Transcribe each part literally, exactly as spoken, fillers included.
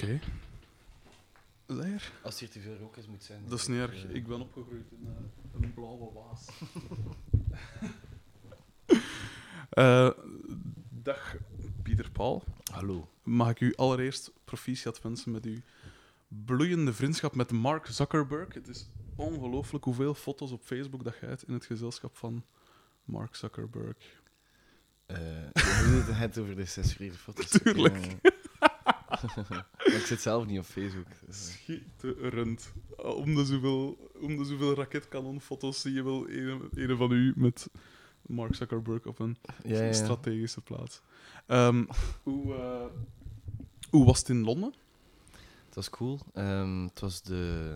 Okay. Zeg. Als hier te veel rook is, moet zijn. Dat is niet erg. Ik ben opgegroeid in uh, een blauwe waas. uh, dag, Pieter Paul. Hallo. Mag ik u allereerst proficiat wensen met uw bloeiende vriendschap met Mark Zuckerberg. Het is ongelooflijk hoeveel foto's op Facebook dat je hebt in het gezelschap van Mark Zuckerberg. Uh, je hebt het over de censureerde foto's. Tuurlijk. Uh, ik zit zelf niet op Facebook. Dus. Schitterend. Om de zoveel, om de zoveel raketkanonfoto's zie je wel een, een van u met Mark Zuckerberg op een ja, ja. strategische plaats. Um, hoe, uh, hoe was het in Londen? Het was cool. Um, het was de...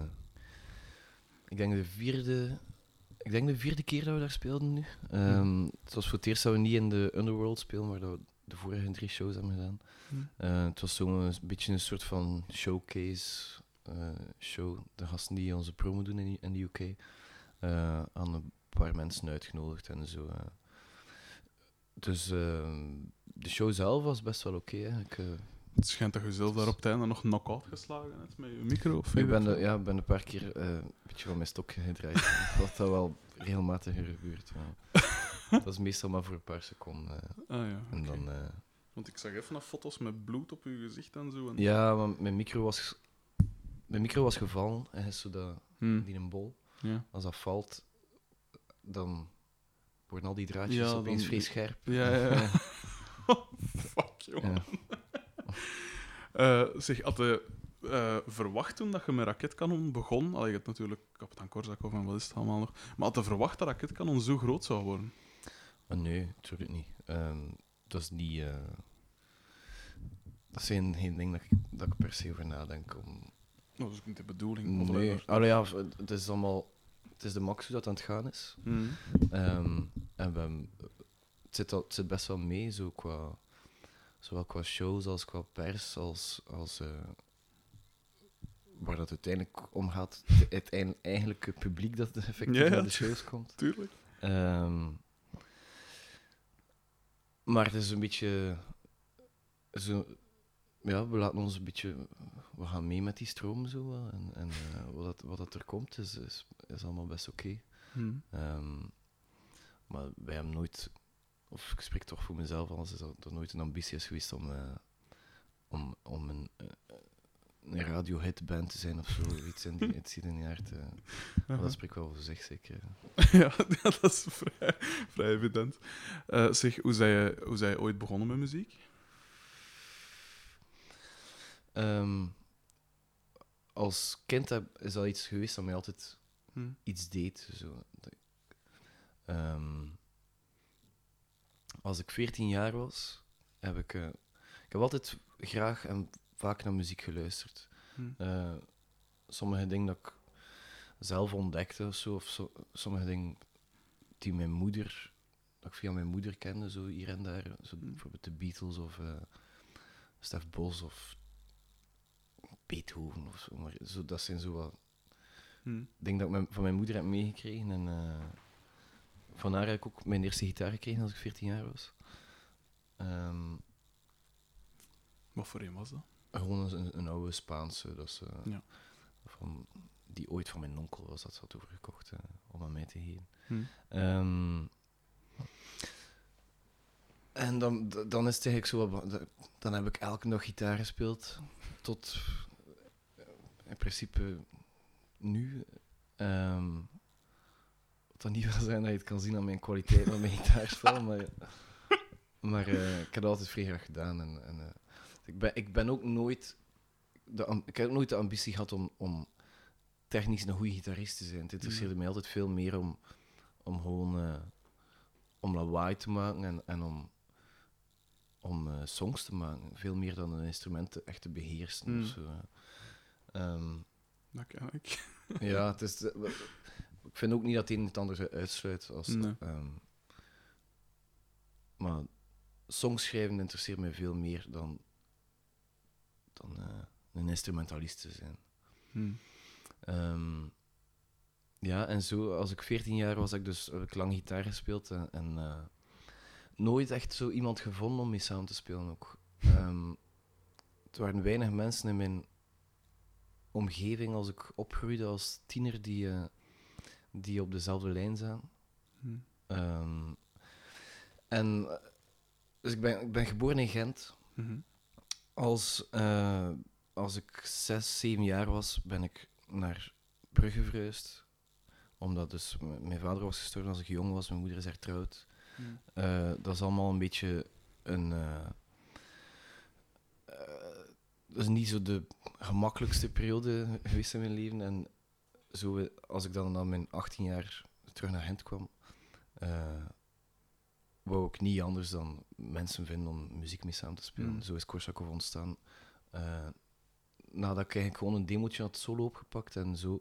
Ik denk de vierde... Ik denk de vierde keer dat we daar speelden nu. Um, hmm. Het was voor het eerst dat we niet in de Underworld spelen, maar dat we de vorige drie shows hebben gedaan. Hmm. Uh, het was zo'n een beetje een soort van showcase uh, show. De gasten die onze promo doen in, in de U K. Uh, aan een paar mensen uitgenodigd en zo. Uh. Dus uh, de show zelf was best wel oké. Okay, uh. Het schijnt dat je zelf daar op het einde nog knock-out geslagen hebt met je micro. Of ik ben, de, ja, ben een paar keer uh, een beetje van mijn stok gedraaid. Wat dat wel regelmatig gebeurt. Ja. Dat is meestal maar voor een paar seconden. Uh. Ah, ja, en okay. dan, uh... Want ik zag even foto's met bloed op je gezicht en zo. En... Ja, maar mijn micro was, mijn micro was gevallen. En is zo dat, hmm. die een bol. Ja. Als dat valt, dan worden al die draadjes ja, opeens dan... vrij scherp. Ja, ja. ja. Fuck, jongen. Ja. Uh, zeg, had je uh, verwacht toen dat je met raketkanon begon? Allee, je hebt natuurlijk kapitein Korsakov en wat is het allemaal nog. Maar had je verwacht dat raketkanon zo groot zou worden? Uh, nee, natuurlijk niet. Um, dat is niet... Uh... Dat is geen, geen ding dat ik, dat ik per se over nadenk. Om... Dat is ook niet de bedoeling. Nee. Allee, ja, het is allemaal... Het is de max hoe dat aan het gaan is. Mm. Um, en we, het, zit al, het zit best wel mee, zo qua... Zowel qua shows als qua pers, als, als uh, waar dat uiteindelijk om gaat, het eigenlijke publiek dat effectief ja, ja, naar de shows komt. Tuurlijk. Um, maar het is een beetje... Zo, ja, we laten ons een beetje... We gaan mee met die stroom zo. En, en uh, wat, dat, wat dat er komt, is, is, is allemaal best oké. Okay. Hmm. Um, maar wij hebben nooit... Of ik spreek toch voor mezelf, anders is dat, dat nooit een ambitie is geweest om, uh, om, om een, uh, een radio-hitband te zijn of zo. Iets in die, iets in die aard. Uh. Uh-huh. Dat spreekt wel voor zich, zeker. ja, ja, dat is vrij, vrij evident. Uh, zeg, hoe zei, je, hoe zei je ooit begonnen met muziek? Um, als kind heb, is dat iets geweest dat mij altijd hmm. iets deed. Zo. Um, Als ik veertien jaar was, heb ik... Uh, ik heb altijd graag en vaak naar muziek geluisterd. Hmm. Uh, sommige dingen dat ik zelf ontdekte of zo, of so, sommige dingen die mijn moeder... dat ik via mijn moeder kende, zo hier en daar. Zo, hmm. Bijvoorbeeld de Beatles of uh, Stef Bos of Beethoven of zo. Maar zo, dat zijn zo wat hmm. dingen dat ik mijn, van mijn moeder heb meegekregen. En... Uh, Van haar heb ik ook mijn eerste gitaar gekregen als ik veertien jaar was. Um, Wat voor een was dat? Gewoon een, een oude Spaanse. Dat is, uh, ja. van, die ooit van mijn onkel was, dat ze had overgekocht uh, om aan mij te geven. Hmm. Um, en dan, dan is het eigenlijk zo... Dan heb ik elke dag gitaar gespeeld. Tot uh, in principe nu... Um, Wat dan niet wil zijn dat je het kan zien aan mijn kwaliteit van mijn gitaarspel, maar, maar uh, ik heb het altijd vrij graag gedaan. En, en, uh, ik, ben, ik ben ook nooit... De, ik heb ook nooit de ambitie gehad om, om technisch een goede gitarist te zijn. Het interesseerde mm. mij altijd veel meer om, om gewoon uh, om lawaai te maken en, en om, om uh, songs te maken. Veel meer dan een instrument te, echt te beheersen. Mm. Of zo. Um, dat kan ik. Ja, het is... Uh, Ik vind ook niet dat het een het ander uitsluit. Als, nee. um, maar songs schrijven interesseert mij veel meer dan, dan uh, een instrumentalist te zijn. Hmm. Um, ja, en zo, als ik veertien jaar was, heb ik dus heb ik lang gitaar gespeeld en, en uh, nooit echt zo iemand gevonden om mee samen te spelen ook. Um, er waren weinig mensen in mijn omgeving als ik opgroeide als tiener die, uh, die op dezelfde lijn zaten. Hm. Um, en dus ik ben, ik ben geboren in Gent. Mm-hmm. Als, uh, als ik zes, zeven jaar was, ben ik naar Brugge verhuisd. Omdat dus m- mijn vader was gestorven als ik jong was, mijn moeder is hertrouwd. Mm. Uh, dat is allemaal een beetje een... Uh, uh, dat is niet zo de gemakkelijkste periode geweest in mijn leven. En zo, als ik dan na mijn achttien jaar terug naar Gent kwam, uh, wou ik niet anders dan mensen vinden om muziek mee samen te spelen. Mm. Zo is Korsakov ontstaan. Uh, nadat ik eigenlijk gewoon een demootje had solo opgepakt en zo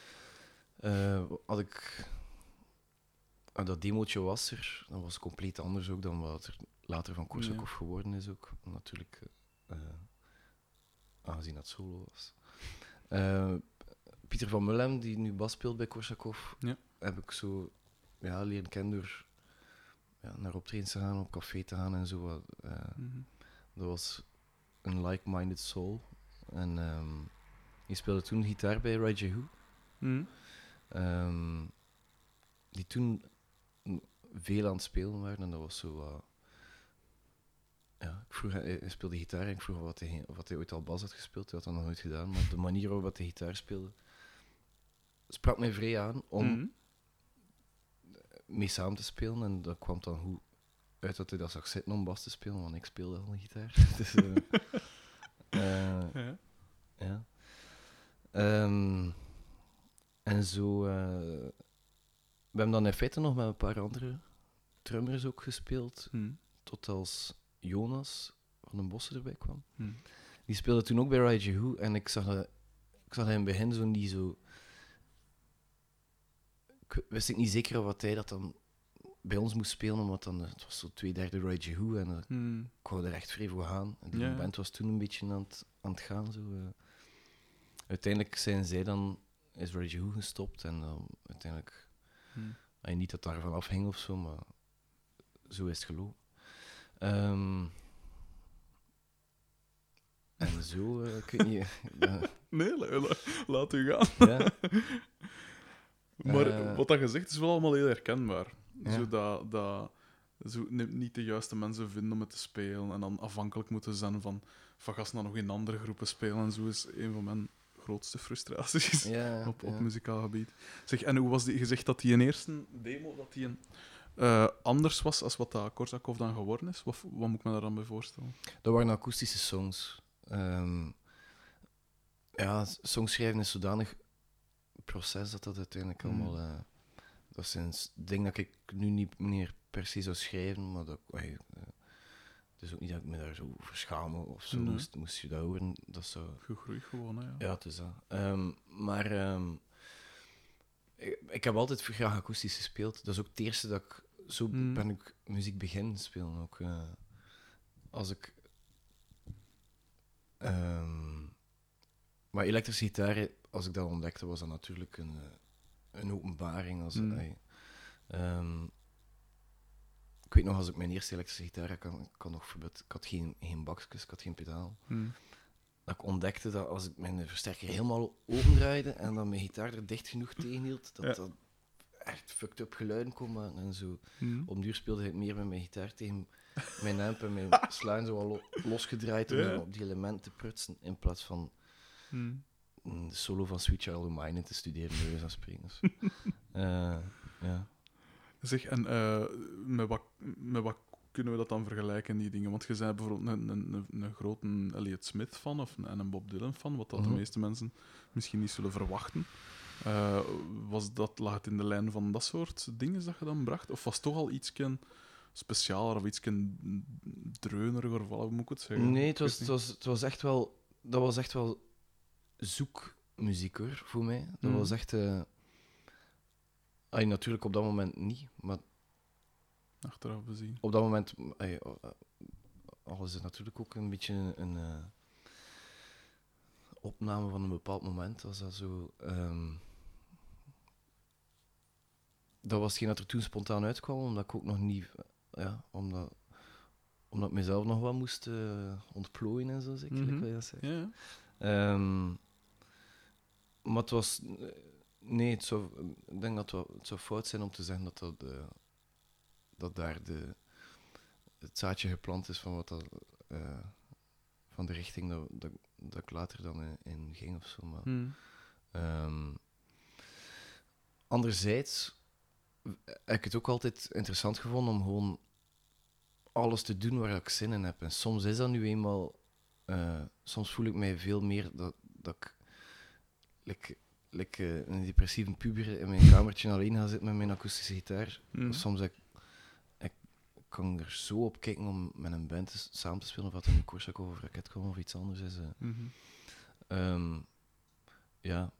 uh, had ik... Uh, dat demootje was er, dat was compleet anders ook dan wat er later van Korsakov ja. geworden is ook. Natuurlijk, uh, aangezien dat solo was. Uh, Pieter van Mulhem, die nu bas speelt bij Korsakov, ja. heb ik zo ja, leren kennen door ja, naar optredens te gaan, op café te gaan en zo. Uh, mm-hmm. Dat was een like-minded soul. En um, die speelde toen gitaar bij Rai Jehu. Mm-hmm. Um, die toen veel aan het spelen waren en dat was zo... Uh, ja, ik vroeg, hij, hij speelde gitaar en ik vroeg wat hij, wat hij ooit al bas had gespeeld. Hij had dat nog nooit gedaan, maar de manier waarop hij gitaar speelde sprak mij vrij aan om mm-hmm. mee samen te spelen. En dat kwam dan hoe uit dat hij dat zag zitten om bas te spelen, want ik speelde al een gitaar. Dus, uh, uh, ja. ja. Um, en zo... Uh, we hebben dan in feite nog met een paar andere drummers ook gespeeld, mm. tot als Jonas van den Bossen erbij kwam. Mm. Die speelde toen ook bij Rai Jehu en ik zag dat, ik zag dat in het begin zo niet zo... Ik wist ik niet zeker of wat hij dat dan bij ons moest spelen, omdat dan, het was zo twee derde Rai Jehu en uh, mm. ik wou er echt vrij voor gaan. En die yeah. band was toen een beetje aan het, aan het gaan. Zo, uh. Uiteindelijk zijn zij dan, is Rai Jehu gestopt en uh, uiteindelijk... Hmm. En niet dat daarvan afhing of zo, maar zo is het gelopen. Um, en zo, uh, ik weet niet... uh, nee, la, laat u gaan. Ja. Maar uh, wat dat gezegd is wel allemaal heel herkenbaar. Ja. Zo dat, dat zo niet de juiste mensen vinden om het te spelen en dan afhankelijk moeten zijn van, van gasten dan nog in andere groepen spelen. En zo is een van mijn grootste frustraties ja, op, op ja. muzikaal gebied. Zeg, en hoe was die gezegd dat die een eerste demo dat die een, uh, anders was als wat dat Korsakov dan geworden is? Wat, wat moet ik me daar dan bij voorstellen? Dat waren akoestische songs. Um, ja, songschrijven is zodanig proces dat dat uiteindelijk mm. allemaal... Uh, dat zijn dingen dat ik nu niet meer per se zou schrijven, maar dat... Uh, uh, het is ook niet dat ik me daar zo over schaam of zo. Nee. Moest, moest je dat horen, dat zou... Gegroeid gewoon, hè? Ja, ja het is dat. Um, maar um, ik, ik heb altijd graag akoestisch gespeeld. Dat is ook het eerste dat ik... Zo mm. ben ik muziek beginnen spelen ook. Uh, als ik... Um, maar elektrische gitaar, als ik dat ontdekte, was dat natuurlijk een, een openbaring. Als, mm. uh, um, ik weet nog, als ik mijn eerste elektrische gitaar had, ik, ik, had nog bijvoorbeeld, ik had geen, geen bakjes, ik had geen pedaal. Mm. Dat ik ontdekte dat als ik mijn versterker helemaal opendraaide en dan mijn gitaar er dicht genoeg tegenhield, dat ja. dat echt fucked up geluiden kon maken en zo. Mm. Op duur speelde ik meer met mijn gitaar tegen mijn amp en mijn sluin zo al lo- losgedraaid om ja. op die elementen te prutsen, in plaats van mm. de solo van Sweet Child of Mine te studeren, bij wijze van spreken. Dus, uh, ja. Zeg, en uh, met, wat, met wat kunnen we dat dan vergelijken, die dingen? Want je bent bijvoorbeeld een, een, een, een grote Elliott Smith fan of een, een Bob Dylan fan, wat dat mm-hmm. de meeste mensen misschien niet zullen verwachten. Uh, was dat, lag het in de lijn van dat soort dingen dat je dan bracht? Of was het toch al iets specialer of iets dreuneriger, of wat moet ik het zeggen? Nee, het was, het was, het was echt wel... Dat was echt wel zoekmuziek, hoor, voor mij. Dat mm. was echt... Uh, ay, natuurlijk op dat moment niet, maar... Achteraf bezien. Op dat moment... Ay, uh, alles is natuurlijk ook een beetje een... een uh, opname van een bepaald moment. Als dat zo... Um, dat was hetgeen dat er toen spontaan uitkwam, omdat ik ook nog niet... Ja, omdat... omdat ik mezelf nog wat moest uh, ontplooien en zo, zeker. Mhm. Wil je dat zeggen? Ja, ja. Um, maar het was... Nee, het zou, ik denk dat het, wel, het zou fout zijn om te zeggen dat, dat, uh, dat daar de, het zaadje geplant is van, wat dat, uh, van de richting dat, dat, dat ik later dan in, in ging of zo. Maar, Mm. um, anderzijds heb ik het ook altijd interessant gevonden om gewoon alles te doen waar ik zin in heb. En soms is dat nu eenmaal... Uh, soms voel ik mij veel meer dat, dat ik... Like, like, uh, een depressieve puber in mijn kamertje alleen ga zitten met mijn akoestische gitaar. Mm. Soms ik, ik kan er zo op kijken om met een band te, samen te spelen, of wat een Korsakov of Raketkom of iets anders is. Uh. Mm-hmm. Um, ja...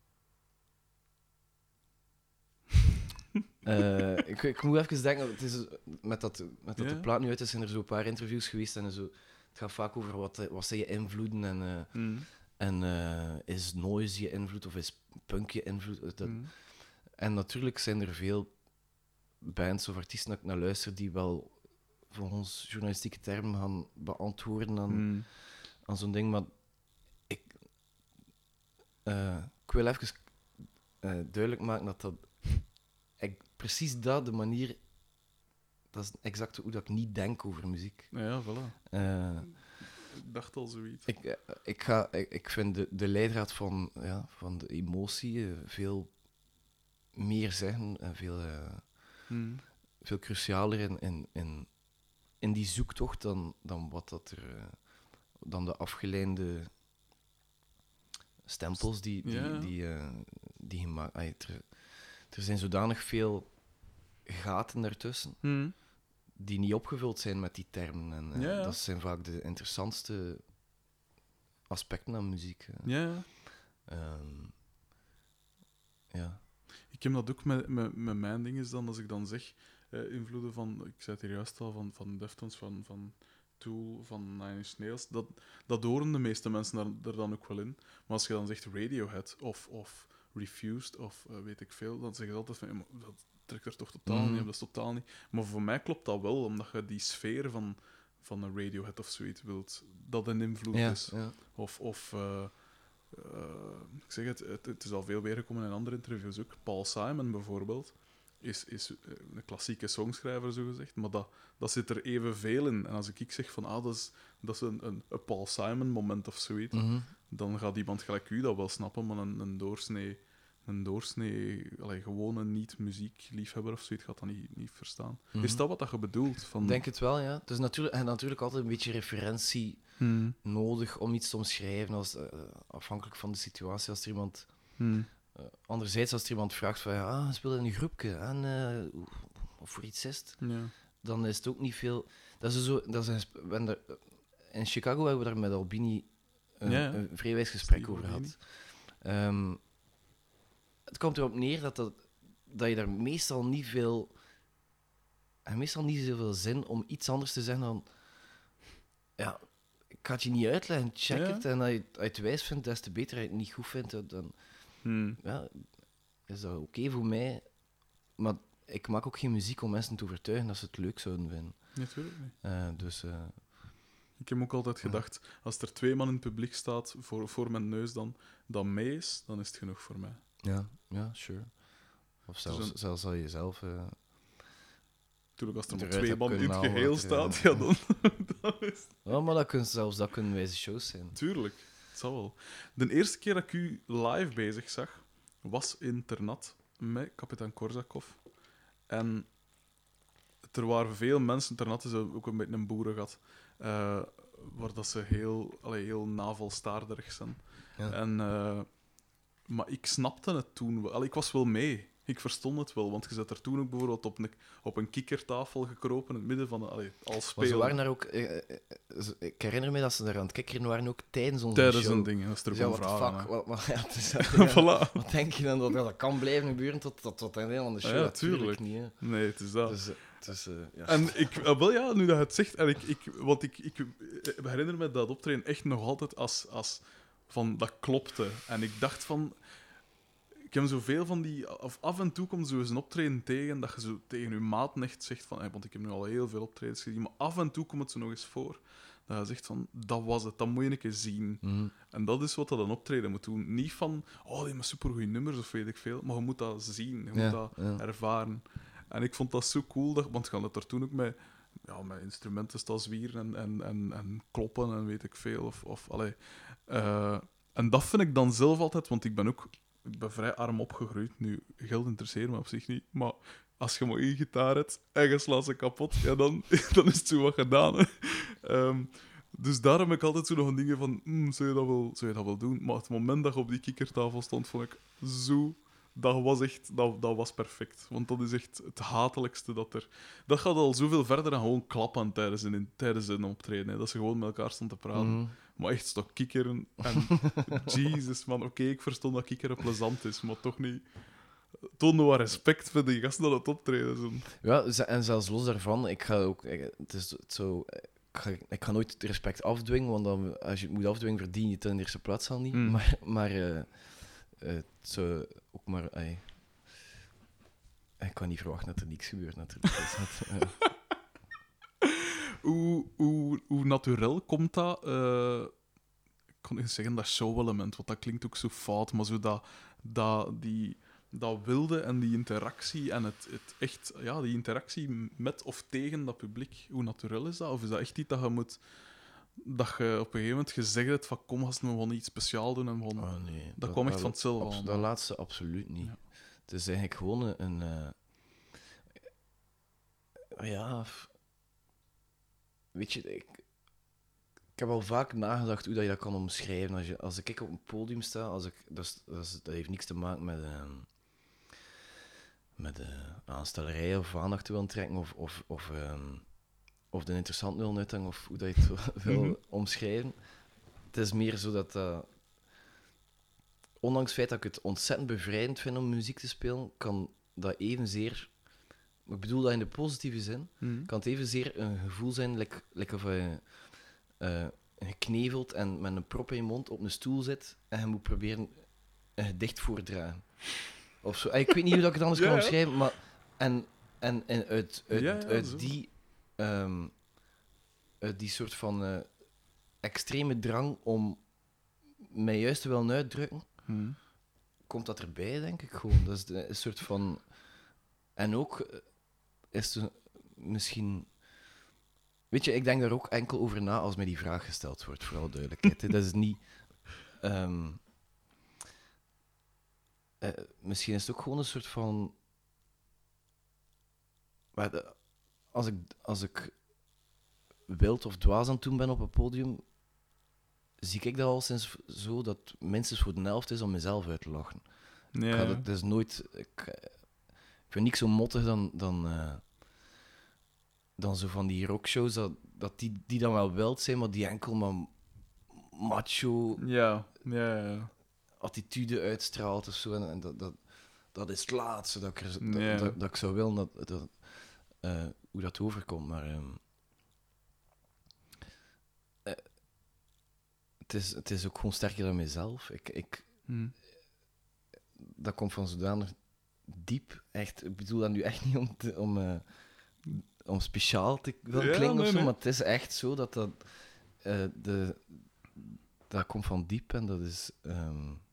Uh, ik, ik moet even denken, het is, met dat, met dat ja. de plaat nu uit is, zijn er zo een paar interviews geweest en zo, het gaat vaak over wat, wat zijn je invloeden en, uh, Mm. en uh, is noise je invloed of is punk je invloed. Dat, Mm. En natuurlijk zijn er veel bands of artiesten dat ik naar luister die wel volgens journalistieke termen gaan beantwoorden aan, Mm. aan zo'n ding, maar ik, uh, ik wil even uh, duidelijk maken dat dat Ik, precies dat, de manier... Dat is exact hoe dat ik niet denk over muziek. Ja, voilà. Uh, ik dacht al zoiets. Ik, uh, ik, ga, ik, ik vind de, de leidraad van, ja, van de emotie uh, veel meer zeggen en veel, uh, mm. veel crucialer in, in, in, in die zoektocht dan, dan wat dat er... Uh, dan de afgeleide stempels die, die, ja. die, uh, die gemaakt... Uh, er, er zijn zodanig veel gaten daartussen mm. die niet opgevuld zijn met die termen. En uh, ja, ja. dat zijn vaak de interessantste aspecten aan muziek. Uh. Ja. Um, ja. Ik heb dat ook met, met, met mijn dingen dan, als ik dan zeg, uh, invloeden van, ik zei het hier juist al, van, van Deftones, van, van Tool, van Nine Inch Nails, dat, dat horen de meeste mensen er, er dan ook wel in. Maar als je dan zegt Radiohead of, of Refused of uh, weet ik veel, dan zeggen ze altijd van, ja, dat trekt er toch totaal mm. niet op, dat is totaal niet. Maar voor mij klopt dat wel, omdat je die sfeer van, van een Radiohead of zoiets wilt, dat een invloed ja, is. Ja. Of, of uh, uh, ik zeg het, het, het is al veel weergekomen in andere interviews ook. Paul Simon bijvoorbeeld is, is een klassieke songschrijver, zogezegd, maar dat, dat zit er evenveel in. En als ik, ik zeg van, ah, dat is, dat is een, een, een Paul Simon moment of zoiets, Mm-hmm. dan gaat iemand gelijk u dat wel snappen, maar een, een doorsnee, een doorsnee allee, gewone niet-muziekliefhebber of zoiets gaat dat niet, niet verstaan. Mm-hmm. Is dat wat dat je bedoelt? Van... Ik denk het wel, ja. Het is natuurlijk, en natuurlijk altijd een beetje referentie hmm. nodig om iets te omschrijven, als, uh, afhankelijk van de situatie. Als er iemand... Hmm. Uh, anderzijds, als er iemand vraagt van, ja, ah, speel in een groepje, en, uh, of voor iets is het, Ja. dan is het ook niet veel... Dat is zo... Dat is een, er, in Chicago hebben we daar met Albini uh, ja, ja. een vrij wijs gesprek Steve over Albini. gehad. Um, het komt erop neer dat, dat, dat je daar meestal niet veel... En meestal niet zoveel zin om iets anders te zeggen dan... Ja, ik ga het je niet uitleggen, check ja. het. En als je, als je het wijs vindt, des te beter. Als je het niet goed vindt, dan... Hmm. Ja, is dat oké okay voor mij. Maar ik maak ook geen muziek om mensen te overtuigen dat ze het leuk zouden vinden. Natuurlijk niet. Uh, dus... Uh, Ik heb ook altijd gedacht, ja. als er twee man in het publiek staat voor, voor mijn neus dan, dat mee is, dan is het genoeg voor mij. Ja, ja, sure. Of zelfs, een... zelfs al jezelf... Uh, Natuurlijk, als er maar twee man in het geheel staat, uh, ja, dan, dan is het... Ja, maar dat kun, zelfs dat kunnen wijze shows zijn. Tuurlijk, het zal wel. De eerste keer dat ik u live bezig zag, was in Ternat met kapitein Korsakov. En er waren veel mensen, Ternat is ook een beetje een boerengat, uh, waar dat ze heel, allee, heel navelstaarderig zijn. Ja. En, uh, maar ik snapte het toen wel. Allee, ik was wel mee. Ik verstond het wel, want je zat er toen ook bijvoorbeeld op een, op een kikkertafel gekropen in het midden van... Allee, als spelen. Maar ze waren daar ook... Uh, uh, ik herinner me dat ze daar aan het kikkeren waren, ook tijdens onze tijdens show. een ding, dat is er dus ja, gewoon what vragen. Fuck, wat, wat, ja, dus, Ja, ja, voilà. wat denk je dan dat dat kan blijven gebeuren tot, tot, tot het einde van de show? Ja, Natuurlijk tuurlijk. niet. Hè. Nee, het is dat. Dus, dus, uh, ja. En ik... Uh, wel ja, nu dat je het zegt... En ik, ik, want ik, ik herinner me dat optreden echt nog altijd als... als van, dat klopte. En ik dacht van... ik heb zoveel van die... Of af en toe komt zo eens een optreden tegen dat je zo tegen je maat echt zegt van... Hey, want ik heb nu al heel veel optredens gezien, maar af en toe komt het zo nog eens voor. Dat je zegt van, dat was het, dat moet je een keer zien. Mm. En dat is wat dat een optreden moet doen. Niet van, oh, die hebben supergoeie nummers of weet ik veel, maar je moet dat zien, je Ja, moet dat ja. ervaren. En ik vond dat zo cool, dat, want je had het er toen ook met, ja, met instrumenten staan zwieren en, en, en, en kloppen en weet ik veel. Of, of, allee. Uh, en dat vind ik dan zelf altijd, want ik ben ook ik ben vrij arm opgegroeid. Nu, geld interesseert me op zich niet, maar als je maar één gitaar hebt en je slaat ze kapot, ja, dan, dan is het zo wat gedaan. Hè. Um, dus daarom heb ik altijd zo nog een dingen van, mm, zou, je dat wel, zou je dat wel doen? Maar het moment dat je op die kikkertafel stond, vond ik zo... Dat was echt... Dat, dat was perfect. Want dat is echt het hatelijkste dat er... Dat gaat al zoveel verder dan gewoon klappen tijdens een, tijdens een optreden. Hè. Dat ze gewoon met elkaar stonden te praten. Mm. Maar echt stok kikkeren. En Jesus, man. Oké, okay, ik verstond dat kikkeren plezant is, maar toch niet... Toon nog wat respect voor die gasten dat het optreden zijn. Ja, en zelfs los daarvan, ik ga ook... Het is het zo... Ik ga, ik ga nooit respect afdwingen, want dan, als je het moet afdwingen, verdien je het in de eerste plaats al niet. Mm. Maar, maar uh, uh, het zou ook maar... Uh, ik kan niet verwachten dat er niks gebeurt, natuurlijk. Dus dat, uh. hoe, hoe, hoe naturel komt dat? Uh, ik kan niet zeggen dat show-element, want dat klinkt ook zo fout, maar zo dat, dat, die, dat wilde en die interactie en het, het echt... Ja, die interactie met of tegen dat publiek, hoe naturel is dat? Of is dat echt iets dat je moet... Dat je op een gegeven moment gezegd hebt van kom, als we gewoon iets speciaal doen en gewoon... Oh, nee. Dat, dat kwam echt dat, van hetzelfde. Abso- dat laatste absoluut niet. Ja. Het is eigenlijk gewoon een... een uh... Ja... Weet je, ik... ik heb al vaak nagedacht hoe dat je dat kan omschrijven. Als, je, als ik op een podium sta, als ik, dat, is, dat, is, dat heeft niks te maken met... Uh... met uh, aanstellerij of aandacht te willen trekken of... of, of um... of de interessant willen uithangen, of hoe dat je het wil mm-hmm. omschrijven. Het is meer zo dat... Uh, ondanks het feit dat ik het ontzettend bevrijdend vind om muziek te spelen, kan dat evenzeer... Ik bedoel dat in de positieve zin. Mm-hmm. Kan het evenzeer een gevoel zijn, like, like of je uh, gekneveld en met een prop in je mond op een stoel zit en je moet proberen een gedicht voordragen. Of zo. Ik weet niet hoe dat ik het anders ja, kan omschrijven, maar... En, en, en uit, uit, ja, ja, uit die... Um, uit die soort van uh, extreme drang om mij juist te willen uitdrukken, hmm. komt dat erbij, denk ik gewoon. Dat is de, een soort van... En ook uh, is het misschien... Weet je, ik denk daar ook enkel over na als mij die vraag gesteld wordt, voor alle duidelijkheid. Dat is niet... Um, uh, misschien is het ook gewoon een soort van... Maar de, als ik... Als ik wild of dwaas aan het doen ben op een podium, zie ik dat al sinds zo dat minstens voor de helft is om mezelf uit te lachen. Ja. Ik ga dat, dat is nooit... Ik, ik vind niks zo mottig dan, dan, uh, dan zo van die rockshows, dat, dat die, die dan wel wild zijn, maar die enkel maar macho ja. Ja, ja. attitude uitstraalt of zo. En, en dat, dat, dat is het laatste dat ik, er, ja. dat, dat, dat ik zou willen dat, dat, uh, hoe dat overkomt, maar... Um, Uh, het, is, het is ook gewoon sterker dan mezelf. Ik, ik, hmm. Dat komt van zodanig diep. Echt, ik bedoel dat nu echt niet om, te, om, uh, om speciaal te willen ja, klinken nee, of zo, nee. maar het is echt zo dat dat... Uh, de, dat komt van diep en dat is um,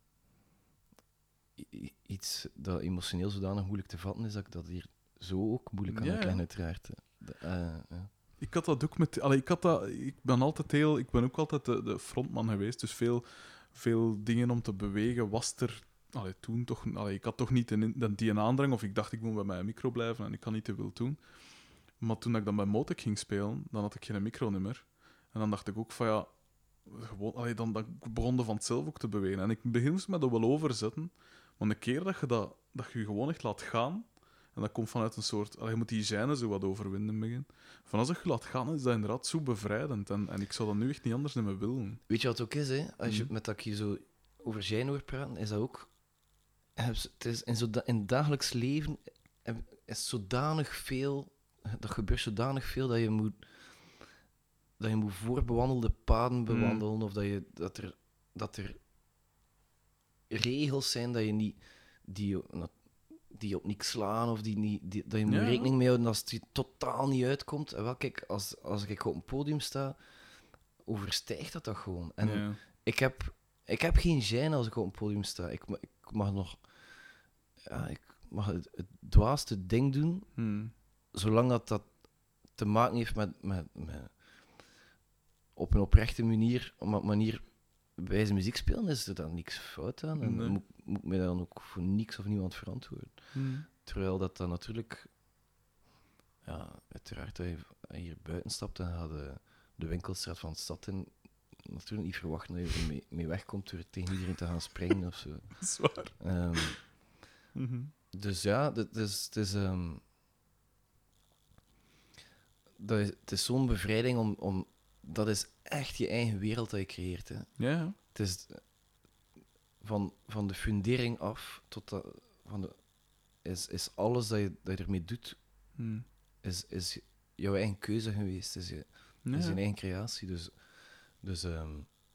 iets dat emotioneel zodanig moeilijk te vatten is, dat ik dat hier zo ook moeilijk kan ja, uitleggen, ja. uiteraard. De, uh, ja. Ik had dat ook met... Allee, ik, had dat, ik ben altijd heel... Ik ben ook altijd de, de frontman geweest, dus veel, veel dingen om te bewegen was er... Allee, toen toch... Allee, ik had toch niet een, die een aandrang, of ik dacht, ik moet bij mijn micro blijven en ik kan niet te veel doen. Maar toen ik dan bij Motek ging spelen, dan had ik geen micronummer. En dan dacht ik ook van, ja... Gewoon, allee, dan, dan begon je van het zelf ook te bewegen. En ik begin me dat wel overzetten, maar een keer dat je dat, dat je, je gewoon echt laat gaan... En dat komt vanuit een soort... Allee, je moet die gêne zo wat overwinnen beginnen. Van als je laat gaan, is dat inderdaad zo bevrijdend. En, en ik zou dat nu echt niet anders niet meer willen. Weet je wat het ook is, hè? Als je mm. met dat ik hier zo over gêne hoor praten, is dat ook... Het is in, zo, in het dagelijks leven is zodanig veel... Dat gebeurt zodanig veel dat je moet... Dat je moet voorbewandelde paden bewandelen, mm. of dat, je, dat, er, dat er regels zijn dat je niet... die, die op niks slaan of die niet, die, dat je moet Ja. rekening mee houden als het je totaal niet uitkomt. En wel, kijk, als, als ik op een podium sta, overstijgt dat toch gewoon. En Ja. ik, heb, ik heb geen gêne als ik op een podium sta. Ik, ma- ik mag nog... Ja, ik mag het, het dwaaste ding doen, Hmm. zolang dat, dat te maken heeft met, met, met op een oprechte manier, op een manier wijze muziek spelen, is er dan niks fout aan. En Nee. moet, moet ik mij dan ook voor niks of niemand verantwoorden. Hmm. Terwijl dat dan natuurlijk, ja, uiteraard, als je hier buiten stapt en gaat de, de winkelstraat van de stad in, natuurlijk niet verwachten dat je er mee, mee wegkomt door tegen iedereen te gaan springen of zo. Dat is waar. Ehm, Mhm. dus ja, het is, het is, ehm, dat is, het is zo'n bevrijding om, om... Dat is echt je eigen wereld dat je creëert. Hè. Ja, ja. Het is van, van de fundering af tot dat, van de, is, is alles dat je, dat je ermee doet, Hmm. is, is jouw eigen keuze geweest. Is je, Ja, is je ja. eigen creatie. Dus, dus, ehm,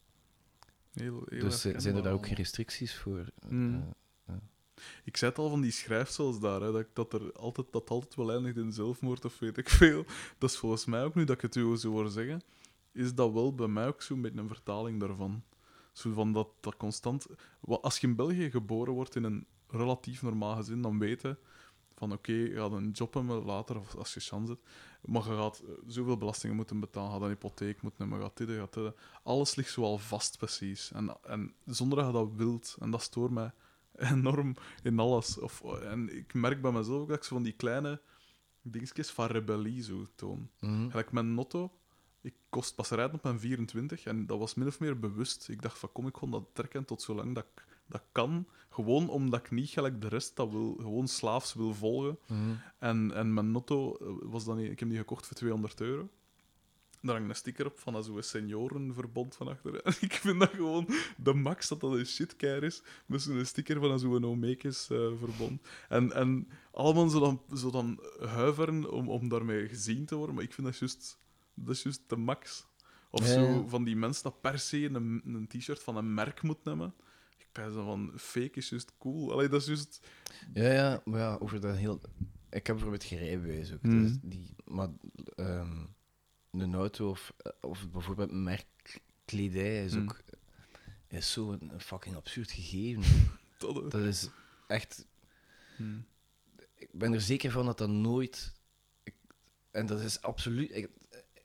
Heel, heel dus herkenbaar zijn er daar ook allemaal. geen restricties voor. Hmm. Eh, Ik zei het al van die schrijfsels daar, hè, dat, ik- dat, er altijd, dat altijd wel eindigt in zelfmoord of weet ik veel. Dat is volgens mij ook, nu dat ik het u zo hoor zeggen, is dat wel bij mij ook zo'n beetje een vertaling daarvan. Zo van dat, dat constant... wa- Als je in België geboren wordt in een relatief normaal gezin, dan weet je van oké, je gaat een job hebben later, of als je chance hebt, maar je gaat eh, zoveel belastingen moeten betalen, je gaat een hypotheek moeten nemen, je gaat dit, je gaat dit. Alles ligt zo al vast, precies. En, en zonder dat je dat wilt, en dat stoort mij enorm in alles. Of, en ik merk bij mezelf ook dat ik zo van die kleine dingetjes van rebellie zo toon. mhm. Gelijk mijn Notto, ik kost pas rijden op mijn vierentwintig en dat was min of meer bewust. Ik dacht van kom, ik kon dat trekken tot zolang dat ik dat kan. Gewoon omdat ik niet gelijk de rest dat wil, gewoon slaafs wil volgen. Mhm. En, en mijn Notto eh, was dan, ik heb die gekocht voor tweehonderd euro. Daar hangt een sticker op van zo'n seniorenverbond van achter. En ik vind dat gewoon de max dat dat een shitkeir is. Met zo'n sticker van zo'n Omekes eh verbond. En, en allemaal zo dan, zo dan huiveren om, om daarmee gezien te worden. Maar ik vind dat juist, dat is juist de max. Of Ja, zo ja. van die mensen dat per se een, een t-shirt van een merk moet nemen. Ik ben zo van, fake is juist cool. Allee, dat is juist... Ja, ja, maar ja, over dat heel... Ik heb bijvoorbeeld geen rijbewijs ook. Mhm. Dus die, maar ehm, een auto of, of bijvoorbeeld een merk kledij is Mhm. ook is zo een, een fucking absurd gegeven. Dat, hè. Dat is echt... Hm. Ik ben er zeker van dat dat nooit... Ik, en dat is absoluut... Ik,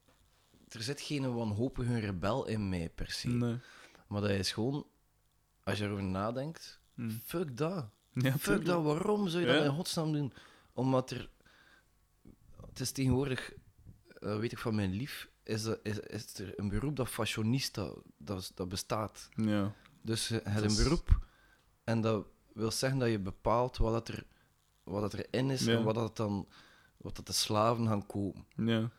er zit geen wanhopige rebel in mij, per se. Nee. Maar dat is gewoon... Als je erover nadenkt... Hm. Fuck dat. Ja, Fuck tuurlijk. dat, waarom zou je Ja. dat in godsnaam doen? Omdat er... Het is tegenwoordig, dat weet ik van mijn lief, is, dat, is, is er een beroep dat fashionista, dat, is- dat bestaat. Ja. Dus je hebt Dat een is- beroep en dat wil zeggen dat je bepaalt wat, dat er, wat dat erin is Ja. en wat dat dan wat dat de slaven gaan kopen. Ja.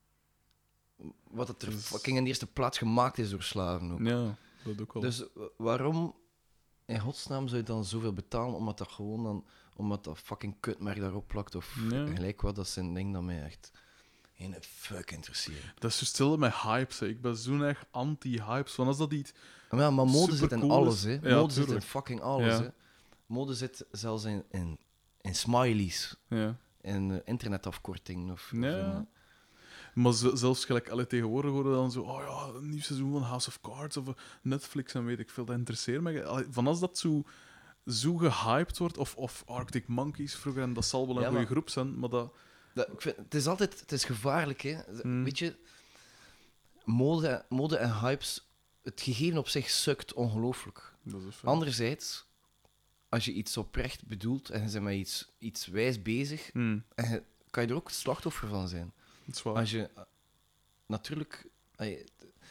Wat dat er Dus- fucking in de eerste plaats gemaakt is door slaven ook. Ja, dat ook wel. Dus wa- waarom in godsnaam zou je dan zoveel betalen omdat dat gewoon dan, omdat dat fucking kutmerk daarop plakt of Ja. gelijk wat, dat zijn ding dat mij echt geen fuck interesseert. Dat is zo stil met hypes. Hè. Ik ben zo'n erg anti-hypes. Van als dat iets... Maar, ja, maar mode zit in Supercool alles, is. hè. Ja, Mode zit in tuurlijk. fucking alles, Ja. hè. Mode zit zelfs in, in, in smileys, Ja. in eh, internetafkorting of... of Ja. in, eh, Maar z- zelfs gelijk alle tegenwoordig worden dan zo... Oh ja, een nieuw seizoen van House of Cards of eh, Netflix en weet ik veel. Dat interesseert me. Allee, van als dat zo, zo gehyped wordt... Of, of Arctic Monkeys vroeger, en dat zal wel een Ja, goede maar- groep zijn, maar dat... dat, ik vind, het is altijd... Het is gevaarlijk, hè. Mm. Weet je... Mode, mode en hypes... Het gegeven op zich sukt ongelooflijk. dat is een feit. Anderzijds, als je iets oprecht bedoelt en je bent met iets, iets wijs bezig, Hmm, en je, kan je er ook het slachtoffer van zijn. dat is waar. Als je... eh, Natuurlijk... als je-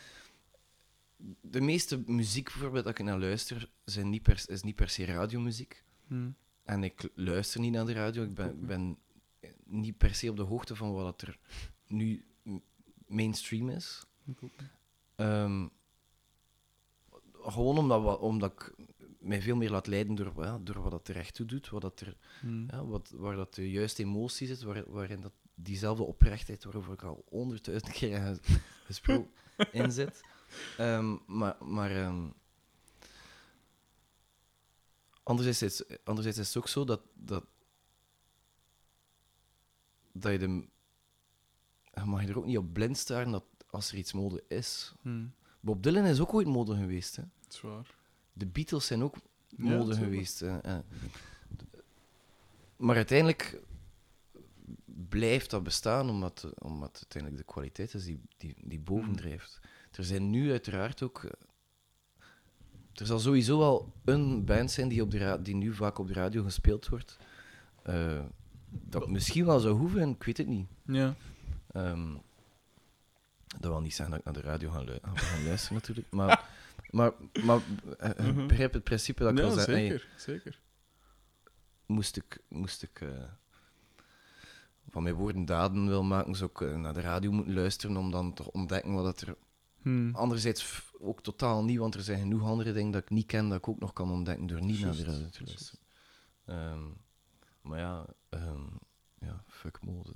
de meeste muziek bijvoorbeeld dat ik naar luister, zijn niet per, is niet per se radiomuziek. Hmm. En ik luister niet naar de radio. Ik ben, ben niet per se op de hoogte van wat dat er nu m- mainstream is. Ik ook niet. Ehm, gewoon omdat, wa- omdat ik mij veel meer laat leiden door, ja, door wat dat er echt toe doet, wat dat er, Hmm. ja, wat, waar dat de juiste emotie zit, waar, waarin dat diezelfde oprechtheid, waarover ik al honderdduizend keer heb ges- gesproken, in zit. Ehm, maar maar ehm, anderzijds, is, anderzijds is het ook zo dat, dat, dat je de... Je mag je er ook niet op blind staren dat als er iets mode is... Hmm. Bob Dylan is ook ooit mode geweest, hè. Dat is waar. De Beatles zijn ook Ja, mode tuurlijk. geweest. Hè. Eh, Maar uiteindelijk blijft dat bestaan, omdat, omdat uiteindelijk de kwaliteit is die, die, die bovendrijft. Er zijn nu uiteraard ook... eh, Er zal sowieso wel een band zijn die, op de ra- die nu vaak op de radio gespeeld wordt. eh, dat misschien wel zou hoeven, ik weet het niet. Ja. Ehm, dat wil niet zeggen dat ik naar de radio ga, lu- ga gaan luisteren, natuurlijk. Maar, maar, maar eh, eh, Mhm. begrijp het principe dat ik Ja, wil zeggen. Hey, zeker. Zeker. moest ik, moest ik eh, van mijn woorden daden wil maken, zou ik eh, naar de radio moeten luisteren om dan te ontdekken wat dat er... Hmm. Anderzijds f- ook totaal niet, want er zijn genoeg andere dingen dat ik niet ken dat ik ook nog kan ontdekken door niet naar de Juist, radio te luisteren. Ehm, maar ja, ehm, ja, fuck mode.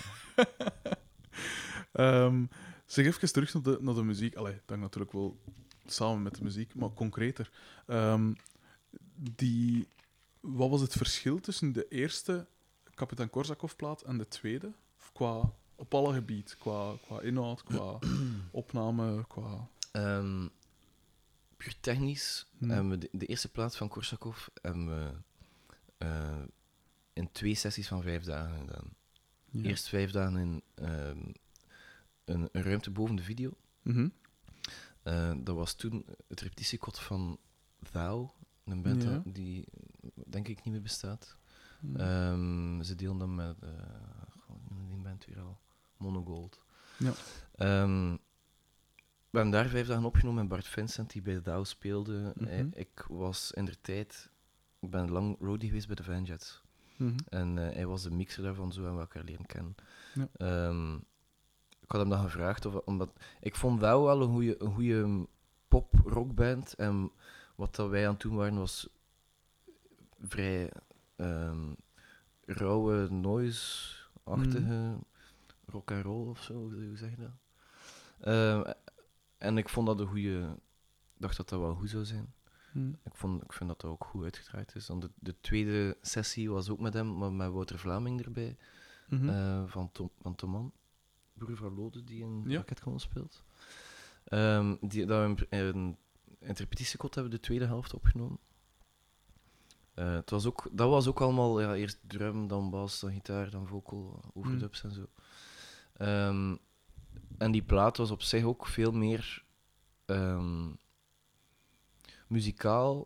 Ehm, zeg even terug naar de, naar de muziek. Allee, dat hangt natuurlijk wel samen met de muziek, maar concreter. Ehm, die, wat was het verschil tussen de eerste Kapitein Korsakov-plaat en de tweede? Qua, op alle gebieden, qua, qua inhoud, qua opname, qua... Ehm, puur technisch Hmm. hebben we de, de eerste plaat van Korsakov hebben we, eh, in twee sessies van vijf dagen gedaan. Ja. Eerst vijf dagen in ehm, een, een ruimte boven de video. Mhm. Eh, dat was toen het repetitiekot van Thou, een band Ja. die denk ik niet meer bestaat. Hmm. Ehm, ze deelden dat met, uh, die band weer al, Monogold. Ja. Ehm, we hebben daar vijf dagen opgenomen met Bart Vincent, die bij Thou speelde. Mhm. Hij- ik was in der tijd, ik ben lang roadie geweest bij de Vanjets. Mhm. En eh, hij was de mixer daarvan, zo hebben we elkaar leren kennen. Ja. Ehm, ik had hem dan gevraagd, of, omdat ik vond Thou wel een goede een goede pop-rockband. En wat dat wij aan het doen waren, was vrij ehm, rauwe, noise-achtige rock and roll of zo, hoe zeg je dat? Ehm, en ik vond dat een goede, dacht dat dat wel goed zou zijn. Hmm. Ik, vond, ik vind dat dat ook goed uitgedraaid is. Dan de, de tweede sessie was ook met hem, maar met Wouter Vlaming erbij, Mhm. eh, van, Tom, van Toman, broer van Lode, die in Ja. Raketkanon speelt. Ehm, die, dat we in, in, in het repetitiekot hebben we de tweede helft opgenomen. Eh, het was ook, dat was ook allemaal ja, eerst drum, dan bas, dan gitaar, dan vocal, overdubs en zo. Ehm, en die plaat was op zich ook veel meer ehm, muzikaal,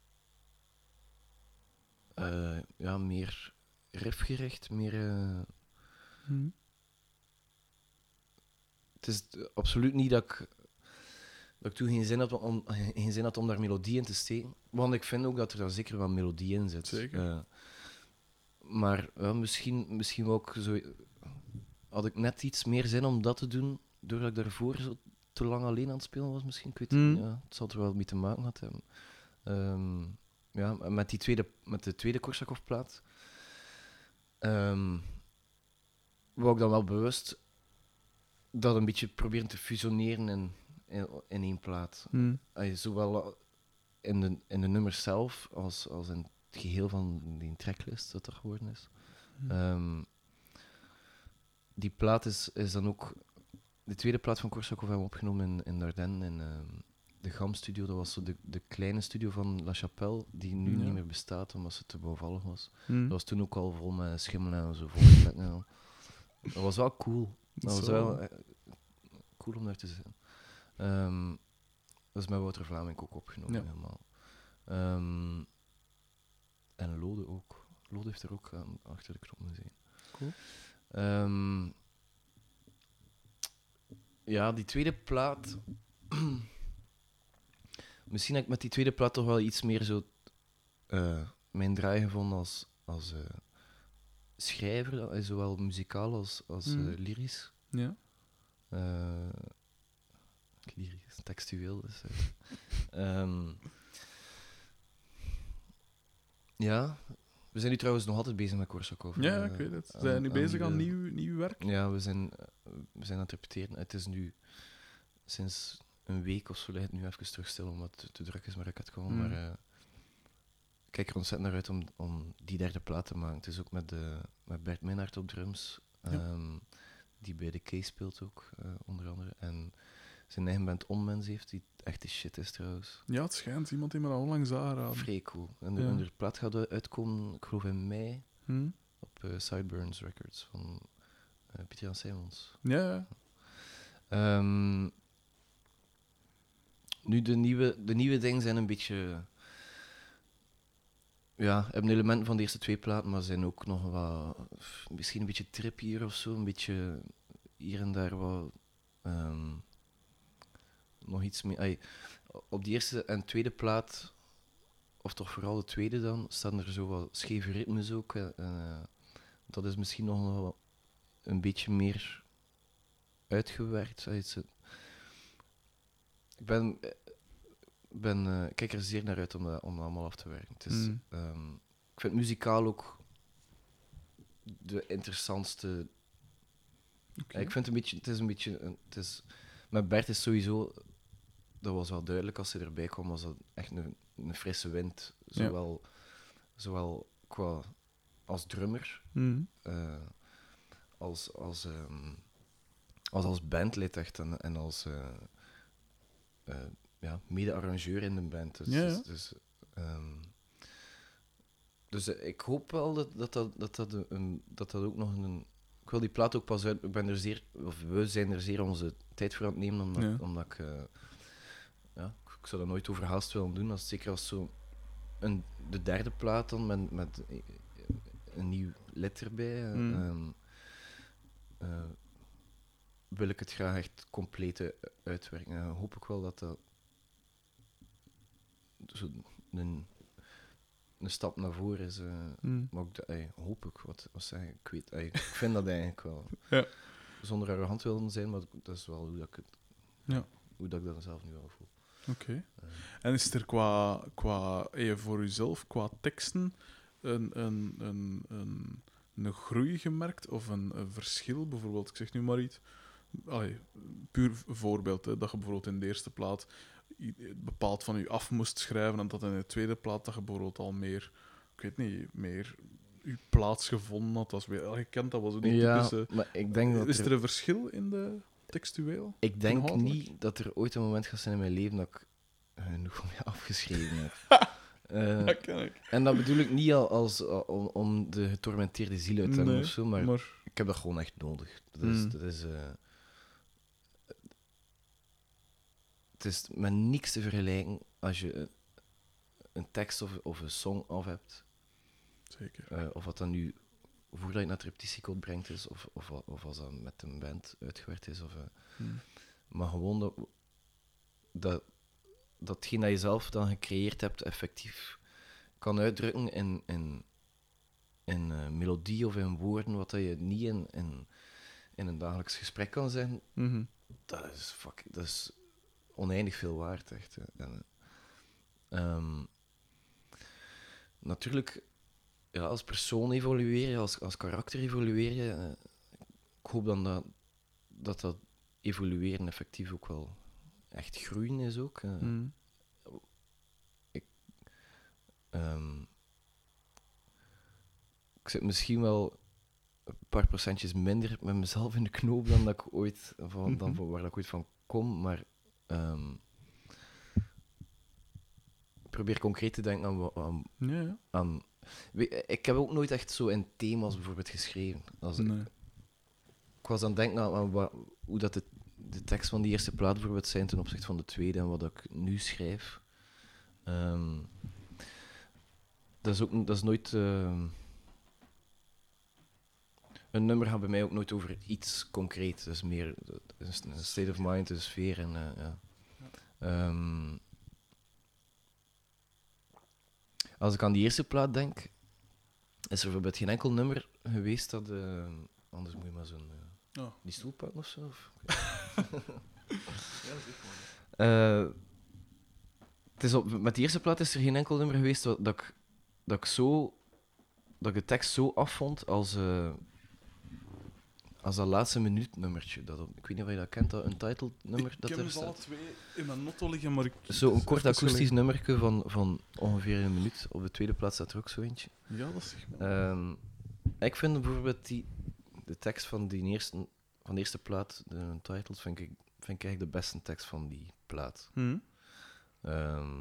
eh, ja, meer riffgericht, meer... eh, Mhm. het is t- absoluut niet dat ik, dat ik toen geen zin, had om, geen zin had om daar melodie in te steken. Want ik vind ook dat er daar zeker wel melodie in zit. Zeker. Eh, maar ja, misschien, misschien wel ook zo, had ik net iets meer zin om dat te doen, doordat ik daarvoor zo te lang alleen aan het spelen was misschien. Ik weet het Mm. niet, ja, het zal er wel mee te maken gehad hebben. Ehm, ja, en met, die tweede, met de tweede Korsakov-plaat ehm wou ik dan wel bewust dat een beetje proberen te fusioneren in, in, in één plaat. Mhm. Allee, zowel in de, in de nummers zelf als, als in het geheel van die tracklist dat er geworden is. Mhm. Ehm, die plaat is, is dan ook... De tweede plaat van Korsakov hebben we opgenomen in, in Ardennes, in ehm, de G A M-studio. Dat was zo de, de kleine studio van La Chapelle, die nu Ja. niet meer bestaat, omdat ze te bouwvallig was. Mhm. Dat was toen ook al vol met schimmelen en zo. Vol met, en al. Dat was wel cool. Dat was Zo. wel eh, cool om daar te zijn. Ehm, dat is met Wouter Vlaming ook opgenomen, Ja. helemaal. Ehm, en Lode ook. Lode heeft er ook aan, achter de knop gezeten. Cool. Ehm, ja, die tweede plaat... Misschien heb ik met die tweede plaat toch wel iets meer zo eh, mijn draai gevonden als, als eh, schrijver, eh, zowel muzikaal als, als eh, Mhm. lyrisch. Ja. Eh, lyrisch, textueel. Dus, eh. Ehm, ja, we zijn nu trouwens nog altijd bezig met Korsakov. Ja, Eh, ik weet het. Ze aan- zijn nu aan bezig aan nieuwe- nieuw, nieuw werk. Ja, we zijn, eh, we zijn aan het repeteren. Het is nu sinds een week of zo ligt het nu even terug stil, omdat het te druk is met Raketkanon. Mm. Maar eh, ik kijk er ontzettend naar uit om, om die derde plaat te maken. Het is ook met, de, met Bert Minnaert op drums, Ja. um, die bij de K speelt ook, uh, onder andere. En zijn eigen band Onmens heeft, die echt de shit is trouwens. Ja, het schijnt. Iemand die me dat onlangs aangeraden. Vrij cool. En de, Ja. en de plaat gaat uitkomen, ik geloof in mei, Hm? op uh, Sideburns Records van uh, Pieter Jan Simons. Ja, ja. Um, nu, de nieuwe, de nieuwe dingen zijn een beetje... Ja, hebben elementen van de eerste twee platen, maar zijn ook nog wat... Misschien een beetje trippier of zo, een beetje hier en daar wat... Um, nog iets meer... Ay, op die eerste en tweede plaat, of toch vooral de tweede dan, staan er zo wat scheve ritmes ook. En, uh, dat is misschien nog wel een beetje meer uitgewerkt. Ay, het, ik ben... ben, uh, kijk er zeer naar uit om dat, om dat allemaal af te werken. Het is, Mm. um, ik vind muzikaal ook de interessantste. Okay. Ja, ik vind het een beetje, het is een beetje, het is, met Bert is sowieso, dat was wel duidelijk als hij erbij kwam, was dat echt een, een frisse wind, zowel, ja. zowel qua als drummer, mm. uh, als als, um, als als bandlid echt en, en als uh, uh, ja, mede-arrangeur in de band. Dus, ja, ja. dus, dus, um, dus uh, ik hoop wel dat dat, dat, dat, dat, een, dat dat ook nog een... Ik wil die plaat ook pas uit... Ik ben er zeer... Of we zijn er zeer onze tijd voor aan het nemen, omdat, ja. omdat ik... Uh, ja, ik zou dat nooit overhaast willen doen, als, zeker als zo... Een, de derde plaat dan, met, met een nieuw lid erbij. Mm. Um, uh, wil ik het graag echt compleet uitwerken. En uh, hoop ik wel dat dat... Zo een, een stap naar voren is. Uh, mm. Maar ook, ey, hoop ik, wat, wat zeg ik? Ik, weet, ey, ik vind dat eigenlijk wel. Ja. Zonder arrogant willen zijn, maar dat is wel hoe, dat ik, het, ja. hoe dat ik dat zelf nu wel voel. Oké. Okay. Uh, en is er qua, qua hey, voor uzelf, qua teksten, een, een, een, een, een groei gemerkt of een, een verschil? Bijvoorbeeld, ik zeg nu maar iets, allee, puur voorbeeld, hè, dat je bijvoorbeeld in de eerste plaat bepaald van je af moest schrijven en dat in de tweede plaat dat je bijvoorbeeld al meer, ik weet niet, meer je plaats gevonden had. Als je kent, dat was ook niet ja, typische... maar ik denk dat is er, er een verschil in de textueel? Ik denk niet dat er ooit een moment gaat zijn in mijn leven dat ik genoeg van mij afgeschreven heb. uh, dat ken ik. En dat bedoel ik niet al als, als om, om de getormenteerde ziel uit te hebben nee, of zo, maar, maar ik heb dat gewoon echt nodig. Dat is... Mm. Dat is uh, het is met niks te vergelijken als je een tekst of, of een song af hebt. Zeker. Uh, of wat dan nu, voordat je naar het repetitiecode brengt is, of, of, of als dat met een band uitgewerkt is. Of, uh, mm. Maar gewoon dat, dat, datgene dat je zelf dan gecreëerd hebt, effectief kan uitdrukken in, in, in uh, melodie of in woorden, wat dat je niet in, in, in een dagelijks gesprek kan zeggen. Mm-hmm. Dat is fuck, dat is oneindig veel waard, echt. En, um, natuurlijk, ja, als persoon evolueer je, als, als karakter evolueer je. Uh, ik hoop dan dat, dat dat evolueren effectief ook wel echt groeien is ook. Uh, mm. ik, um, ik zit misschien wel een paar procentjes minder met mezelf in de knoop dan, dat ik ooit van, mm-hmm. dan van waar dat ik ooit van kom, maar um, ik probeer concreet te denken aan... aan, ja, ja. aan ik heb ook nooit echt zo in thema's bijvoorbeeld geschreven. Als nee. ik, ik was aan het denken aan, aan wat, hoe dat de, de tekst van die eerste plaat bijvoorbeeld zijn ten opzichte van de tweede en wat ik nu schrijf. Um, dat is ook dat is nooit... Uh, een nummer gaat bij mij ook nooit over iets concreet. Het is meer het is een state of mind, een sfeer en... Uh, ja. Ja. Um, als ik aan die eerste plaat denk, is er bijvoorbeeld geen enkel nummer geweest dat... Uh, anders moet je maar zo'n... Uh, oh. Die stoel pakken of zo? Of? ja, uh, het is op, met die eerste plaat is er geen enkel nummer geweest dat, dat, ik, dat ik zo... Dat ik de tekst zo afvond als... Uh, als dat laatste minuut nummertje, dat, op- ik weet niet of je dat kent, dat Untitled nummer Ik dat heb er ze alle staat. twee in mijn notto liggen, maar ik... Zo'n kort even akoestisch geleden. nummertje van, van ongeveer een minuut. Op de tweede plaats staat er ook zo eentje. Ja, dat zeg maar. Ehm, ik vind bijvoorbeeld die, de tekst van, die eerste, van de eerste plaat, de Untitled, vind ik, vind ik eigenlijk de beste tekst van die plaat. Hm? Ehm,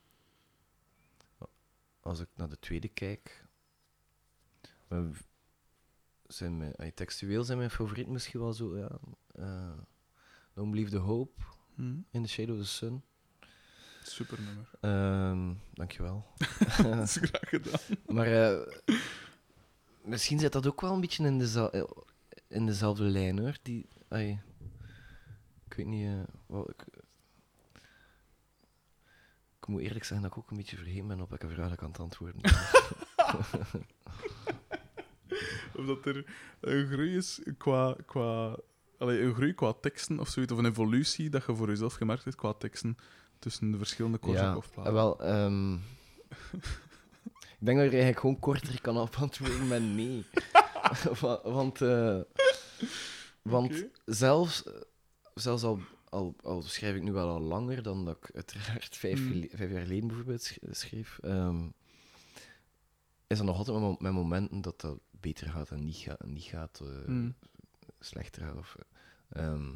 als ik naar de tweede kijk, eh, zijn mijn, eh, textueel zijn mijn favoriet misschien wel zo, ja. eh Don't Believe the Hope, Hm? In the Shade of the Sun. Super nummer. Ehm dankjewel. Dat is graag gedaan. Maar eh, misschien zit dat ook wel een beetje in, dezel- eh, in dezelfde lijn, hoor. Die, ai, ik weet niet... eh, wat, ik, ik moet eerlijk zeggen dat ik ook een beetje vergeten ben op welke vraag ik aan het antwoorden ben. Of dat er een groei is qua... qua allee, een groei qua teksten of zoiets, of een evolutie dat je voor jezelf gemerkt hebt qua teksten tussen de verschillende Ja, Korsakoff-platen. eh, wel... ehm, ik denk dat je eigenlijk gewoon korter kan op antwoorden met nee. Wa- want... eh, want Oké. zelfs, zelfs al, al, al schrijf ik nu wel al langer dan dat ik uiteraard vijf, Mm. gele- vijf jaar geleden bijvoorbeeld sch- schreef, ehm, is er nog altijd met, met momenten dat dat beter gaat en niet, ga, niet gaat, eh, Mm. slechter gaat. Of, eh, ehm,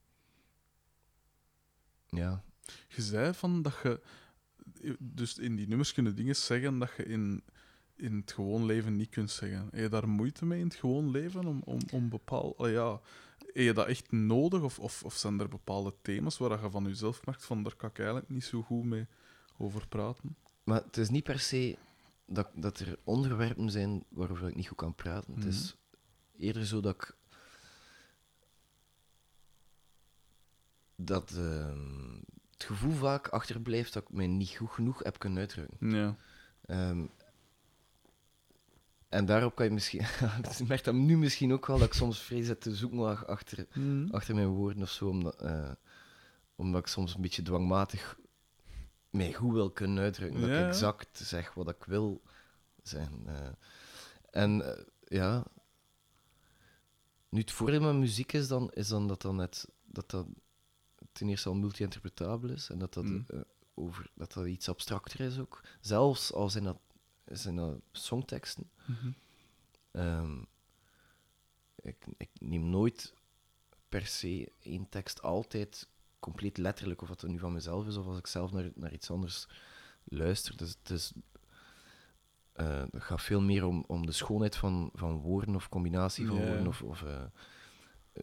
ja. Je zei van dat je... Dus in die nummers kunnen dingen zeggen dat je in, in het gewoon leven niet kunt zeggen. Heb je daar moeite mee in het gewoon leven? Om, om, om bepaald... allee, ja, heb je dat echt nodig? Of, of, of zijn er bepaalde thema's waar je van jezelf merkt van daar kan ik eigenlijk niet zo goed mee over praten? Maar het is niet per se dat, dat er onderwerpen zijn waarover ik niet goed kan praten. Mhm. Het is eerder zo dat ik... dat ehm, het gevoel vaak achterblijft dat ik mij niet goed genoeg heb kunnen uitdrukken. Ja. Ehm, en daarop kan je misschien... je merkt dat nu misschien ook wel, dat ik soms vrees heb te zoeken ach- achter, Mhm. achter mijn woorden of zo, omdat, eh, omdat ik soms een beetje dwangmatig mij goed wil kunnen uitdrukken. Dat Ja, ja. ik exact zeg wat ik wil zeggen. eh. en eh, ja... Nu, het voordeel met muziek is dan, is dan dat dat net... Dat dat ten eerste al multi-interpretabel is en dat dat, Mm. eh, over, dat dat iets abstracter is ook. Zelfs al zijn dat, zijn dat songteksten. Mhm. Ehm, ik, ik neem nooit per se één tekst altijd compleet letterlijk, of wat het nu van mezelf is, of als ik zelf naar, naar iets anders luister. Dus het is, eh, het gaat veel meer om, om de schoonheid van, van woorden of combinatie van Ja, ja. woorden of... of eh, eh,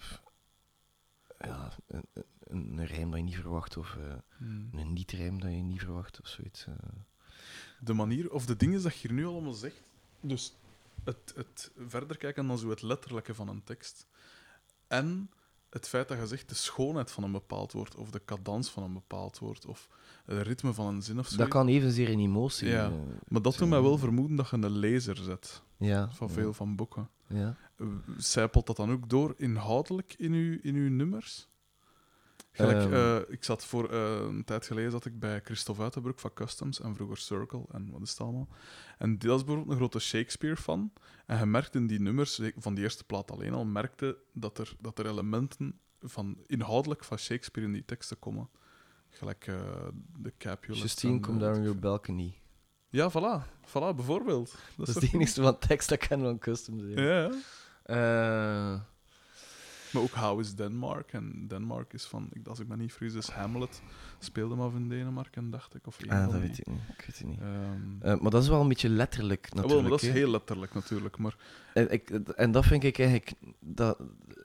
ja, een, een, een rijm dat je niet verwacht, of eh, Mhm. een niet-rijm dat je niet verwacht, of zoiets. eh. De manier, of de dingen dat je hier nu allemaal zegt, dus het, het verder kijken dan zo het letterlijke van een tekst, en het feit dat je zegt de schoonheid van een bepaald woord, of de cadans van een bepaald woord, of het ritme van een zin of zo. Dat kan evenzeer een emotie Ja, eh, Maar dat zijn. doet mij wel vermoeden dat je een lezer zet Ja, van ja, veel van boeken. ja. Uh, Zijpelt dat dan ook door inhoudelijk in uw, in uw nummers? Gelijk, Ehm. eh, ik zat voor eh, een tijd geleden zat ik bij Christophe Uitenbroek van Customs en vroeger Circle en wat is het allemaal. En die was bijvoorbeeld een grote Shakespeare-fan. En je merkte in die nummers, van die eerste plaat alleen al, merkte dat er, dat er elementen van, inhoudelijk van Shakespeare in die teksten komen. Gelijk eh, de Capulet. Justine, en, come eh, down on your balcony. Ja, voilà. Voilà, bijvoorbeeld. Dat is toch de enige van tekst dat ik ken van Customs. goed? Ja. Ja, ja. Eh, Maar ook How is Denmark? En Denmark is van, ik- als ik me niet vergis, is Hamlet. Speelde hem af in Denemarken, dacht ik. Of een ah, van dat die. weet ik niet. Ik weet het niet. Ehm, Eh, maar dat is wel een beetje letterlijk, ah, wel, natuurlijk. maar dat is hè. heel letterlijk natuurlijk. Maar En, ik, en dat vind ik eigenlijk... Dat,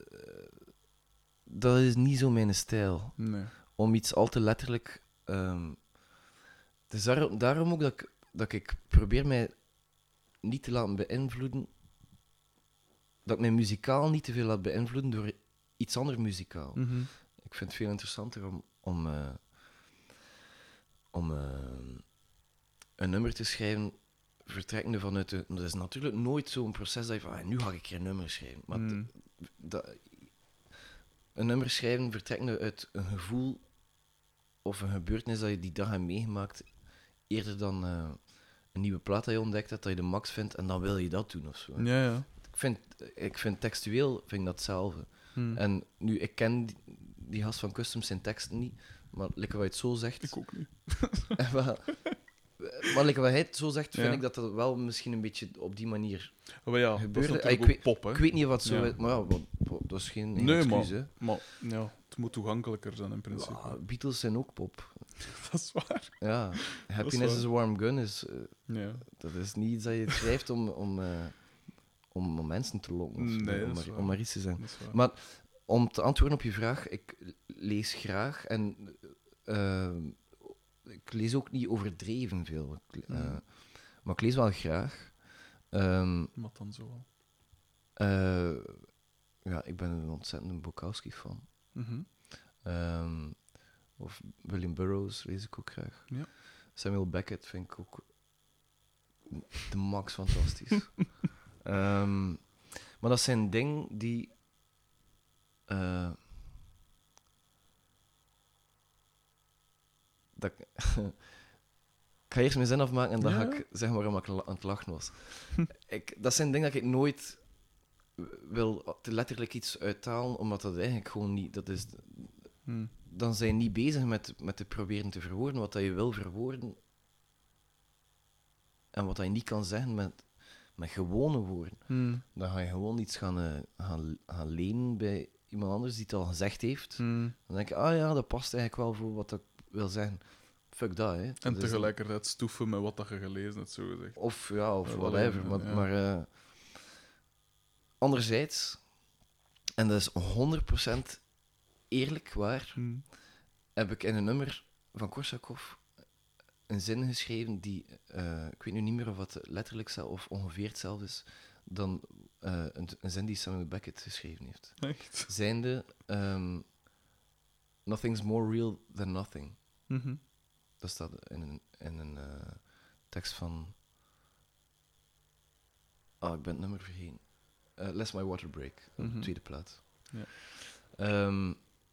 dat is niet zo mijn stijl. nee. Om iets al te letterlijk... ehm het is daarom, daarom ook dat ik, dat ik probeer mij niet te laten beïnvloeden... Dat ik mij muzikaal niet te veel laat beïnvloeden door iets anders muzikaal. Mhm. Ik vind het veel interessanter om, om, eh, om eh, een nummer te schrijven vertrekkende vanuit de... Dat is natuurlijk nooit zo'n proces dat je van, ah, nu ga ik hier een nummer schrijven. Maar Mm. d- dat, een nummer schrijven vertrekkende uit een gevoel of een gebeurtenis dat je die dag hebt meegemaakt, eerder dan eh, een nieuwe plaat dat je ontdekt hebt, dat je de max vindt en dan wil je dat doen of zo. Ja, ja. vind, ik vind textueel vind ik dat hetzelfde. Hmm. En nu, ik ken die, die gast van Customs zijn teksten niet, maar lekker wat je het zo zegt... Ik ook niet. maar, maar lekker wat hij het zo zegt, vind Ja. ik dat dat wel misschien een beetje op die manier... Oh, maar ja, Gebeurde- dat is Ah, ik natuurlijk ook pop, hè. Ik weet niet of dat zo Ja. is, maar ja, wat- wat- dat is geen, geen Nee, excuus, maar, hè. maar ja, het moet toegankelijker zijn in principe. Ja, Beatles zijn ook pop. Dat is waar. Ja, Happiness waar. is a Warm Gun is... eh, Ja. dat is niet iets dat je schrijft om, om, eh, om, om mensen te lokken, of zo, Nee, om, dat is maar, waar. om maar iets te zijn. Dat is waar. Maar om te antwoorden op je vraag, ik lees graag en eh, ik lees ook niet overdreven veel. Ik, eh, Mhm. Maar ik lees wel graag. Ehm, Wat dan zo al? eh, ja, ik ben een ontzettende Bukowski-fan. Mhm. Ehm, of William Burroughs lees ik ook graag. Ja. Samuel Beckett vind ik ook de max fantastisch. Ehm, maar dat zijn dingen die... eh, dat ik... ik ga eerst mijn zin afmaken en dan Ja, ga ja. ik zeggen waarom ik la- aan het lachen was. ik, dat zijn dingen dat ik nooit wil letterlijk iets uithalen, omdat dat eigenlijk gewoon niet... Dat is, Hmm. dan zijn je niet bezig met, met te proberen te verwoorden wat dat je wil verwoorden. En wat dat je niet kan zeggen met, met gewone woorden. Hmm. Dan ga je gewoon iets gaan, eh, gaan, gaan lenen bij iemand anders die het al gezegd heeft. Hmm. Dan denk je, ah ja, dat past eigenlijk wel voor wat ik wil zeggen. Fuck dat, hè. Dat En is- tegelijkertijd stoeven met wat dat je gelezen hebt, zo gezegd. Of ja, of Ja, whatever. wel, Maar, ja. maar eh, anderzijds, en dat is honderd procent eerlijk waar, Hmm. heb ik in een nummer van Korsakov een zin geschreven die, eh, ik weet nu niet meer of het letterlijk zelf of ongeveer hetzelfde is dan eh, een, een zin die Samuel Beckett geschreven heeft. Echt? Zijnde, ehm, nothing's more real than nothing. Mhm. Dat staat in een, in een eh, tekst van... Ah, ik ben het nummer vergeten. Uh, Let's My Water Break, op Mhm. de tweede plaat. Ja. Ehm,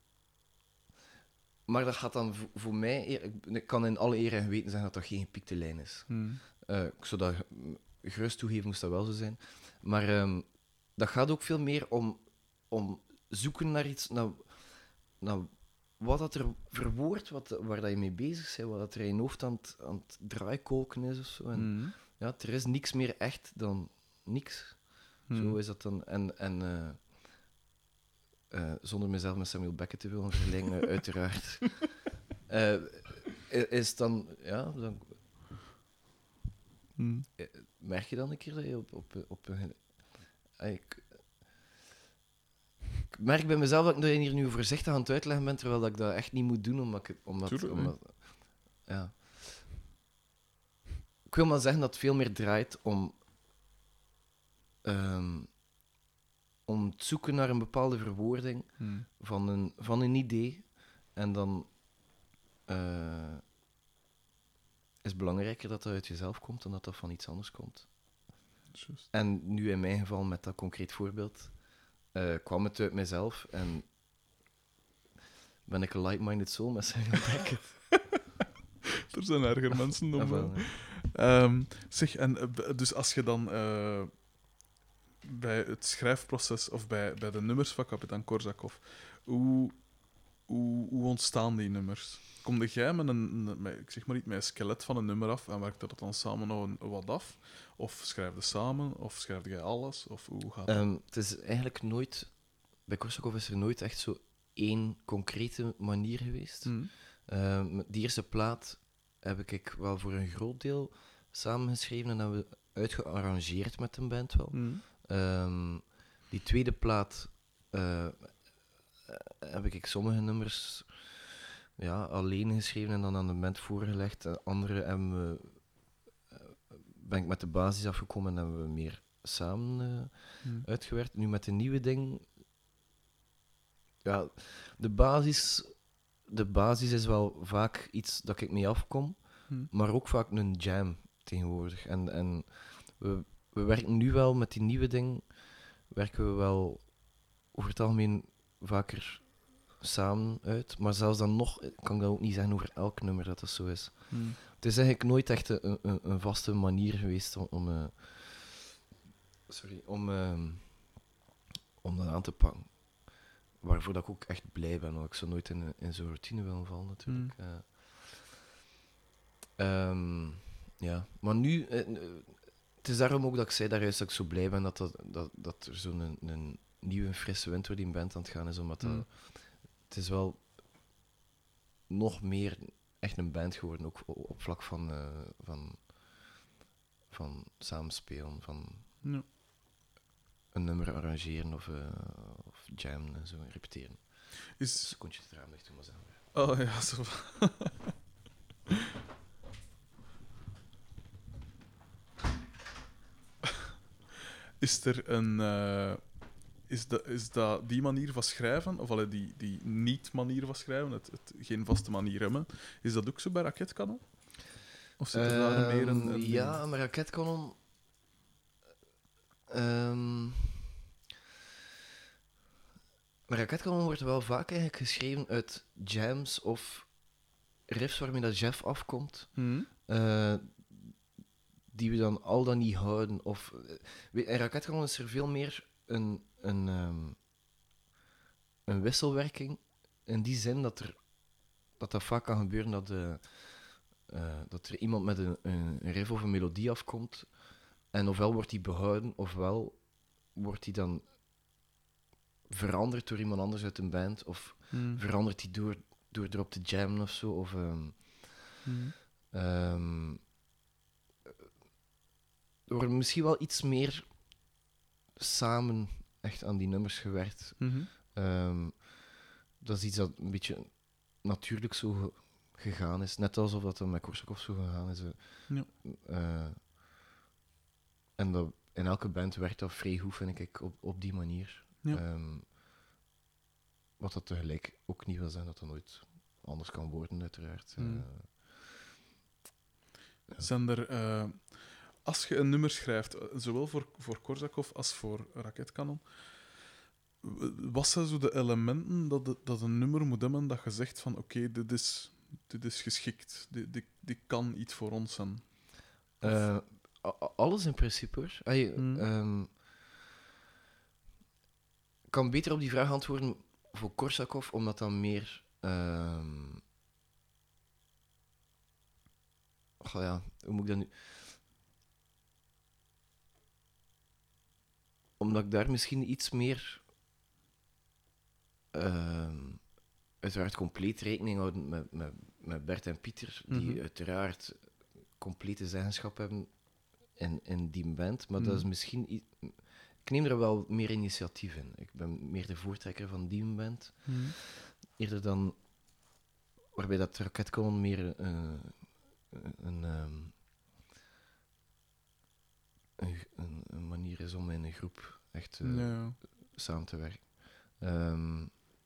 maar dat gaat dan voor, voor mij... eer- Ik, ik kan in alle eer en geweten zeggen dat dat geen gepiekte lijn is. Hmm. Eh, ik zou dat mm, gerust toegeven, moest dat wel zo zijn. Maar ehm, dat gaat ook veel meer om, om zoeken naar iets... Naar, naar wat dat er verwoord, wat, waar dat je mee bezig bent, wat dat er in je hoofd aan het, aan het draaikolken is of zo. En, Hmm. ja, er is niks meer echt dan niks. Hmm. Zo is dat dan. En, en eh, eh, zonder mezelf met Samuel Beckett te willen vergelijken, uiteraard. Eh, is dan, ja, dan Hmm. eh, merk je dan een keer dat je op, op, op een. eh, Ik, ik merk bij mezelf dat ik dat je hier nu voorzichtig aan het uitleggen ben, terwijl dat ik dat echt niet moet doen, omdat ik het- omdat, Tuurlijk, omdat ja. Ik wil maar zeggen dat het veel meer draait om ehm, om het zoeken naar een bepaalde verwoording Hmm. van een, van een idee. En dan eh, is het belangrijker dat dat uit jezelf komt dan dat dat van iets anders komt. Juist. En nu in mijn geval, met dat concreet voorbeeld, eh, kwam het uit mezelf en ben ik een like-minded soul met zijn Beckett. Er zijn erger mensen dan Ah, wel. wel, hè. Ehm, zeg, en eh, b- dus als je dan eh, bij het schrijfproces of bij, bij de nummers van Kapitein Korsakov, hoe, hoe, hoe ontstaan die nummers? Kom jij met een, een- met, ik zeg maar niet, met een skelet van een nummer af en werkt dat dan samen nog een, wat af? Of schrijf je samen? Of schrijf jij alles? Of hoe gaat dat? Ehm, het is eigenlijk nooit... Bij Korsakov is er nooit echt zo één concrete manier geweest. Mhm. Ehm, die eerste plaat heb ik wel voor een groot deel samengeschreven en hebben we uitgearrangeerd met een band wel. Mhm. Ehm, die tweede plaat eh, eh, heb ik sommige nummers ja, alleen geschreven en dan aan de band voorgelegd. En andere hebben we, eh, ben ik met de basis afgekomen en hebben we meer samen eh, Mhm. uitgewerkt. Nu met de nieuwe ding... Ja, de basis, de basis is wel vaak iets dat ik mee afkom, Mhm. maar ook vaak een jam tegenwoordig. En, en we, we werken nu wel met die nieuwe ding, werken we wel over het algemeen vaker samen uit. Maar zelfs dan nog kan ik dat ook niet zeggen over elk nummer dat dat zo is. Mhm. Het is eigenlijk nooit echt een, een, een vaste manier geweest om, om, eh, Sorry, om, uh, om dat aan te pakken. Waarvoor dat ik ook echt blij ben. Want ik zou nooit in, in zo'n routine willen vallen, natuurlijk. Mm. Uh, um, ja, maar nu... Uh, het is daarom ook dat ik zei daarjuist dat ik zo blij ben dat, dat, dat, dat er zo'n een, een nieuwe, frisse wind door die band aan het gaan is. Omdat mm. dat, het is wel nog meer echt een band geworden, ook op vlak van, uh, van, van samenspelen, van ja. een nummer arrangeren of, uh, of jammen en zo, repeteren. Is... Een secondje het raam dicht doen, maar zeggen we. Oh ja, zo. Is er een... Uh, is, dat, is dat die manier van schrijven, of allee, die, die niet-manier van schrijven, het, het geen vaste manier hebben, is dat ook zo bij Raketkanon? Of zit er daar um, meer een... een ja, maar Raketkanon... Um, maar Raketkanon wordt wel vaak eigenlijk geschreven uit jams of riffs waarmee dat Jeff afkomt. Mm-hmm. Uh, die we dan al dan niet houden. Of, uh, in Raketkanon is er veel meer een, een, um, een wisselwerking. In die zin dat er, dat, dat vaak kan gebeuren dat, de, uh, dat er iemand met een, een riff of een melodie afkomt. En ofwel wordt die behouden, ofwel wordt die dan veranderd door iemand anders uit een band. Of mm. verandert die door, door erop te jammen of zo. Of... Um, mm. um, er wordt misschien wel iets meer samen echt aan die nummers gewerkt. Mm-hmm. Um, dat is iets dat een beetje natuurlijk zo ge- gegaan is. Net alsof dat met Korsakov zo gegaan is. Ja. Uh, en dat, in elke band werkt dat vrij goed, vind ik, op, op die manier. Ja. Um, wat dat tegelijk ook niet wil zijn dat dat nooit anders kan worden, uiteraard. Mm. Uh, ja. Zijn er... Uh... Als je een nummer schrijft, zowel voor, voor Korsakov als voor Raketkanon, wat zijn zo de elementen dat, de, dat een nummer moet hebben dat je zegt van oké, okay, dit, is, dit is geschikt, dit, dit, dit kan iets voor ons zijn? Uh, alles in principe, hoor. Ay, mm. um, ik kan beter op die vraag antwoorden voor Korsakov, omdat dan meer... Um, oh ja, hoe moet ik dat nu... Omdat ik daar misschien iets meer... Uh, uiteraard compleet rekening houden met, met, met Bert en Pieter, die mm-hmm. uiteraard complete zeggenschap hebben in, in die band. Maar mm. dat is misschien... I- ik neem er wel meer initiatief in. Ik ben meer de voortrekker van die band. Mm. Eerder dan... Waarbij dat Raketkanon meer uh, een... Um, Een, een, een manier is om in een groep echt uh, ja. samen te werken. Um,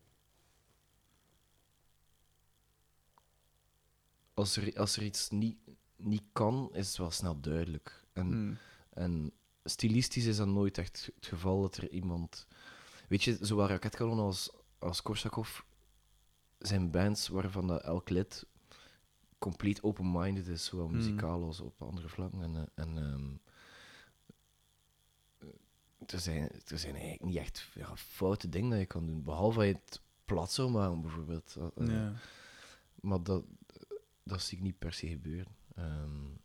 als, er, als er iets niet, niet kan, is het wel snel duidelijk. En, mm. en stilistisch is dat nooit echt het geval dat er iemand... Weet je, zowel Raketkanon als, als Korsakov zijn bands waarvan dat elk lid compleet open-minded is, zowel muzikaal mm. als op andere vlakken. En, en um, Er zijn, er zijn eigenlijk niet echt ja, foute dingen dat je kan doen. Behalve dat je het plat zou maken, bijvoorbeeld. Uh, ja. Maar dat, dat zie ik niet per se gebeuren. Um,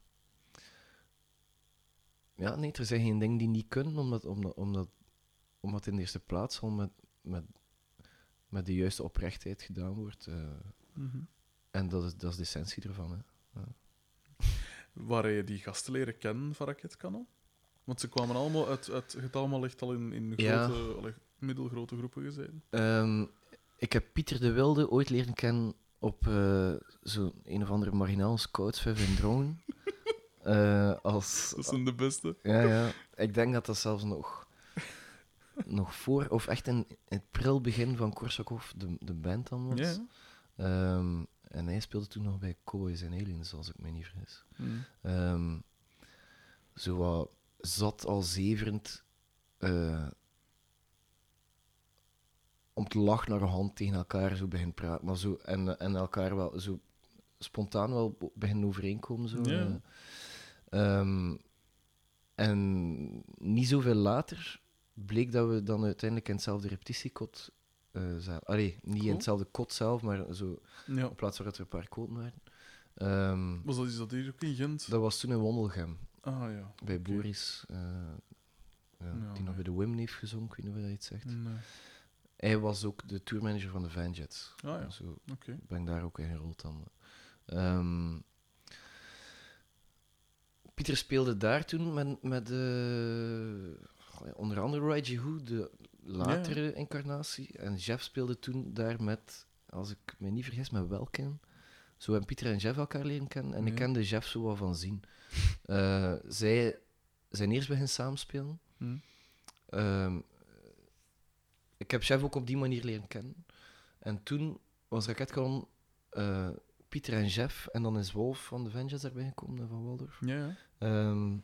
ja, nee, er zijn geen dingen die niet kunnen, omdat, omdat, omdat, omdat in de eerste plaats al met, met, met de juiste oprechtheid gedaan wordt. Uh, mm-hmm. En dat is, dat is de essentie ervan. Hè. Ja. Waar je die gasten leren kennen van Raketkanon? Want ze kwamen allemaal uit... uit het allemaal echt al in, in grote, ja. allee, middelgrote groepen gezeten. Um, ik heb Pieter de Wilde ooit leren kennen op uh, zo'n een of andere marginaal scoutsvijf in Drongen. uh, als, dat zijn de beste. Ja, ja. Ik denk dat dat zelfs nog, nog voor... Of echt in, in het pril begin van Korsakov de, de band dan was. Ja. Um, en hij speelde toen nog bij Cowboys and Aliens, als ik me niet vergis. Mm. Um, zo wat... zat al zeverend uh, om te lachen naar een hand tegen elkaar zo begin praten, maar zo en, en elkaar wel zo spontaan wel beginnen overeenkomen zo. Ja. Uh, um, en niet zoveel later bleek dat we dan uiteindelijk in hetzelfde repetitiekot uh, zaten. Allee, niet Cool. in hetzelfde kot zelf, maar zo Ja. op plaats waar er een paar koten waren. Um, Was dat, is dat hier ook in Gent? dat was toen in Wondelgem. Ah ja. Bij okay. Boris, uh, ja, Ja, die nee. nog bij de Women heeft gezongen, ik weet niet of dat iets zegt. Nee. Hij was ook de tourmanager van de Vanjets. Ah ja, Zo oké. ben ik daar ook in gerold dan. Um, Pieter speelde daar toen met, met uh, onder andere Rai Hu, de latere ja. incarnatie. En Jeff speelde toen daar met, als ik me niet vergis, met Welkin. Zo hebben Pieter en Jeff elkaar leren kennen. En ja. ik kende Jeff zo wel van zien. Uh, zij zijn eerst beginnen samenspelen. Hmm. Um, ik heb Jeff ook op die manier leren kennen. En toen was Raketkanon uh, Pieter en Jeff. En dan is Wolf van de Vengeance erbij gekomen, van Waldorf. Ja, ja. Um,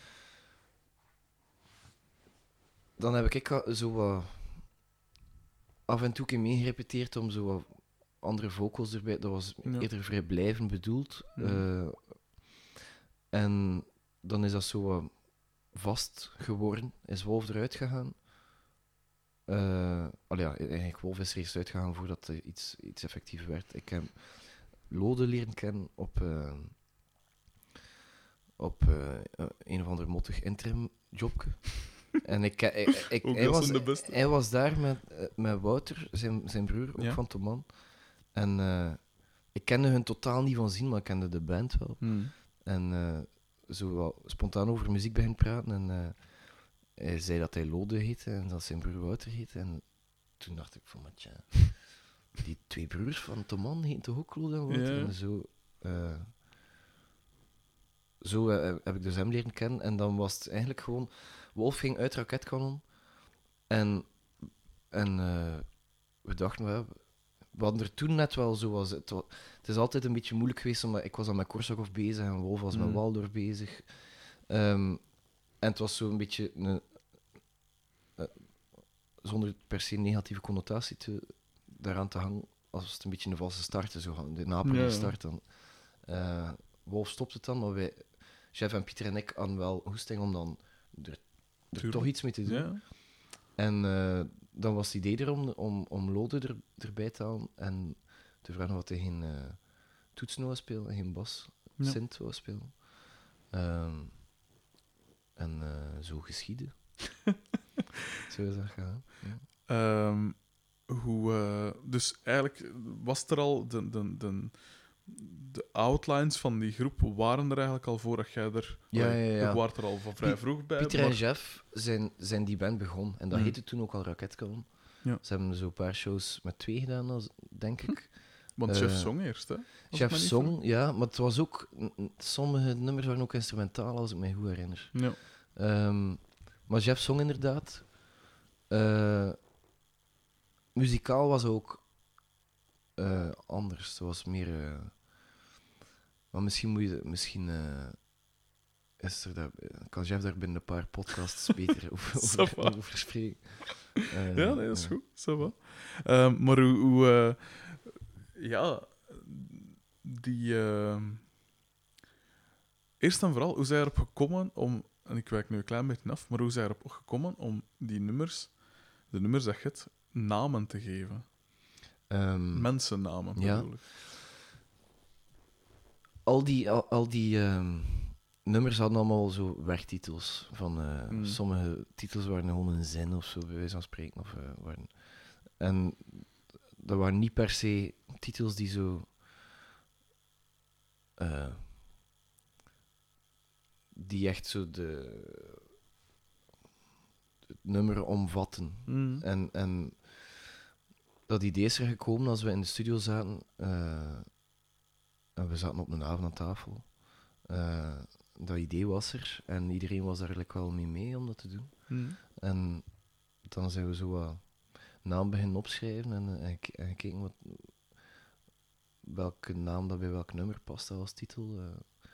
dan heb ik zo wat af en toe mee gerepeteerd om zo wat andere vocals erbij. Dat was ja. eerder vrijblijvend bedoeld. Mm-hmm. Uh, en dan is dat zo wat vast geworden. Is Wolf eruit gegaan. Uh, al ja, eigenlijk Wolf is er eerst uitgegaan voordat het iets, iets effectiever werd. Ik heb Lode leren kennen op, uh, op uh, een of ander mottig interim jobje. En ik, ik, ik, hij, was, hij was daar met, met Wouter, zijn, zijn broer, ook ja. van Toman. En uh, ik kende hun totaal niet van zien, maar ik kende de band wel. Mm. En uh, zo wel spontaan over muziek beginnen praten. En uh, hij zei dat hij Lode heette en dat zijn broer Wouter heette. En toen dacht ik van, maar tja, die twee broers van Toman heten toch ook Lode en Wouter? Ja. En zo... Uh, zo uh, heb ik dus hem leren kennen. En dan was het eigenlijk gewoon... Wolf ging uit Raketkanon. En, en uh, we dachten, well, we hadden er toen net wel zo... Was, het, was, het is altijd een beetje moeilijk geweest, omdat ik was al met Korsakov bezig en Wolf was mm. met Waldorf bezig. Um, en het was zo een beetje... Een, uh, zonder per se negatieve connotatie te, daaraan te hangen, als het een beetje een valse start is. Zo, de Napoli ja, start dan. Uh, Wolf stopt het dan, maar wij... Jeff en Pieter en ik hadden wel hoesting om dan er, er toch iets mee te doen. Ja. En uh, dan was het idee erom om, om Lode er, erbij te halen en te vragen wat hij geen uh, toetsen wou spelen en geen bas, ja. synth wou spelen. Um, en uh, zo geschieden. Zo is dat gaan. Ja. Um, hoe, uh, dus eigenlijk was er al de... de, de De outlines van die groep waren er eigenlijk al voordat jij er... Ja, ja, ja. Je waren er al van vrij P- vroeg bij. Pieter maar... en Jeff zijn, zijn die band begonnen. En dat mm. heette toen ook al Raketkanon. Ja. Ze hebben zo een paar shows met twee gedaan, als, denk ik. Want uh, Jeff zong eerst, hè? Jeff zong, ja. Maar het was ook... Sommige nummers waren ook instrumentaal, als ik me goed herinner. Ja. Um, maar Jeff zong inderdaad. Uh, muzikaal was ook uh, anders. Het was meer... Uh, maar misschien moet je... Misschien... Uh, is er daar, kan Jeff daar binnen een paar podcasts beter over, over, over spreken. Uh, ja, nee, dat is ja. goed. Ça va. Uh, maar hoe... hoe uh, ja... Die... Uh, eerst en vooral, hoe zijn erop gekomen om... En ik wijk nu een klein beetje af, maar hoe zijn erop gekomen om die nummers... De nummers dat je hebt, namen te geven? Um, Mensennamen, ja. bedoel ik. Al die... Al, al die um, nummers hadden allemaal zo werktitels. Van, uh, mm. Sommige titels waren gewoon een zin of zo, bij wijze van spreken. Of, uh, waren... En dat waren niet per se titels die zo... Uh, die echt zo de... het nummer omvatten. Mm. En, en dat idee is er gekomen als we in de studio zaten. Uh, en we zaten op een avond aan tafel. Uh, dat idee was er en iedereen was daar eigenlijk wel mee mee om dat te doen. Mm. En dan zijn we zo wat naam beginnen opschrijven en, en, en gekeken wat, welke naam dat bij welk nummer past als titel. Uh.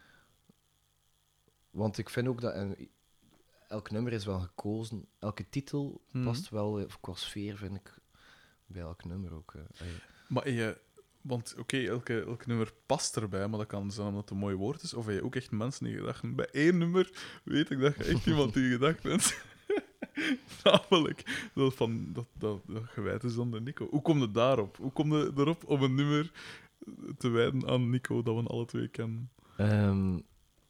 Want ik vind ook dat en, elk nummer is wel gekozen, elke titel mm. past wel, of qua sfeer vind ik bij elk nummer ook. Uh. Maar je, Want oké, okay, elke, elk nummer past erbij, maar dat kan zijn omdat het een mooi woord is. Of heb je ook echt mensen in gedachten? Bij één nummer weet ik dat je echt iemand in gedachten hebt. Namelijk, dat, van, dat, dat, dat gewijd is aan de Nico. Hoe kom je daarop? Hoe kom je erop om een nummer te wijden aan Nico, dat we alle twee kennen? Um,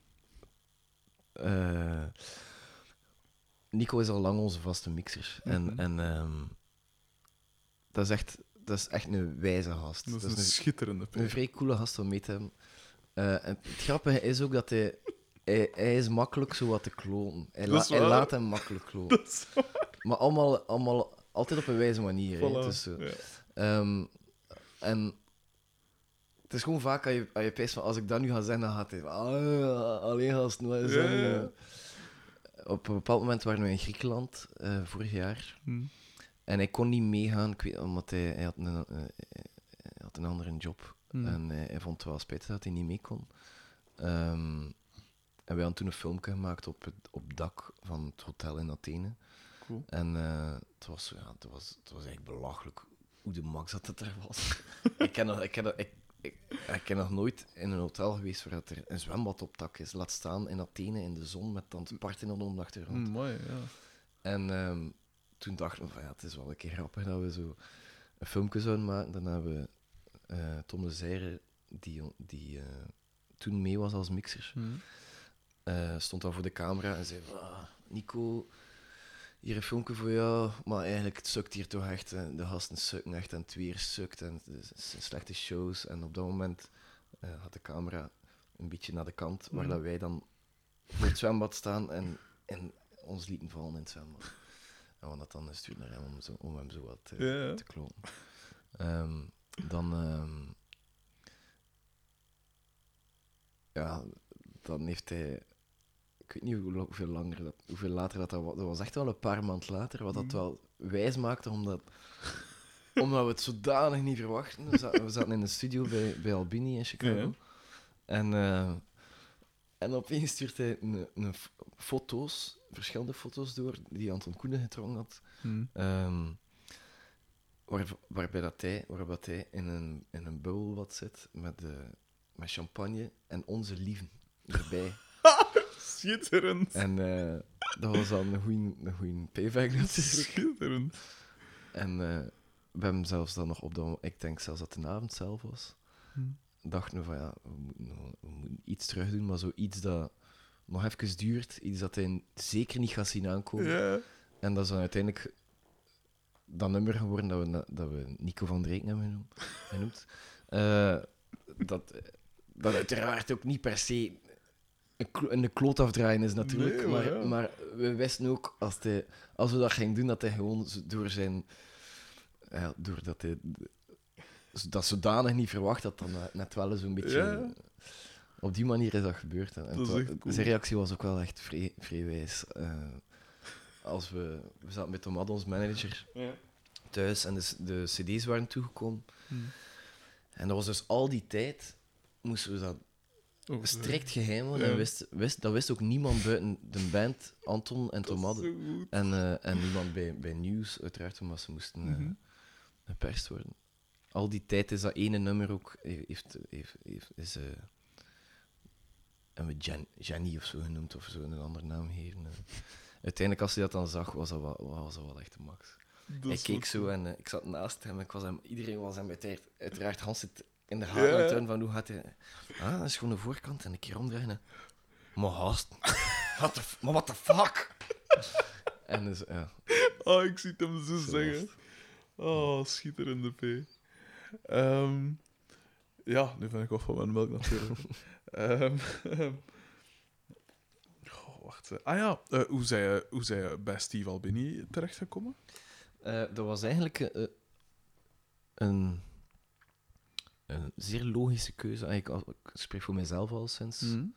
uh, Nico is al lang onze vaste mixer. Mm-hmm. En, en um, dat, is echt, dat is echt een wijze gast. Dat is, dat een, is een schitterende Een vrij coole gast om mee te hebben. Uh, en het grappige is ook dat hij... Hij, hij is makkelijk zo wat te klonen. Hij, la, hij laat hem makkelijk klonen. Maar allemaal, allemaal, altijd op een wijze manier. Voilà, hè. Dus, uh, ja. um, en het is gewoon vaak als je, als je pijst van als ik dat nu ga zeggen, dan gaat hij... Ah, alleen als het nou zijn. Ja, ja. Op een bepaald moment waren we in Griekenland, uh, vorig jaar. Hmm. En hij kon niet meegaan, ik weet, omdat hij, hij, had een, uh, hij had een andere job. Hmm. En hij, hij vond het wel spijtig dat hij niet mee kon. Um, En wij hadden toen een filmpje gemaakt op het op het dak van het hotel in Athene. Cool. En uh, het, was, ja, het, was, het was eigenlijk belachelijk hoe de max dat het er was. ik, ken nog, ik, ken nog, ik, ik, ik ken nog nooit in een hotel geweest waar er een zwembad op dak is. Laat staan in Athene in de zon met dan Parthenon op de achtergrond. Mm, mooi, ja. En um, toen dachten we van ja, het is wel een keer grappig dat we zo een filmpje zouden maken. Dan hebben we uh, Tom de Zijre, die, die uh, toen mee was als mixer. Mm. Uh, stond dan voor de camera en zei: ah, Nico, hier een filmpje voor jou, maar eigenlijk het sukt hier toch echt. Hè. De gasten sukken echt en het weer sukt en het zijn slechte shows. En op dat moment uh, had de camera een beetje naar de kant, waar mm. dat wij dan voor het zwembad staan en, en ons lieten vallen in het zwembad. En we dat dan gestuurd naar hem om, zo, om hem zo wat uh, yeah. te klonen. Um, dan... Um, ja, dan heeft hij... Ik weet niet hoe, hoeveel, langer dat, hoeveel later dat, dat was. Dat was echt wel een paar maand later, wat dat mm. wel wijs maakte, omdat, omdat we het zodanig niet verwachten. We zaten, we zaten in de studio bij, bij Albini in Chicago. Ja. En, uh, en opeens stuurt hij een, een foto's, verschillende foto's door, die Anton Koenen getrokken had. Mm. Um, waar, waarbij dat hij, waarbij dat hij in een, in een bubbel wat zit met, uh, met champagne en onze lieven erbij. Schitterend. En uh, dat was al een goede een goeie payback natuurlijk. Schitterend. En uh, we hebben zelfs dan nog op de... Ik denk zelfs dat het de avond zelf was. Hmm. Dachten we van ja, we moeten, we moeten iets terug doen, maar zoiets dat nog even duurt. Iets dat hij zeker niet gaat zien aankomen. Yeah. En dat is dan uiteindelijk dat nummer geworden dat we, dat we Nico van Dreken hebben genoemd. Uh, dat, dat uiteraard ook niet per se... een, een kloot afdraaien is natuurlijk, nee, maar, ja. maar we wisten ook, als, hij, als we dat gingen doen, dat hij gewoon door zijn... Ja, doordat hij dat zodanig niet verwacht had, dan net wel eens een beetje... Ja. Op die manier is dat gebeurd. En dat is cool. Zijn reactie was ook wel echt vrij, vrij wijs. Uh, als we, we zaten met Tomad, ons manager, ja. thuis en de, de cd's waren toegekomen. Hmm. En dat was dus al die tijd, moesten we dat Oh, strikt geheim, ja. en wist, wist, dat wist ook niemand buiten de band, Anton en Tomad. En, uh, en niemand bij, bij Nieuws, uiteraard, omdat ze moesten uh, mm-hmm. geperst worden. Al die tijd is dat ene nummer ook, heeft, heeft, heeft, is, uh, hebben we Jan, Jenny of zo genoemd, of zo een andere naam gegeven. Uh. Uiteindelijk, als hij dat dan zag, was dat wel, was dat wel echt de max. Hij keek zo en uh, ik zat naast hem, ik was hem, iedereen was hem uiteraard, uiteraard Hans het in de haar ja. tuin van hoe gaat hij... Ah, dat is gewoon de voorkant en een keer omdraaien. Maar haast. What the, maar what the fuck? En dus, ja. Oh, ik zie het hem zo, zo zeggen. Oh, schitterende P. Um, ja, nu ben ik af van mijn melk natuurlijk. um, um, oh, wacht. Ah ja, uh, hoe zijn je, hoe zijn je bij Steve Albini terechtgekomen? Uh, dat was eigenlijk uh, een... Een zeer logische keuze. Ik, ik spreek voor mezelf al sinds. Mm.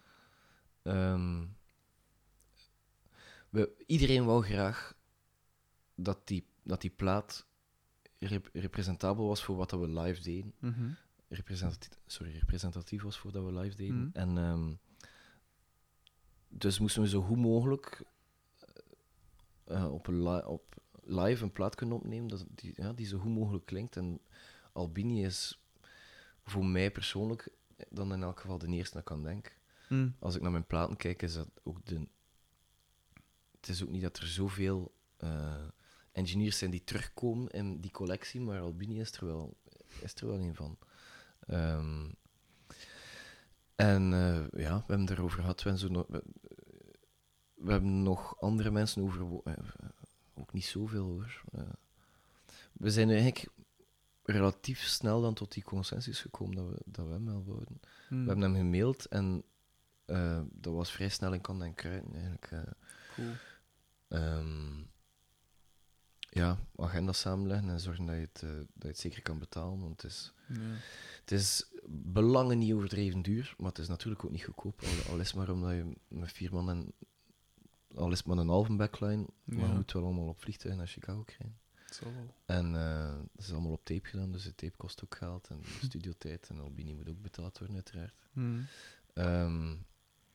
Um, we, iedereen wou graag dat die, dat die plaat rep- representabel was voor wat we live deden. Mm-hmm. Representatief, sorry, representatief was voor wat we live deden. Mm. En um, dus moesten we zo goed mogelijk uh, op, een li- op live een plaat kunnen opnemen dat die, ja, die zo goed mogelijk klinkt. En Albini is... voor mij persoonlijk dan in elk geval de eerste dat ik aan denk. Mm. Als ik naar mijn platen kijk, is dat ook de... Het is ook niet dat er zoveel uh, engineers zijn die terugkomen in die collectie, maar Albini is er wel, is er wel een van. Um, en uh, ja, we hebben het erover gehad. We, zo no- we, we hebben nog andere mensen over... Uh, ook niet zoveel, hoor. Uh, we zijn eigenlijk relatief snel dan tot die consensus gekomen dat we, dat we hem wel wouden. Mm. We hebben hem gemaild en uh, dat was vrij snel in kant en kruiden, eigenlijk. Uh, cool. Um, ja, agenda samenleggen en zorgen dat je het, uh, dat je het zeker kan betalen. Want het is, Ja. het is belangen niet overdreven duur, maar het is natuurlijk ook niet goedkoop. Al, al is maar omdat je met vier man en al is maar een halve backline, Ja. maar je moet wel allemaal op vliegtuig naar Chicago krijgen. Zo wel. En uh, dat is allemaal op tape gedaan, dus de tape kost ook geld en de studiotijd en Albini moet ook betaald worden, uiteraard. Mm. Um,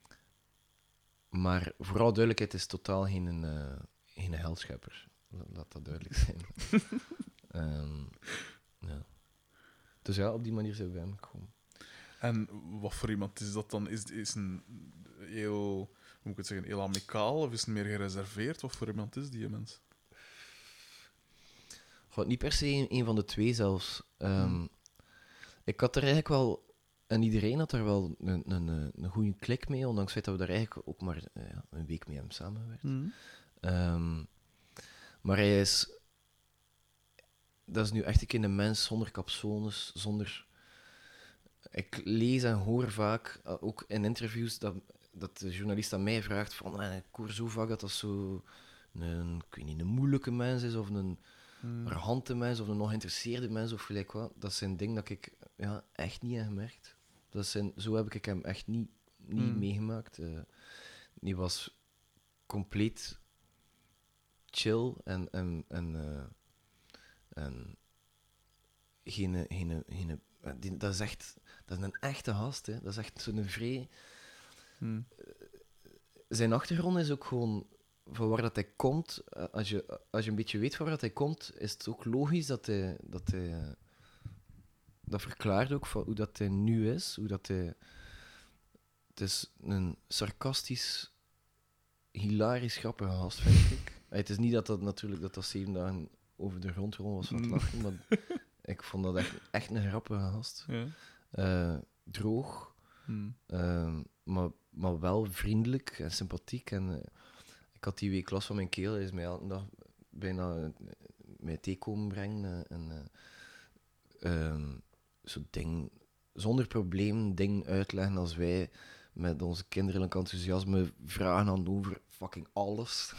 maar vooral duidelijkheid is totaal geen, uh, geen heldschepper. Laat dat duidelijk zijn. um, ja. Dus ja, op die manier zijn we bij hem gekomen. En wat voor iemand is dat dan? Is, is een heel, hoe moet ik het zeggen, heel amicaal of is het meer gereserveerd? Wat voor iemand is die mens? Goh, niet per se een, een van de twee zelfs. Um, hmm. Ik had er eigenlijk wel... En iedereen had daar wel een, een, een goede klik mee, ondanks het feit dat we daar eigenlijk ook maar uh, ja, een week mee hebben samengewerkt. Mm. Um, maar hij is... Dat is nu echt een keer een mens zonder capsones, zonder... Ik lees en hoor vaak, uh, ook in interviews, dat, dat de journalist aan mij vraagt van... Uh, ik hoor zo vaak dat dat zo een, ik weet niet, een moeilijke mens is, of een mm. arrogante mens, of een nog geïnteresseerde mens, of gelijk wat. Dat zijn dingen dat ik ja, echt niet heb gemerkt. Dat zijn, zo heb ik hem echt niet, niet mm. meegemaakt. Uh, die was compleet chill en, en, en, uh, en geen, geen, geen, die, dat is echt dat is een echte gast, hè. Dat is echt zo'n vrij... Mm. Uh, zijn achtergrond is ook gewoon van waar dat hij komt. Uh, als, je, als je een beetje weet van waar dat hij komt, is het ook logisch dat hij... Dat hij uh, dat verklaart ook van hoe dat hij nu is, hoe dat hij... Het is een sarcastisch, hilarisch grappige gast, vind ik. Het is niet dat dat natuurlijk dat dat zeven dagen over de grond rond was van het lachen, maar ik vond dat echt, echt een grappige gast. Ja. Uh, droog, hmm. uh, maar, maar wel vriendelijk en sympathiek. En, uh, ik had die week last van mijn keel, hij is mij elke dag bijna uh, mij thee komen brengen. Uh, en uh, uh, zo'n ding, zonder probleem dingen uitleggen als wij met onze kinderlijk enthousiasme vragen aan over fucking alles.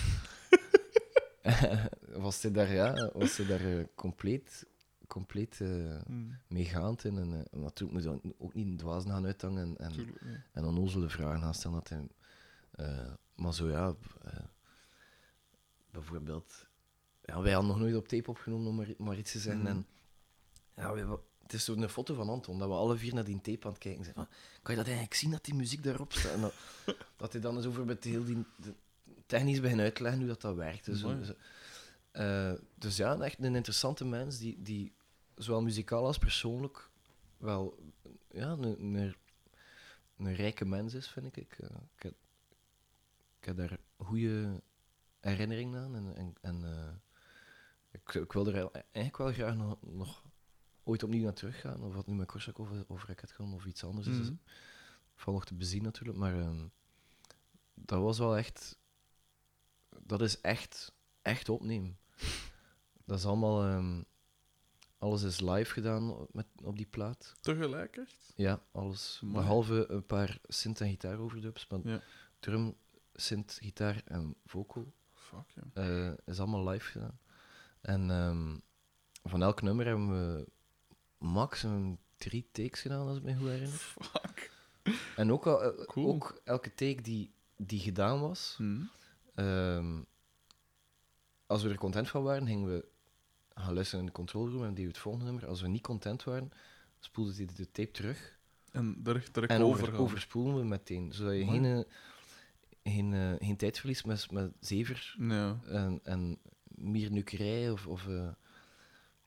was hij daar, ja, was hij daar uh, compleet, compleet uh, mm. meegaand in. En uh, natuurlijk moet hij ook niet een dwazen gaan uithangen en, en, Tuurlijk, ja. en onnozele vragen gaan stellen. Dat hij, uh, maar zo ja, uh, bijvoorbeeld, ja, wij hadden nog nooit op tape opgenomen om maar, maar iets te zeggen. Mm. En ja, we, het is zo'n foto van Anton, dat we alle vier naar die tape aan het kijken zijn. Van, kan je dat eigenlijk zien, dat die muziek daarop staat? En dat, dat hij dan eens over met heel die... De, technisch begin uit te leggen hoe dat, dat werkt. Dus, uh, dus ja, echt een interessante mens die, die zowel muzikaal als persoonlijk wel ja, een, een, een rijke mens is, vind ik. Uh, ik, heb, ik heb daar goede herinneringen aan en, en, en uh, ik, ik wil er eigenlijk wel graag nog, nog ooit opnieuw naar terug gaan, of wat nu met Korsak over, over Racket gaan of iets anders mm-hmm. is. Valt nog te bezien natuurlijk, maar um, dat was wel echt... Dat is echt, echt opnemen. Dat is allemaal... Um, alles is live gedaan met, op die plaat. Tegelijk, echt? Ja, alles. Mooi. Behalve een paar synth- en gitaar-overdubs. Maar ja. Drum, synth, gitaar en vocal Fuck, yeah. uh, is allemaal live gedaan. En um, van elk nummer hebben we maximum drie takes gedaan, als ik me goed herinner. Fuck. En ook, al, uh, cool. ook elke take die, die gedaan was... Hmm. Um, als we er content van waren, gingen we gaan luisteren in de control room en deden we het volgende nummer. Als we niet content waren, spoelde hij de tape terug. En direct, direct en over, overspoelen we meteen. Zodat je geen, geen, uh, geen tijd verliest met, met zever ja. en, en miernukerij of... of uh,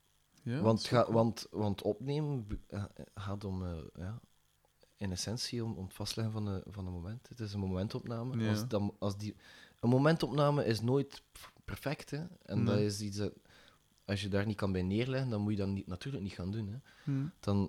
Ja, want, dat is ga, wel cool. want, want opnemen uh, gaat om, uh, ja, in essentie om, om het vastleggen van, de, van een moment. Het is een momentopname. Ja. Als dan, als die, een momentopname is nooit perfect. Hè? En Nee. dat is iets dat, als je daar niet kan bij neerleggen, dan moet je dat niet, natuurlijk niet gaan doen. Hè? Hm. Dan,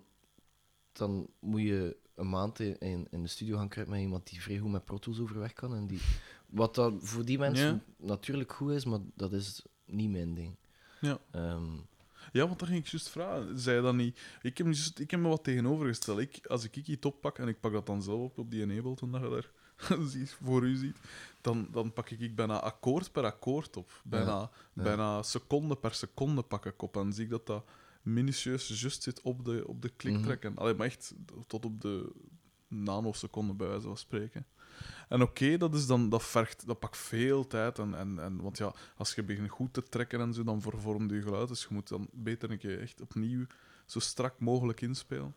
dan moet je een maand in, in de studio gaan kruipen met iemand die vrij goed met Pro Tools overweg kan. En die, wat dat voor die mensen Ja. natuurlijk goed is, maar dat is niet mijn ding. Ja. Um, Ja, want dat ging ik juist vragen. Zei dat niet... Ik heb, just, ik heb me wat tegenovergesteld. Ik, als ik iets oppak, en ik pak dat dan zelf op, op die Enable, toen dat je daar voor u ziet, dan, dan pak ik bijna akkoord per akkoord op. Bijna, Ja, ja. bijna seconde per seconde pak ik op. En zie ik dat dat minutieus juist zit op de, op de kliktrekken. Mm-hmm. Allee, maar echt tot op de nanoseconde, bij wijze van spreken. En oké, okay, dat is dan dat vergt, dat pakt veel tijd. En, en, en, want ja, als je begint goed te trekken en zo, dan vervormt je geluid. Dus je moet dan beter een keer echt opnieuw zo strak mogelijk inspelen.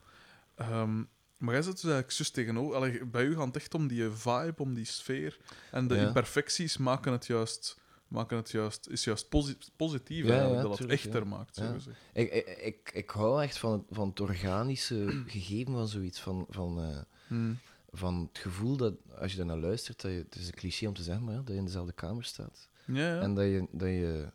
Um, maar jij zit dus eigenlijk juist tegenover. Allee, bij u gaat het echt om die vibe, om die sfeer. En de ja. imperfecties maken het juist, maken het juist, is juist posi- positief, ja, eigenlijk, ja, dat tuurlijk, het echter ja. maakt. Zo ja. gezegd. Ik, ik, ik, ik hou echt van het, van het organische gegeven van zoiets. Van, van, uh, hmm. van het gevoel dat, als je daarnaar luistert, dat je, het is een cliché om te zeggen, maar ja, dat je in dezelfde kamer staat. Ja, ja. En dat je, dat je...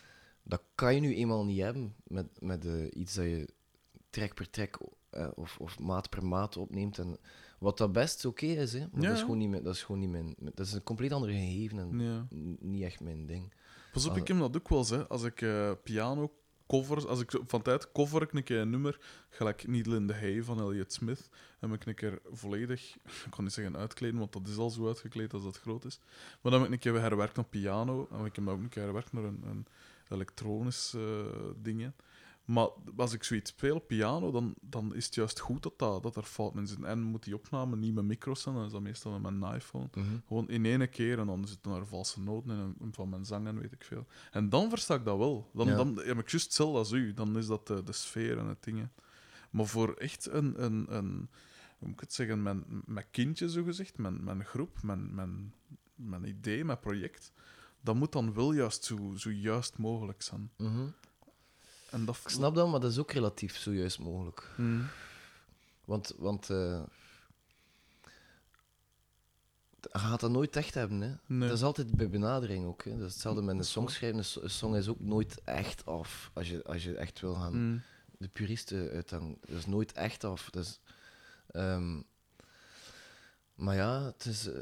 Dat kan je nu eenmaal niet hebben met, met uh, iets dat je trek per trek uh, of, of maat per maat opneemt. En wat dat best oké okay is, hè, maar ja. dat is gewoon niet mijn... Dat is, gewoon niet mijn, dat is een compleet ander gegeven en ja. n- niet echt mijn ding. Pas op, Als, ik heb dat ook wel eens, hè. Als ik uh, piano covers, als ik van tijd cover ik een keer een nummer, gelijk Needle in the Hay van Elliott Smith, en ik een keer volledig, ik kan niet zeggen uitkleden, want dat is al zo uitgekleed als dat groot is, maar dan heb ik een keer herwerkt op piano, en ik heb ook een keer herwerkt naar een, een elektronisch uh, ding. Maar als ik zoiets speel op piano, dan, dan is het juist goed dat, dat, dat er fouten in zitten. En moet die opname niet met micro's zijn, dan is dat meestal met mijn iPhone. mm-hmm. Gewoon in één keer, en dan zitten er valse noten in, en van mijn zang en weet ik veel. En dan versta ik dat wel. Dan, Ja. dan heb ik juist hetzelfde als u. Dan is dat de, de sfeer en het dingen. Maar voor echt een, een, een hoe moet ik het zeggen, mijn, mijn kindje, zogezegd, mijn, mijn groep, mijn, mijn, mijn idee, mijn project, dat moet dan wel juist zo, zo juist mogelijk zijn. Mm-hmm. En dat... Ik snap dat, maar dat is ook relatief zo juist mogelijk. Mm. Want, want uh, je gaat dat nooit echt hebben. Hè? Nee. Dat is altijd bij benadering ook. Hè? Dat is hetzelfde met een song schrijven. Een song is ook nooit echt af. Als je, als je echt wil gaan Mm. de puristen uithangen. Dat is nooit echt af. Dus, um, maar ja, het is... Uh,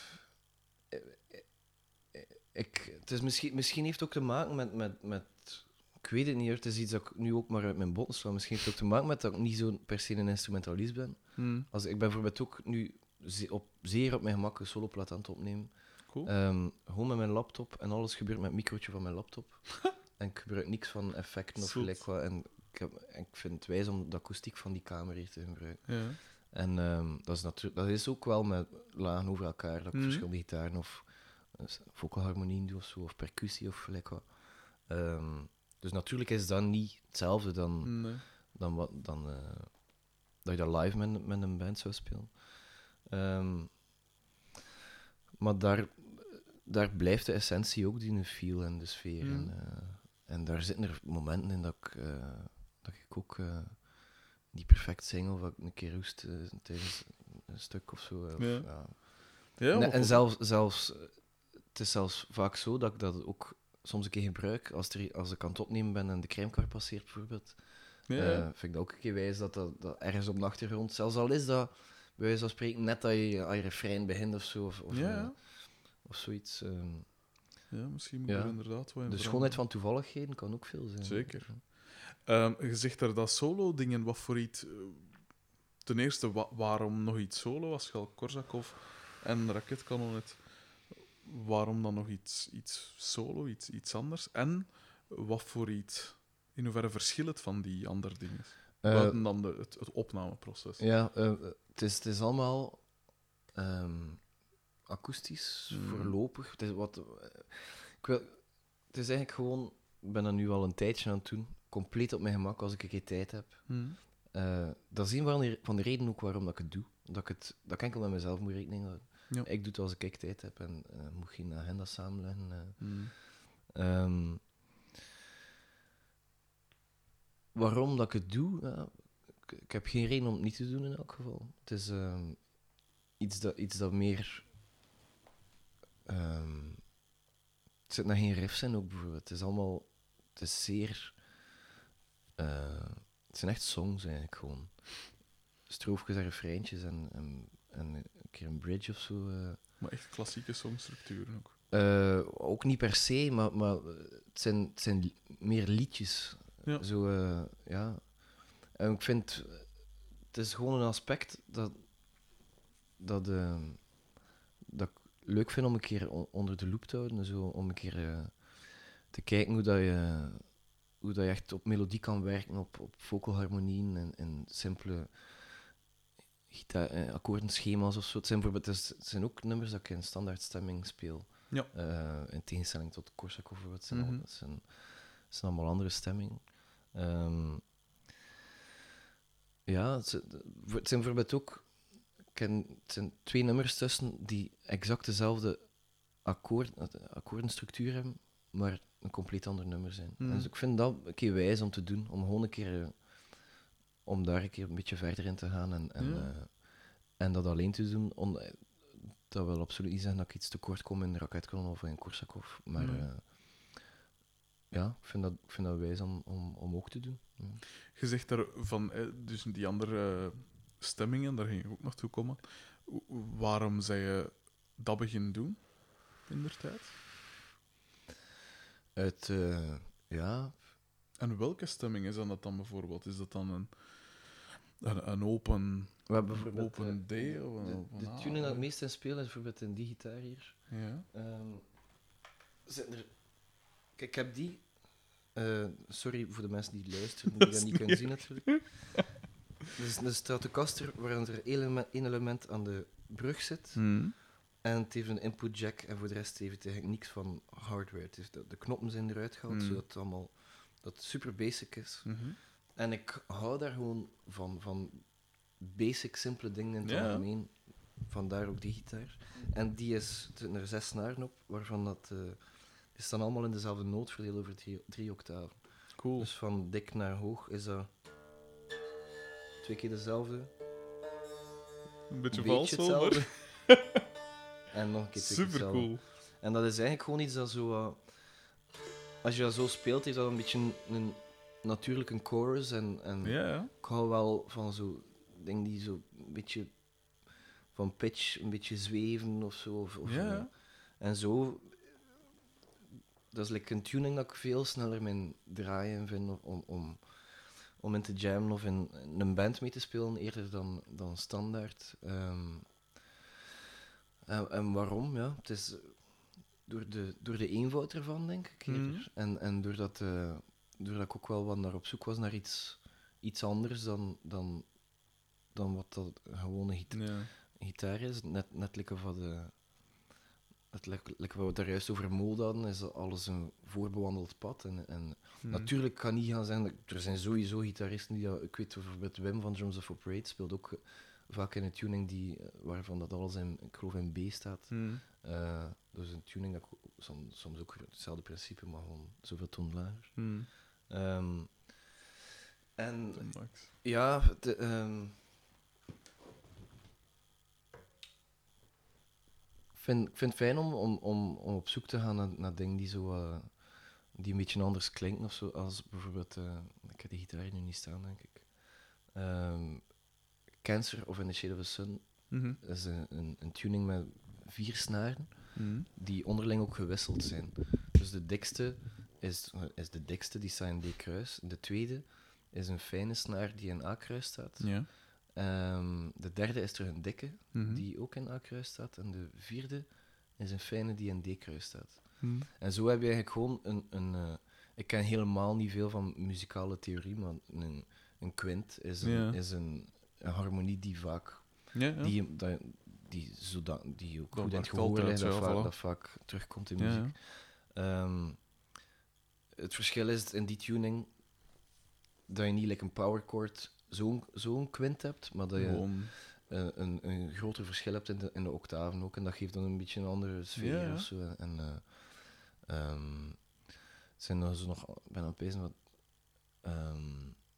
ik, het is misschien, misschien heeft het ook te maken met... met, met ik weet het niet, het is iets dat ik nu ook maar uit mijn botten sla. Misschien heeft het ook te maken met dat ik niet zo per se een instrumentalist ben. Hmm. Als, ik ben bijvoorbeeld ook nu ze, op, zeer op mijn gemak een soloplaat aan het opnemen. Cool. Um, gewoon met mijn laptop en alles gebeurt met het microotje van mijn laptop. En ik gebruik niks van effecten of gelijk wat. En ik, heb, en ik vind het wijs om de akoestiek van die kamer hier te gebruiken. Ja. En um, dat, is natu- dat is ook wel met lagen over elkaar, dat ik hmm. verschillende gitaren of uh, vocalharmonieën doe of zo, of percussie of gelijk wat. Um, Dus natuurlijk is dat niet hetzelfde dan, nee. dan, wat, dan uh, dat je dat live met, met een band zou spelen. Um, maar daar, daar blijft de essentie ook die feel en de sfeer. Mm. En, uh, en daar zitten er momenten in dat ik, uh, dat ik ook uh, niet perfect zing of dat ik een keer roest uh, tijdens een stuk of zo. Of, ja. Ja. Ja, en en zelfs, zelfs, het is zelfs vaak zo dat ik dat ook soms een keer gebruik, als, er, als ik aan het opnemen ben en de crèmekar passeert bijvoorbeeld, ja. uh, vind ik dat ook een keer wijs dat, dat dat ergens op de achtergrond, zelfs al is dat bij wijze van spreken net dat je aan je refrein begint of zo, of, of, ja. uh, of zoiets. Um, ja, misschien moet ja. er inderdaad wel in de schoonheid van toevalligheden kan ook veel zijn. Zeker. Um, je zegt er dat solo-dingen, wat voor iets... Uh, ten eerste, wa- waarom nog iets solo, als je al Korsakov en Raketkanon hebt? Waarom dan nog iets, iets solo, iets, iets anders? En wat voor iets, in hoeverre verschilt het van die andere dingen? Uh, Buiten dan de, het, het opnameproces. Ja, uh, het, is, het is allemaal um, akoestisch, mm. voorlopig. Het is, wat, uh, ik wil, het is eigenlijk gewoon, ik ben dat nu al een tijdje aan het doen, compleet op mijn gemak als ik een keer tijd heb. Mm. Uh, dat is een van de, van de redenen ook waarom dat ik het doe. Dat ik, het, dat ik enkel met mezelf moet rekening houden. Ja. Ik doe het als ik tijd heb en uh, moet geen agenda samenleggen. Uh. Mm. Um, waarom dat ik het doe? Ja, ik, ik heb geen reden om het niet te doen in elk geval. Het is ehm, iets, dat, iets dat meer... ehm, het zit nog geen riffs in ook bijvoorbeeld. Het is allemaal... Het is zeer... eh, het zijn echt songs eigenlijk gewoon. Stroofjes en refreintjes en, en, en een keer een bridge of zo. eh. Maar echt klassieke songstructuren ook. Eh, ook niet per se, maar, maar het, zijn, het zijn li- meer liedjes. Ja. Zo, eh, ja. En ik vind... Het is gewoon een aspect dat... Dat, eh, dat ik leuk vind om een keer on- onder de loep te houden. Zo, om een keer eh, te kijken hoe dat je... Hoe dat je echt op melodie kan werken, op, op vocalharmonieën en, en simpele gitaar, eh, akkoordenschema's of zo. Het zijn, bijvoorbeeld, het is- het zijn ook nummers dat ik in standaard stemming speel. Ja. Eh, in tegenstelling tot Korsakov bijvoorbeeld. Het zijn, al- Mhm. het zijn, het zijn allemaal andere stemmingen. Ehm, ja, het, zijn- het zijn bijvoorbeeld ook... Ik ken, het zijn twee nummers tussen die exact dezelfde akkoord, akkoordenstructuur hebben, maar een compleet ander nummer zijn. Mhm. Dus ik vind dat een keer wijs om te doen, om gewoon een keer... eh, om daar een keer een beetje verder in te gaan en, en, Ja. eh, en dat alleen te doen. On, dat wil absoluut niet zeggen dat ik iets tekort kom in Raketkanon of in Korsakov, maar Nee. eh, ja, ik vind dat, ik vind dat wijs om, om, om ook te doen. Ja. Je zegt daar van, eh, dus die andere eh, stemmingen, daar ging ik ook naartoe komen. W- Waarom zei je dat beginnen doen in der tijd? Uit, eh, ja, En welke stemming is dan dat dan bijvoorbeeld? Is dat dan een, een, een open, we hebben bijvoorbeeld... open eh, D of een de, open de A? tuning dat ik meest in speel is bijvoorbeeld in die gitaar hier. Ja. Ehm, zitten er... Kijk, ik heb die... eh, sorry voor de mensen die luisteren, die Dat dat is niet kunnen niet zien natuurlijk. Er is een Stratocaster waarin er één element, één element aan de brug zit. Hmm. En het heeft een input jack en voor de rest heeft het eigenlijk niks van hardware. Het is de, de knoppen zijn eruit gehaald, Mm. zodat het allemaal dat het super basic is. Mhm. En ik hou daar gewoon van, van basic, simpele dingen in het Ja. algemeen. Vandaar ook die gitaar. En die is, er zijn er zes snaren op, waarvan dat, eh, die staan allemaal in dezelfde noot, verdeeld over drie, drie octaven. Cool. Dus van dik naar hoog is dat twee keer dezelfde. Een beetje een vals beetje wel, maar hetzelfde. En nog een keer twee keer super hetzelfde. cool. En dat is eigenlijk gewoon iets dat zo... eh, als je dat zo speelt, heeft dat een beetje een, een natuurlijk een chorus. En, en Ja, ja. ik hou wel van zo dingen die zo een beetje van pitch, een beetje zweven of zo. Of, of, Ja. eh, en zo... Dat is like een tuning dat ik veel sneller mijn draaien vind om, om, om in te jammen of in, in een band mee te spelen, eerder dan, dan standaard. Ehm, en, en waarom? Ja, het is door de, door de eenvoud ervan, denk ik. eerder. Mhm. En, en doordat, eh, doordat ik ook wel wat naar op zoek was naar iets, iets anders dan, dan, dan wat dat gewone gita- Ja. gitaar is. Net, net like wat de... Het like, like wat we daar juist over mode hadden, is dat alles een voorbewandeld pad. En, en Mhm. natuurlijk kan niet gaan zijn... dat- Er zijn sowieso gitaristen die... dat- Ik weet bijvoorbeeld Wim van Drums of Parade speelt ook eh, vaak in een tuning die, eh, waarvan dat alles in, ik geloof in B staat. Mhm. Eh, dus een tuning dat ik soms, soms ook hetzelfde principe, maar gewoon zoveel toon lager. Mhm. Ehm, en Max. ja, de, ehm, ik vind, ik vind het fijn om, om, om, om op zoek te gaan naar, naar dingen die, zo, eh, die een beetje anders klinken. Of zo, als bijvoorbeeld, eh, ik heb die gitaar hier nu niet staan, denk ik. Ehm, Cancer of In the Shade of the Sun Mhm. is een, een, een tuning met vier snaren, Mhm. die onderling ook gewisseld zijn. Dus de dikste is, is de dikste, die staat in D-kruis. De tweede is een fijne snaar die in A-kruis staat. Ja. Ehm, de derde is er een dikke, Mhm. die ook in A-kruis staat. En de vierde is een fijne die in D-kruis staat. Mhm. En zo heb je eigenlijk gewoon een... een eh, ik ken helemaal niet veel van muzikale theorie, maar een, een kwint is een, Ja. is een, een harmonie die vaak... Ja, ja. Die, dat, die, zodat, die ook Dat goed in het werkt gehoor altijd, ligt, dat, ja, vaak, voilà. dat vaak terugkomt in Ja, muziek. ja. Ehm, het verschil is in die tuning dat je niet like een power chord zo'n zo'n kwint hebt, maar dat je Gewoon. eh, een, een groter verschil hebt in de, in de octaven ook. En dat geeft dan een beetje een andere sfeer Ja, ja. of zo. En, en eh, ehm, het zijn er zo nog, ik ben aan het pezen wat. ehm,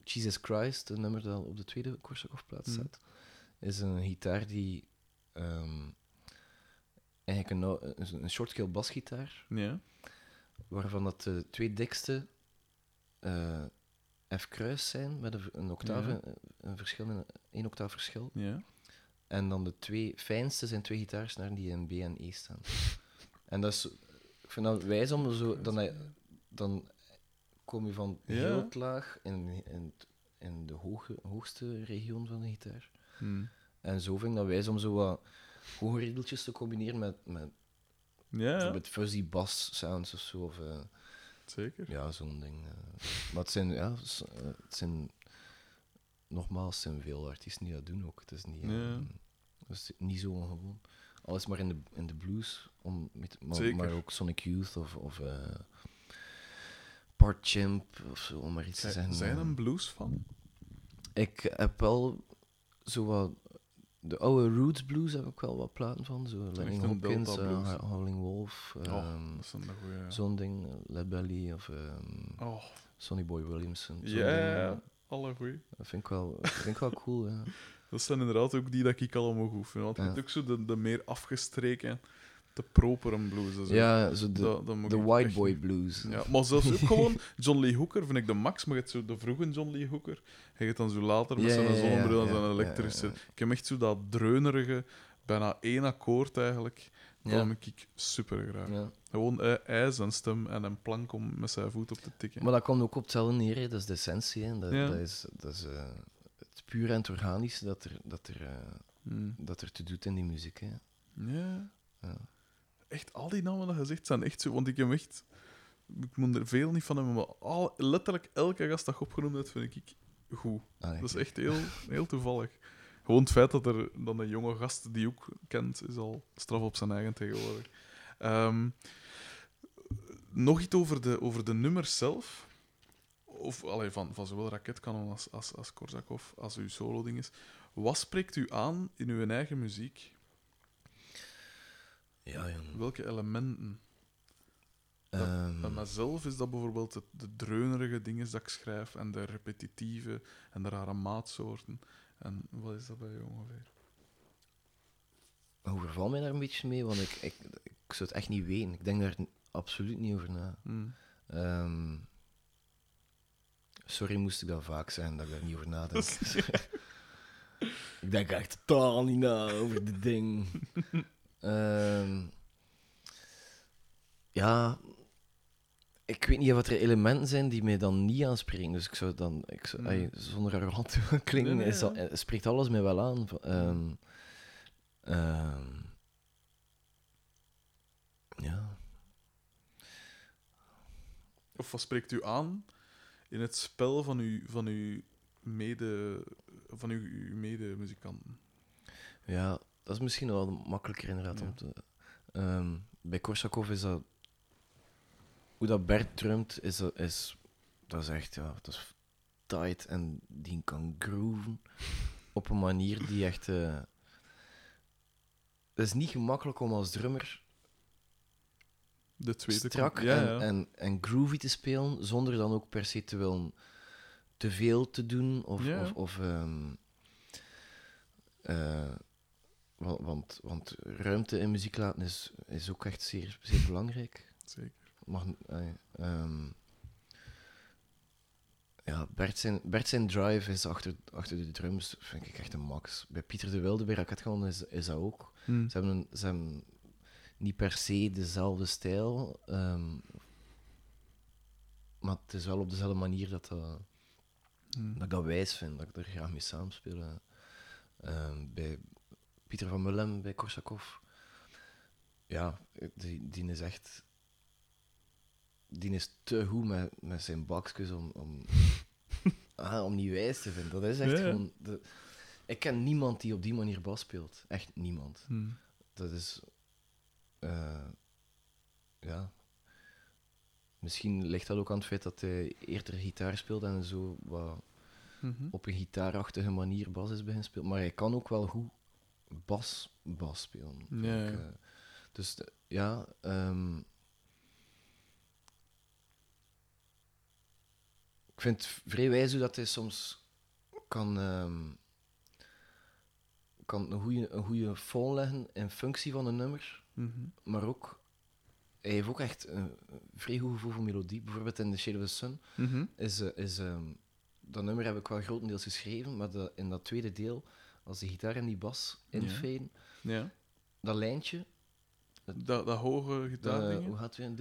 Jesus Christ, een nummer dat op de tweede Korsakoff-plaat staat, mm. is een gitaar die um, eigenlijk een, een, een shortscale basgitaar, ja. waarvan dat de twee dikste uh, F-kruis zijn, met een, een octaaf, ja. een verschil, een één octaaf verschil. Ja. En dan de twee fijnste zijn twee gitaarsnaren die in B en E staan. En dat is, ik vind dat wijs om zo, dan, dan kom je van ja. heel laag in, in, in de hoge, hoogste regio van de gitaar. Hmm. En zo vind ik dat wijs om zo wat hoge riedeltjes te combineren met, met ja. bijvoorbeeld fuzzy bass sounds of zo. Of, uh, Zeker. Ja, zo'n ding. Uh. Maar het zijn, ja, het zijn, nogmaals, het zijn veel artiesten die dat doen ook. Het is niet, ja. uh, het is niet zo ongewoon. Alles maar in de, in de blues, om, met, maar, maar ook Sonic Youth of, of uh, Partchamp of zo, om maar iets Zij, te zeggen. Zijn een blues fan? Ik heb wel zo wat... De oude Roots Blues heb ik wel wat platen van. Zo Lenny Hopkins, uh, Howling Wolf, um, oh, dat is een goeie, ja. zo'n ding, uh, Lead Belly of um, oh. Sonny Boy Williamson. Ja, yeah, alle goeie. Dat vind ik wel, vind ik wel cool, ja. Dat zijn inderdaad ook die dat ik allemaal goed vind. Want je ja. hebt ook zo de, de meer afgestreken, de propere blues. Zo. Ja, zo de, dat, dat de white boy blues. Ja, maar zelfs ook gewoon John Lee Hooker vind ik de max, maar je hebt zo de vroege John Lee Hooker. Je gaat dan zo later met ja, zijn ja, zonnebril en ja, zijn elektrische. ja, ja, ja. Ik heb echt zo dat dreunerige, bijna één akkoord eigenlijk. Dat ja. heb ik super graag. Ja. Gewoon uh, ijs en stem en een plank om met zijn voet op te tikken. Maar dat komt ook op hetzelfde neer, hè. Dat is de essentie. Hè. Dat, ja. dat is, dat is uh, het puur en het organische dat er, dat, er, uh, hmm. dat er te doet in die muziek. Hè. Ja. ja. Echt, al die namen dat je zegt zijn echt zo... Want ik heb echt... Ik moet er veel niet van hebben, maar al, letterlijk elke gast dat je opgenoemd hebt, vind ik goed. Ah, dat is echt heel, heel toevallig. Gewoon het feit dat er dan een jonge gast die ook kent, is al straf op zijn eigen tegenwoordig. Um, nog iets over de, over de nummers zelf. Of allee, van, van zowel Raketkanon als, als, als Korsakoff, als uw solo-dinges. Wat spreekt u aan in uw eigen muziek? Ja, Jan. Welke elementen? Dat, um... Bij mezelf is dat bijvoorbeeld de, de dreunerige dingen dat ik schrijf en de repetitieve en de rare maatsoorten. En wat is dat bij jou ongeveer? Overval mij daar een beetje mee, want ik, ik, ik zou het echt niet weten. Ik denk daar absoluut niet over na. Hmm. Um, sorry, moest ik dat vaak zeggen, dat ik daar niet over nadenk. Ik denk echt totaal niet na over dit ding. um, ja, ik weet niet wat er elementen zijn die mij dan niet aanspreken. Dus ik zou dan, ik zou, mm. ay, zonder arrogant te klinken, nee, nee, is dat, spreekt alles mij wel aan. Um, um, ja. Of wat spreekt u aan in het spel van uw, van uw mede, van uw, uw mede-muzikanten? Ja, dat is misschien wel makkelijker inderdaad. Ja. Om te, um, bij Korsakoff is dat... Hoe dat Bert drumt, is, is, dat is echt, ja, dat is tight en die kan grooven op een manier die echt... Uh, het is niet gemakkelijk om als drummer de tweede strak ja, en, ja. En, en groovy te spelen, zonder dan ook per se te willen te veel te doen. Of, ja. of, of um, uh, want, want, want ruimte in muziek laten is, is ook echt zeer, zeer belangrijk. Zeker. Mag, uh, um, ja, Bert zijn, Bert zijn drive is achter, achter de drums, vind ik echt een max. Bij Pieter de Wilde, bij Raketkanon is, is dat ook. Hmm. Ze, hebben een, ze hebben niet per se dezelfde stijl, um, maar het is wel op dezelfde manier dat, dat, hmm. dat ik dat wijs vind, dat ik er graag mee samenspeel. Um, bij Pieter van Mullem, bij Korsakoff, ja, die, die is echt... Die is te goed met, met zijn bakjes om, om, ah, om niet wijs te vinden. Dat is echt ja, ja. gewoon... De, ik ken niemand die op die manier bas speelt. Echt niemand. Hmm. Dat is... Uh, ja... Misschien ligt dat ook aan het feit dat hij eerder gitaar speelt en zo wat mm-hmm. op een gitaarachtige manier bas is beginnen spelen. Maar hij kan ook wel goed bas, bas spelen. Ja, ik, uh, dus de, ja... Um, ik vind het vrij wijs hoe dat hij soms kan, um, kan een goede een goede phone leggen in functie van een nummer, Mm-hmm. maar ook, hij heeft ook echt een vrij goed gevoel voor melodie. Bijvoorbeeld in The Shade of the Sun Mm-hmm. is, uh, is um, dat nummer heb ik wel grotendeels geschreven, maar de, in dat tweede deel, als de gitaar en die bas infaden, ja. ja. dat lijntje, dat, dat hoge gitaardingen? Hoe gaat het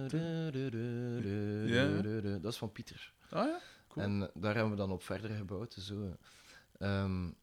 weer? Ja. Dat is van Pieter. Ah ja? Cool. En daar hebben we dan op verder gebouwd. Zo. Um,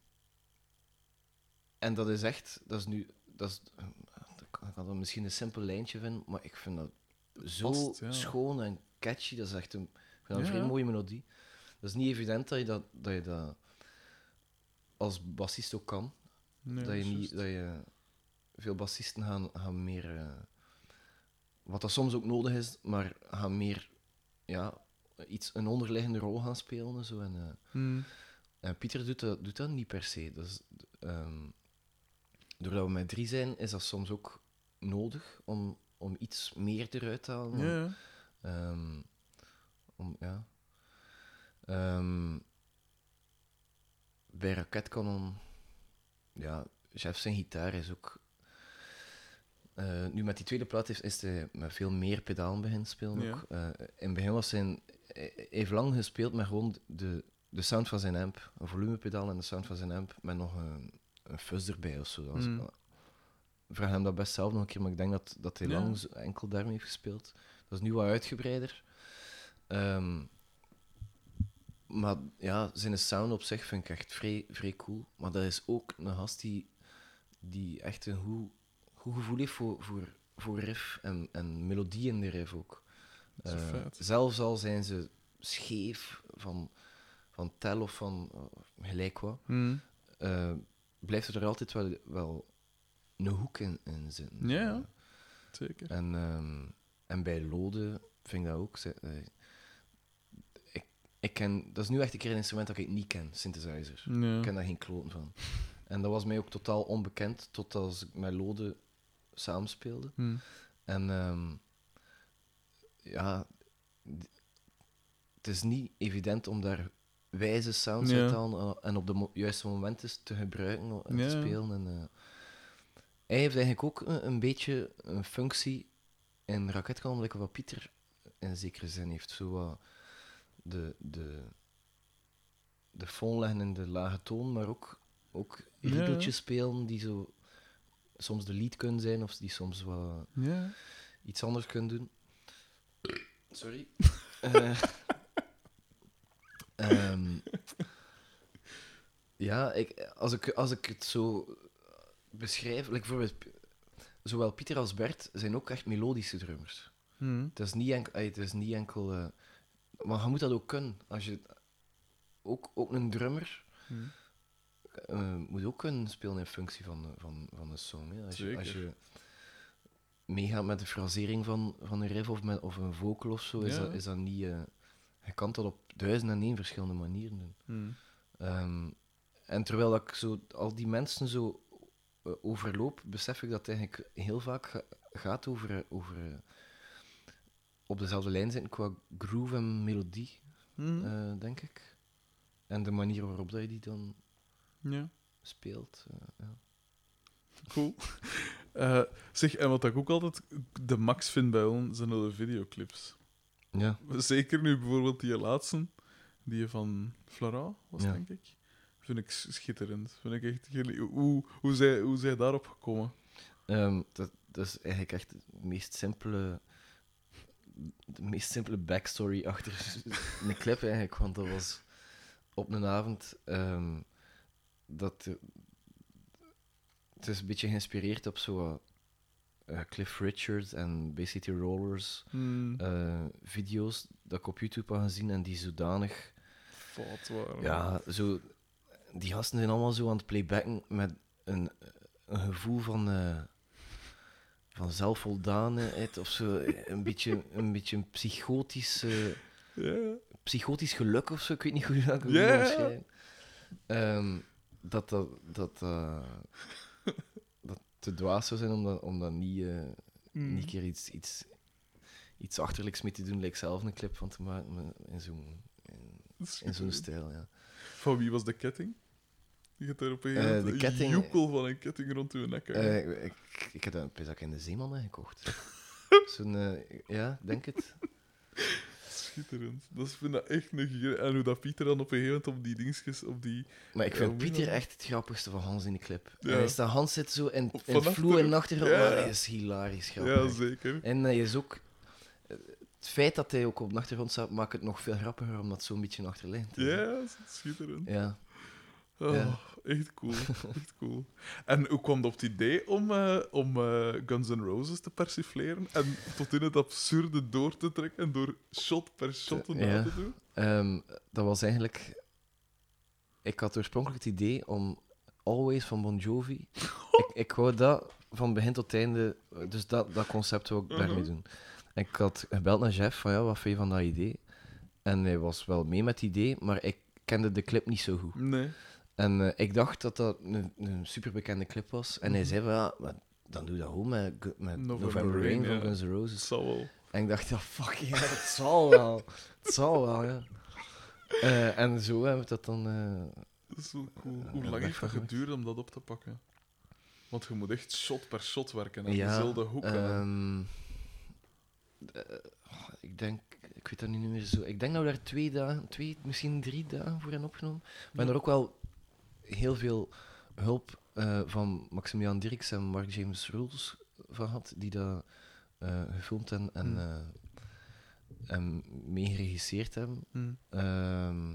en dat is echt, dat is nu, dat is, ik kan dat misschien een simpel lijntje vinden, maar ik vind dat zo Past, ja. schoon en catchy. Dat is echt een, ik vind dat een ja. vrij mooie melodie. Dat is niet evident dat je dat, dat, je dat als bassist ook kan. Nee, dat, je niet, dat je veel bassisten gaan, gaan meer, uh, wat dat soms ook nodig is, maar gaan meer ja, iets, een onderliggende rol gaan spelen en zo. En, uh, hmm. en Pieter doet dat, doet dat niet per se. Dus, um, doordat we met drie zijn, is dat soms ook nodig om, om iets meer eruit te halen. Ja. Om, um, om, ja. Um, bij Raketkanon, ja, Jeff zijn gitaar is ook. Uh, nu met die tweede plaat is, is hij met veel meer pedalen beginnen spelen. Ja. Ook. Uh, in het begin was zijn, hij heeft lang gespeeld met gewoon de, de sound van zijn amp, een volumepedaal en de sound van zijn amp, met nog een, een fuzz erbij of zo. Dat was, mm. uh, vraag hem dat best zelf nog een keer, maar ik denk dat, dat hij ja. lang enkel daarmee heeft gespeeld. Dat is nu wat uitgebreider. Um, maar ja, zijn sound op zich vind ik echt vrij, vrij cool. Maar dat is ook een gast die, die echt een goed, goed gevoel heeft voor, voor, voor riff en, en melodie in de riff ook. Uh, zelfs al zijn ze scheef van, van tel of van uh, gelijk wat, mm. uh, blijft er altijd wel, wel een hoek in, in zitten. Ja, ja. Zeker. En, um, en bij Lode vind ik dat ook. Uh, ik, ik ken, dat is nu echt een keer een instrument dat ik niet ken, synthesizer. Ja. Ik ken daar geen kloten van. En dat was mij ook totaal onbekend, tot als ik met Lode samenspeelde. Hmm. En um, ja, het is niet evident om daar wijze sounds ja. uit te halen en op de mo- juiste momenten te gebruiken en ja. te spelen. En, uh, hij heeft eigenlijk ook een, een beetje een functie in Raketkanon, like wat Pieter in zekere zin heeft. Zo uh, de, de, de phone leggen in de lage toon, maar ook, ook riedeltjes ja. spelen die zo soms de lead kunnen zijn of die soms wat ja. iets anders kunnen doen. Sorry. uh, um, ja, ik, als, ik, als ik het zo beschrijf, like bijvoorbeeld, zowel Pieter als Bert zijn ook echt melodische drummers. Hmm. Het is niet enkel, het is niet enkel uh, maar je moet dat ook kunnen. Als je ook, ook een drummer hmm. uh, moet ook kunnen spelen in functie van, van, van een song. Hè. Als, je, als je meegaat met de frasering van, van een riff of, met, of een vocal of zo, is, ja. dat, is dat niet. Uh, je kan dat op duizend en één verschillende manieren doen. Hmm. Um, en terwijl ik zo al die mensen zo uh, overloop, besef ik dat het eigenlijk heel vaak ga, gaat over, over uh, op dezelfde lijn zitten qua groove en melodie, hmm. uh, denk ik. En de manier waarop dat je die dan ja. speelt. Uh, ja. Cool. Uh, zeg, en wat ik ook altijd de max vind bij ons, zijn de videoclips. Ja. Zeker nu bijvoorbeeld die laatste, die van Flora was, ja. denk ik. Vind ik schitterend. Vind ik echt genie- hoe, hoe, zij, hoe zij daarop gekomen? Um, dat, dat is eigenlijk echt de meest simpele, de meest simpele backstory achter een clip eigenlijk. Want dat was op een avond um, dat... Uh, het is een beetje geïnspireerd op zo uh, Cliff Richard en Bay City Rollers mm. uh, video's dat ik op YouTube had gezien en die zodanig... Fout waren. Ja, zo... Die gasten zijn allemaal zo aan het playbacken met een, een gevoel van, uh, van zelfvoldaanheid of zo. Een beetje een, beetje een psychotisch, uh, yeah. psychotisch geluk of zo. Ik weet niet hoe je dat kan yeah. omschrijven. Um, dat dat... dat uh, dat te dwaas zou zijn om dat, om dat niet, uh, mm. niet keer iets, iets, iets achterlijks mee te doen, like zelf een clip van te maken in zo'n, in in zo'n stijl, ja. Van wie was de ketting? Je hebt er op een Eh, uh, de ketting- joekel van een ketting rond je nek. hè. Eh, ik, ik heb dat een pizza in de Zeeman gekocht. Zo'n, eh, ja, denk het. Schitterend. Dat is, ik vind dat echt een gier. En hoe dat Pieter dan op een gegeven moment op die dingetjes, op die... Maar ik Ja, vind hoe noem je Pieter dat? echt het grappigste van Hans in de clip. Ja. En hij staat, Hans zit zo in, Op in van het vloer achter. en achtergrond, Ja. maar hij is hilarisch grappig. Ja, zeker. En hij is ook... Het feit dat hij ook op de achtergrond staat, maakt het nog veel grappiger, omdat het zo'n beetje achterlijnt. is, hè. Ja, dat is schitterend. Ja. Oh, Ja. Echt cool. Echt cool. En hoe kwam je op het idee om, eh, om eh, Guns N' Roses te persifleren en tot in het absurde door te trekken en door shot per shot Ja. na te doen? Ehm, dat was eigenlijk... Ik had oorspronkelijk het idee om Always van Bon Jovi... ik, ik wou dat van begin tot einde... Dus dat, dat concept wou ik daarmee Mhm. doen. En ik had gebeld naar Jeff van, ja, wat vind je van dat idee? En hij was wel mee met het idee, maar ik kende de clip niet zo goed. Nee. En eh, ik dacht dat dat een, een superbekende clip was. En hij Mhm. zei van, ja, maar dan doe dat gewoon met, Gu- met November November, Rain, Rain van ja. Guns N' Het Roses. zal wel. En ik dacht, ja, fuck, ja, het zal wel. Het zal wel, ja. Eh, en zo hebben we dat dan... eh, Dat is wel cool. Ja, Hoe dat lang heeft dat gemaakt. geduurd om dat op te pakken? Want je moet echt shot per shot werken en ja, dezelfde hoek. aan. ehm, eh, ik denk... Ik weet dat nu niet meer zo... Ik denk dat we daar twee dagen, twee, misschien drie dagen voor hebben opgenomen. We hebben er ook wel heel veel hulp eh, van Maximilian Dirks en Mark James Rules van gehad, die dat eh, gefilmd en, en, Hmm. eh, en meegeregisseerd hebben. Hm. Ehm,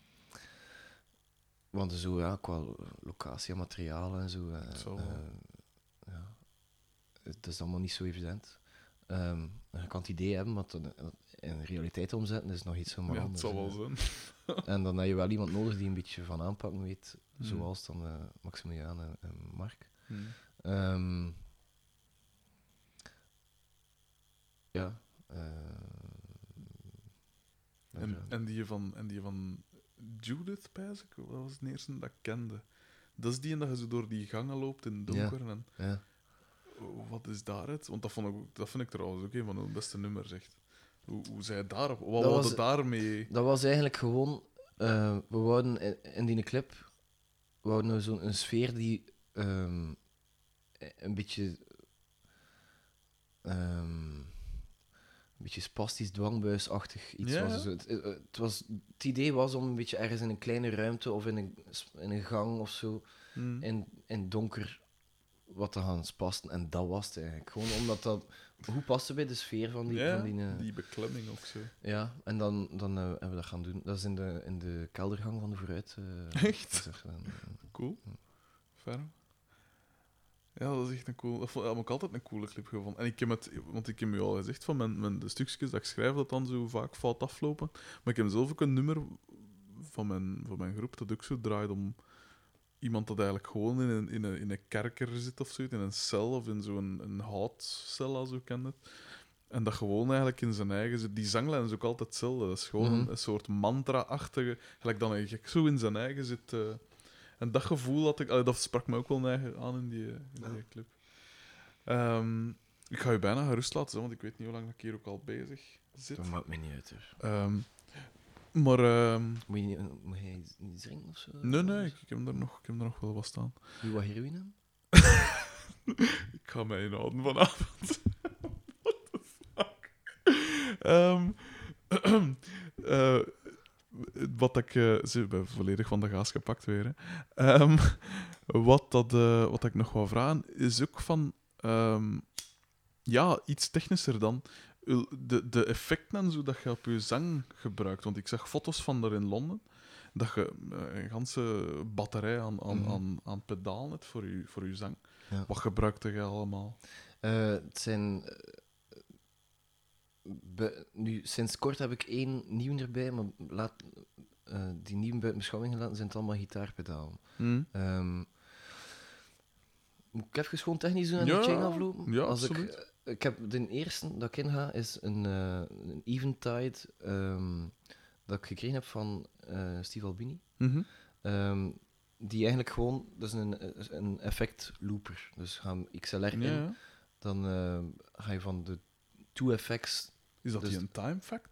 want zo, ja, qua locatie en materialen en zo. eh, Het zal eh, wel. ja, het is allemaal niet zo evident. Ehm, en je kan het idee hebben, maar het in realiteit omzetten is nog iets helemaal Ja, het anders. zal wel hè. zijn. En dan heb je wel iemand nodig die een beetje van aanpakken weet, Hmm. zoals dan eh, Maximiliaan en, en Mark. Hm. Ehm, ja. eh, En, ja. en, die van, en die van Judith, pijs ik, wat was het eerste dat ik kende? Dat is die en dat je zo door die gangen loopt in het Ja. donker. En, Ja. oh, wat is daaruit? Want dat, vond ik, ook- dat vind ik trouwens ook een van hun beste nummers, echt. Hoe, hoe zij daarop... Wat Dat was was- daarmee... Dat was eigenlijk gewoon... eh, we wouden in, in die clip we wouden nou zo'n een sfeer die ehm, een beetje... ehm, een beetje spastisch, dwangbuisachtig iets Ja, was. ja. Dus het, het, het was. Het idee was om een beetje ergens in een kleine ruimte of in een, in een gang of zo, Hm. in, in het donker, wat te gaan spasten. En dat was het eigenlijk. Gewoon omdat dat goed paste bij de sfeer van die... ja, van die, eh, die beklemming of zo. ja, en dan, dan eh, hebben we dat gaan doen. Dat is in de, in de keldergang van de Vooruit. eh, Echt? is dat gedaan. Cool. Ferm. Ja, dat is echt een cool... Dat vond- dat heb ik altijd een coole clip gevonden. En ik heb het... Want ik heb je al gezegd van mijn, mijn, de stukjes dat ik schrijf, dat dan zo vaak fout aflopen. Maar ik heb zelf ook een nummer van mijn, van mijn groep dat ook zo draait om iemand dat eigenlijk gewoon in een, in een, in een kerker zit of zoiets, in een cel of in zo'n een houtcel, als je kent het. En dat gewoon eigenlijk in zijn eigen zit. Die zanglijn is ook altijd hetzelfde. Dat is gewoon Mhm. een, een soort mantra-achtige, gelijk dan een gek zo in zijn eigen zit. eh. En dat gevoel had ik, allee, dat sprak me ook wel eigen aan in die, in die Ja. clip. Ehm, ik ga je bijna gerust laten, hè, want ik weet niet hoe lang ik hier ook al bezig zit. Dat maakt mij niet uit, hoor. Ehm, maar ehm, Moet je, niet- moet je iets, iets drinken of zo? nee, nee, ik, ik, heb er nog, ik heb er nog wel wat staan. Doe wat heroïne? Ik ga mij inhouden vanavond. What the fuck? Ehm, eh, wat ik... eh ze ben volledig van de gaas gepakt weer. Hè. Ehm, wat, dat, eh, wat ik nog wou vragen, is ook van... ehm, ja, iets technischer dan. De, de effecten en zo dat je op je zang gebruikt. Want ik zag foto's van daar in Londen. Dat je eh, een ganse batterij aan, aan, Mhm. aan, aan pedalen hebt voor je, voor je zang. Ja. Wat gebruikte je allemaal? Eh, het zijn... eh, be- nu, sinds kort heb ik één nieuw erbij, maar laat, eh, die nieuwe buiten beschouwing gelaten zijn het allemaal gitaarpedalen. Hm? Ehm, moet ik even gewoon technisch doen en Ja, de chain aflopen? ja, Als ik, absoluut. eh, ik heb de eerste dat ik inga, is een, eh een Eventide ehm, dat ik gekregen heb van eh, Steve Albini. Mhm. Ehm, die eigenlijk gewoon, dat is een, een effect looper. Dus ga hem X L R in, Ja, ja. dan eh, ga je van de two effects. Is dat Dus- die een time factor?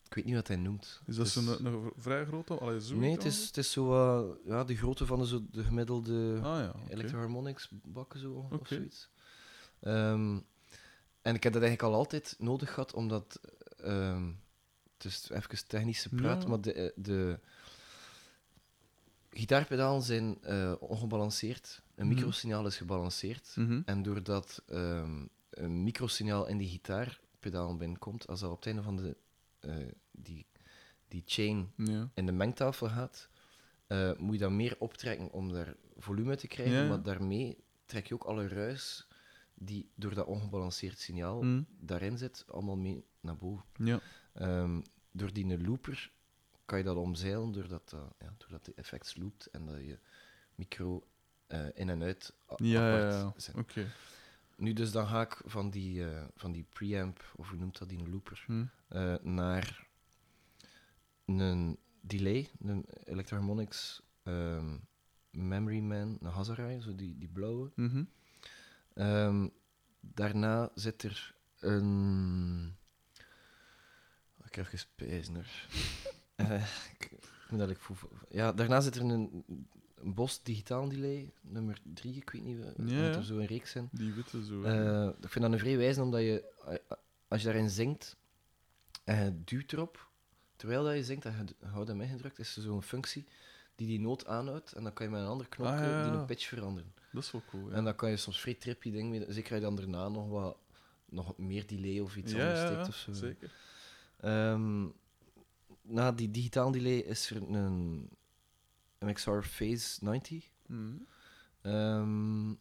Ik weet niet wat hij noemt. Is dat Het zo'n een, een vrij grote? Allee, zo Nee, het is, het is zo uh, ja, de grootte van de, zo, de gemiddelde Ah ja, oké. Electro-Harmonix bakken zo, of Oké. zoiets. Um, en ik heb dat eigenlijk al altijd nodig gehad, omdat... Um, het is even technische praat, Ja. maar de, de gitaarpedalen zijn uh, ongebalanceerd. Een Mhm. microsignaal is gebalanceerd. Mhm. En doordat um, een microsignaal in die gitaarpedalen binnenkomt, als dat op het einde van de, uh, die, die chain Ja. in de mengtafel gaat, uh, moet je dat meer optrekken om daar volume te krijgen, Ja, ja. maar daarmee trek je ook alle ruis die door dat ongebalanceerd signaal Mhm. daarin zit, allemaal mee naar boven. Ja. Um, door die looper kan je dat omzeilen doordat, uh, ja, doordat de effects loopt en dat je micro uh, in en uit a- Ja, apart ja, ja. zijn. Oké. Okay. Nu, dus dan ga ik van die, uh, van die preamp, of hoe noemt dat, die looper, Hm. uh, naar een delay, een Electro-Harmonix um, Memory Man, een Hazarai, zo die, die blauwe. Mm-hmm. Um, daarna zit er een... Ik heb even spijzen, hoor. uh, ik, ik moet dat ik voel... Ja, daarna zit er een, een Boss digitaal delay, nummer drie, ik weet niet, uh, Ja, moet ja. er zo een reeks zijn. Die witte zo. Uh, ik vind dat een vrij wijze, omdat je, uh, als je daarin zingt en je duwt erop, terwijl dat je zingt en je houdt hem ingedrukt, is er zo'n functie die die noot aanhoudt, en dan kan je met een andere knopje Ah, ja, ja. die een pitch veranderen. Dat is wel cool, ja. En dan kan je soms vrij trippy dingen mee, zeker als je dan daarna nog wat nog meer delay of iets ja, anders ja, steekt ja, of zo. zeker. Um, na die digitaal delay is er een M X R Phase negentig. Mm. Um,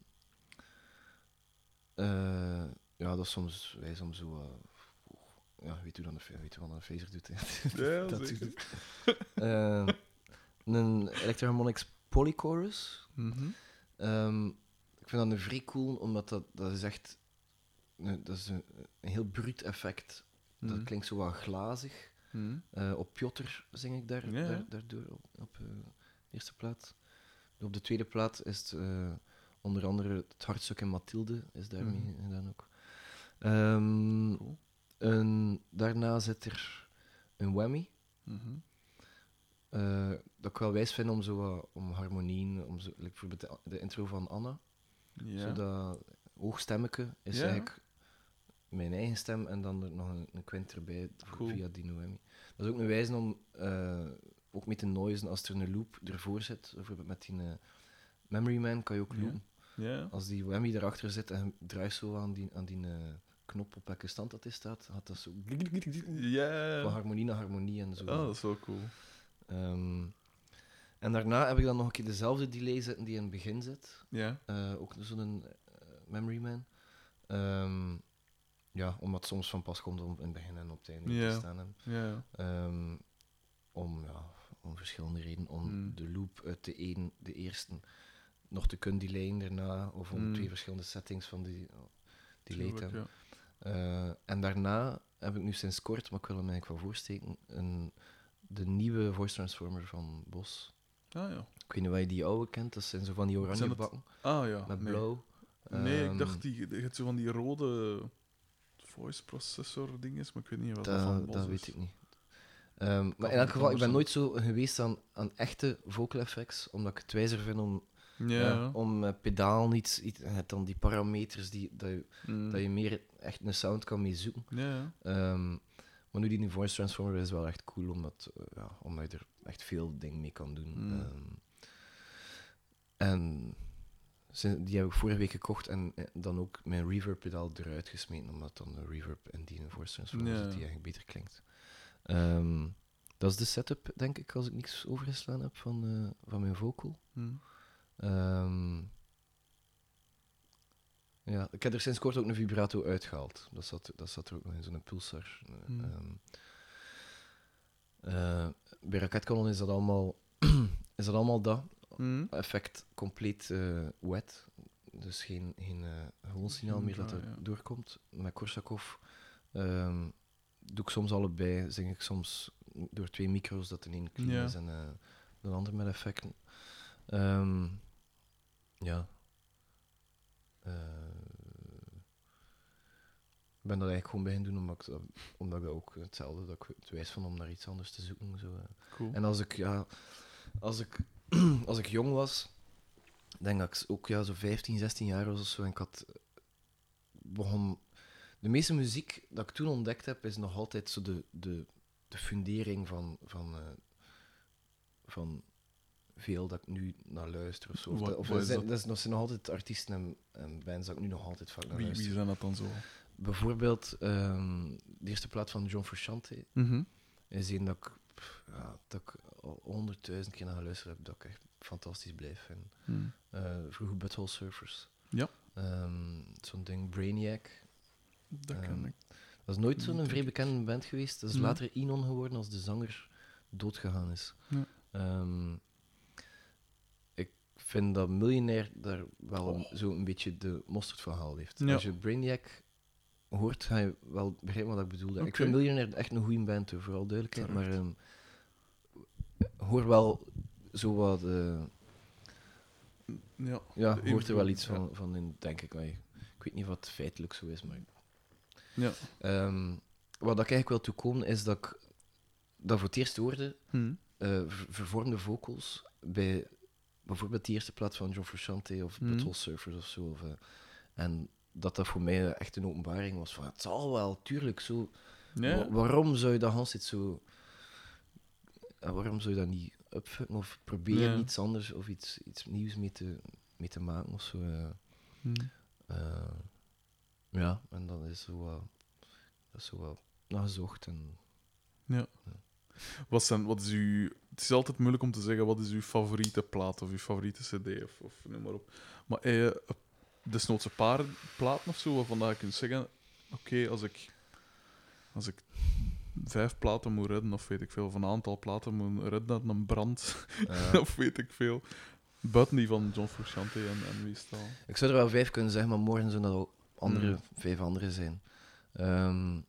uh, ja, dat is soms wijs om zo... Uh, ja, weet u dan de, weet u wat een phaser doet? Ja, dat zeker. doet. Uh, een Electro-Harmonix Polychorus. Mm-hmm. Um, ik vind dat een vrij cool, omdat dat, dat is echt... Een, dat is een, een heel bruut effect. Mm. Dat klinkt zo wat glazig. Mm. Uh, op Piotr zing ik daar, Ja, ja. daar, daardoor op, op uh, de eerste plaat. Op de tweede plaat is het uh, onder andere het hartstuk in Mathilde is daarmee Mm. gedaan ook. Um, Cool. een, daarna zit er een whammy. Mm-hmm. Uh, dat ik wel wijs vind om, zo, uh, om harmonieën, om zo, like bijvoorbeeld de, de intro van Anna. Ja. Zo dat hoogstemmeke is Ja. eigenlijk mijn eigen stem en dan er nog een, een kwint erbij Cool. via die whammy. Dat is ook een wijze om uh, ook met de noise, als er een loop ervoor zit, bijvoorbeeld met die uh, Memory Man kan je ook loopen. Ja. Ja. Als die whammy erachter zit en je draait zo aan die, aan die uh, knop op welke stand dat is staat, gaat dat zo Ja. van harmonie naar harmonie en zo. Oh, dat is wel cool. Um, en daarna heb ik dan nog een keer dezelfde delay zitten die in het begin zit. Ja. Uh, ook zo'n uh, Memory Man. Um, ja, omdat het soms van pas komt om in het begin en op het einde Ja. te staan. En, Ja. um, om, ja, om verschillende redenen. Om Mm. de loop uit de, een, de eerste nog te kunnen delayen daarna. Of om Mm. twee verschillende settings van die uh, delay te Tuurlijk, hebben. ja. Uh, en daarna heb ik nu sinds kort, maar ik wil hem eigenlijk wel voorsteken, een, de nieuwe voice transformer van Boss. Ah ja. Ik weet niet of je die oude kent, dat zijn zo van die oranje Zijn het- bakken Ah ja. met nee. blauw. Nee, Um, ik dacht die, je hebt zo van die rode voice processor dinges, maar ik weet niet wat dat, dat, van Bos dat is. weet ik niet. Um, maar Kan in elk niet geval, ik ben anders nooit zo geweest aan, aan echte vocal effects, omdat ik het wijzer vind om, Ja. ja, om uh, pedaal niet, iets, je hebt dan die parameters die, dat, je, Mm. dat je meer echt een sound kan mee zoeken. Ja. Um, maar nu die nieuwe voice transformer is wel echt cool, omdat, uh, ja, omdat je er echt veel dingen mee kan doen. Mm. Um, en sin- die heb ik vorige week gekocht en eh, dan ook mijn reverb pedaal eruit gesmeten, omdat dan de reverb in die voice transformer Ja. zit die eigenlijk beter klinkt. Um, dat is de setup, denk ik, als ik niks overgeslaan heb van, uh, van mijn vocal. Mm. Um, ja, ik heb er sinds kort ook een vibrato uitgehaald. Dat zat, dat zat er ook nog in, zo'n pulsar. Hmm. Um, uh, bij Raketkanon is dat allemaal, is dat, allemaal dat. Mm. Effect compleet uh, wet. Dus geen, geen uh, gewoon signaal meer dat er Ja, ja. doorkomt. Met Korsakov um, doe ik soms allebei. Zing ik soms door twee micro's dat de een clean Ja. is en uh, de ander met effecten. Um, ja. Uh, ben dat eigenlijk gewoon beginnen doen, omdat ik, dat- omdat ik dat ook hetzelfde, dat ik het wijs van om naar iets anders te zoeken. Zo. eh. Cool. En als ik, ja, als ik, als ik jong was, denk dat ik ook ja, zo vijftien, zestien jaar was of zo, en ik had begon... De meeste muziek dat ik toen ontdekt heb, is nog altijd zo de, de, de fundering van, van, eh, van veel dat ik nu naar luister of zo. Of, Wat- dat, of wat dat, is zijn, dat? dat, is- dat zijn nog altijd artiesten en, en bands dat ik nu nog altijd vaak naar Wie, luister. wie zijn dat dan zo? Bijvoorbeeld ehm, de eerste plaat van John Frusciante Mhm. is een dat ik, pff, ja, dat ik al honderdduizend keer naar geluisterd heb, dat ik echt fantastisch blijf vinden. Hmm. Uh, vroeger Butthole Surfers. Ja. Ehm, zo'n ding, Brainiac. Dat Ehm, ken ik. Dat is nooit Niet, zo'n denk vrij ik. bekende band geweest. Dat is Nee. later Enon geworden als de zanger doodgegaan is. Ja. Ehm, ik vind dat Millionaire daar wel een, Oh. zo een beetje de mosterd van gehaald heeft. Ja. Als je Brainiac hoort, ga je wel begrijpen wat ik bedoel. Ik Oké. vind Millionaire echt een goede band, hoor, vooral duidelijkheid. Maar Terecht. ehm, hoor wel zo wat... eh, Ja. ja, De hoort er wel invloed, iets ja. van, van in, denk ik. Allee, ik weet niet wat het feitelijk zo is, maar... Ja. Ehm, wat ik eigenlijk wil toekomen, is dat ik dat voor het eerst hoorde, Hmm. eh, ver- vervormde vocals bij bijvoorbeeld die eerste plaat van John Frusciante of Mhm. Butthole Surfers of zo. Of, eh, en dat dat voor mij echt een openbaring was van, het zal wel, tuurlijk, zo... Ja. wa- waarom zou je dat Hans dit zo... eh, waarom zou je dat niet upfucken of proberen Ja. iets anders of iets, iets nieuws mee te, mee te maken of zo. eh. Hmm. Eh, ja, en dat is zo wat... dat is zo wat naar gezocht en... Wat, zijn, wat is uw... Het is altijd moeilijk om te zeggen wat is uw favoriete plaat of uw favoriete cd of, of noem maar op. Maar eh, desnoods een paar platen of zo waarvan dat je kunt zeggen: oké, als ik als ik vijf platen moet redden, of weet ik veel, of een aantal platen moet redden uit een brand, eh, of weet ik veel. Buiten die van John Frusciante en, en wie is het al? Ik zou er wel vijf kunnen zeggen, maar morgen zullen dat ook andere, Mm. vijf andere zijn. Ehm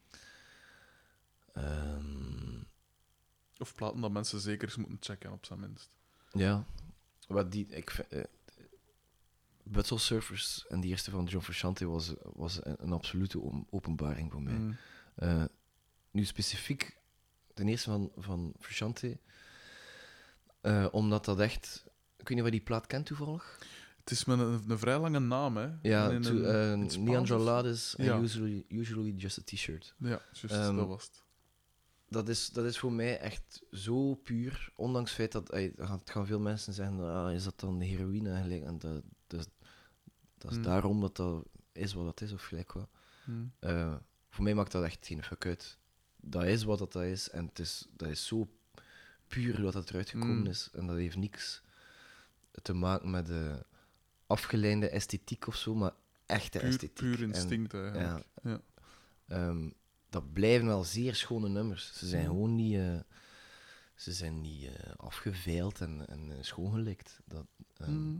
ehm, Of platen dat mensen zeker eens moeten checken, op zijn minst. ja, wat die, ik vind, eh, Butthole Surfers en die eerste van John Frusciante was, was een, een absolute om- openbaring voor mij. Mm. Eh, nu specifiek de eerste van, van Frusciante, eh, omdat dat echt... Ik weet niet wat die plaat kent toevallig. Het is met een, een vrij lange naam, hè? Ja, In to, een- eh, in het Spaans Neandro of zo? Lades en Ja. usually, usually Just a T-shirt. Ja, juist, Ehm, dat was het. Dat is, dat is voor mij echt zo puur, ondanks het feit dat... ey, er gaan- het gaan veel mensen zeggen, ah, is dat dan heroïne eigenlijk? En dat, dat is, dat is Mm. daarom dat dat is wat dat is, of gelijk wat. Mm. Eh, voor mij maakt dat echt geen fuck uit. Dat is wat dat is, en het is, dat is zo puur wat dat eruit gekomen Mm. is. En dat heeft niks te maken met de afgeleide esthetiek of zo, maar echte Puur, esthetiek. puur En, instinct, eigenlijk. Ja. ehm, dat blijven wel zeer schone nummers. Ze zijn Mm. gewoon niet... eh, ze zijn niet eh, afgeveild en, en uh, schoongelikt. Dat, ehm, Mm.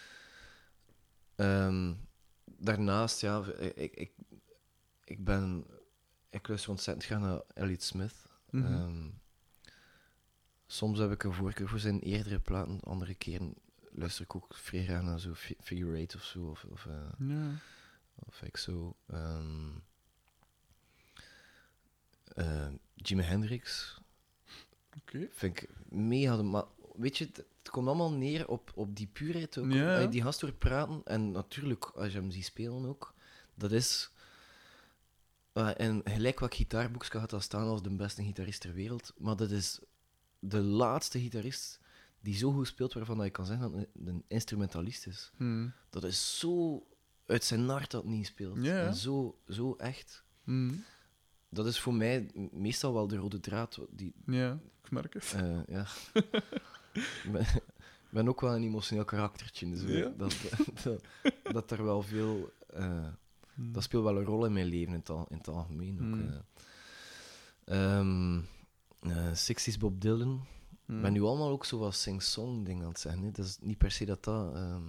ehm, daarnaast, ja, ik, ik, ik ben... Ik luister ontzettend graag naar Elliott Smith. Mhm. Ehm, soms heb ik een voorkeur voor zijn eerdere platen. Andere keren luister ik ook vrij graag naar zo Fi- Figure Eight of zo. Of, of, eh, Ja. of ik zo... ehm, eh, Jimi Hendrix... Oké. Vind ik mega... de- Maar weet je, het, het komt allemaal neer op, op die puurheid ook. Ja, Als je ja. die gast hoort praten, en natuurlijk, als je hem ziet spelen ook, dat is... eh, en gelijk wat gitaarboekje gaat dat staan als de beste gitarist ter wereld, maar dat is de laatste gitarist die zo goed speelt waarvan dat je kan zeggen dat het een, een instrumentalist is. Mm. Dat is zo uit zijn naart dat hij niet speelt. Ja, ja. En zo, zo echt. Mm. Dat is voor mij meestal wel de rode draad die, Ja, ik merk het. Eh, ja. Ik ben, ik ben ook wel een emotioneel karaktertje. Dus Ja? dat, dat, dat er wel veel... eh, Mm. dat speelt wel een rol in mijn leven in het, al, in het algemeen. Ook, Mm. eh. Ehm, eh, sixties Bob Dylan. Mm. Ik ben nu allemaal ook zo wat sing-song dingen aan het zeggen. Hè. Dat is niet per se dat dat... ehm,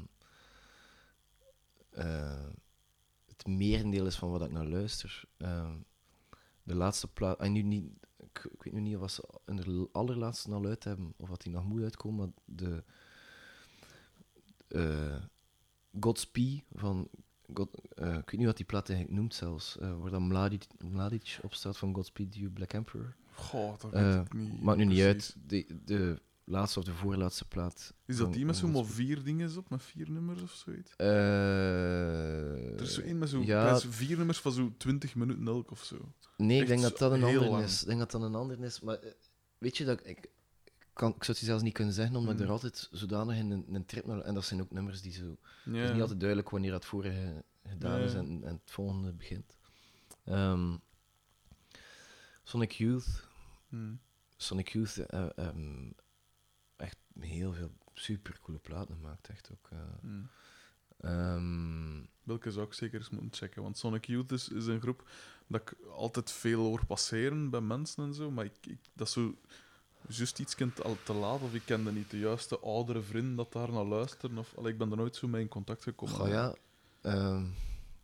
eh, het merendeel is van wat ik naar luister. Ehm, de laatste plaat... En nu niet... Ik, ik weet nu niet of ze in de allerlaatste al uit hebben, of wat die nog moet uitkomen, maar de... eh Godspeed van God, uh, ik weet niet wat die plaat eigenlijk noemt zelfs, uh, waar dan Mladic, Mladic op staat van Godspeed You Black Emperor. Goh, dat weet Uh, ik niet. maakt nu niet precies. uit. De, de laatste of de voorlaatste plaat. Is van- dat die met van zo'n maar Godspeed. vier dingen op, met vier nummers of zoiets? Uh, Er is zo één met zo ja, met zo vier nummers van zo twintig minuten elk of zo. nee, ik echt denk dat dat een heel ander lang. is. Ik denk dat dat een ander is. Maar uh, weet je, dat ik, ik, kan, ik zou het je zelfs niet kunnen zeggen, omdat ik Hmm. er altijd zodanig in een, een trip naar... En dat zijn ook nummers die zo... Ja. Het is niet altijd duidelijk wanneer dat vorige gedaan Nee. is en, en het volgende begint. Um, Sonic Youth. Hm. Sonic Youth, uh, um, echt heel veel supercoole platen gemaakt, echt ook. Uh, Hm. um, Welke zou ik zeker eens moeten checken? Want Sonic Youth is, is een groep dat ik altijd veel hoor passeren bij mensen en zo, maar ik, ik, dat is zo juist iets te, te laat, of ik kende niet de juiste oudere vrienden dat daar naar luisteren. Of, allee, ik ben er nooit zo mee in contact gekomen. goh, ja. Um,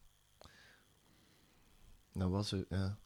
dat was het, ja.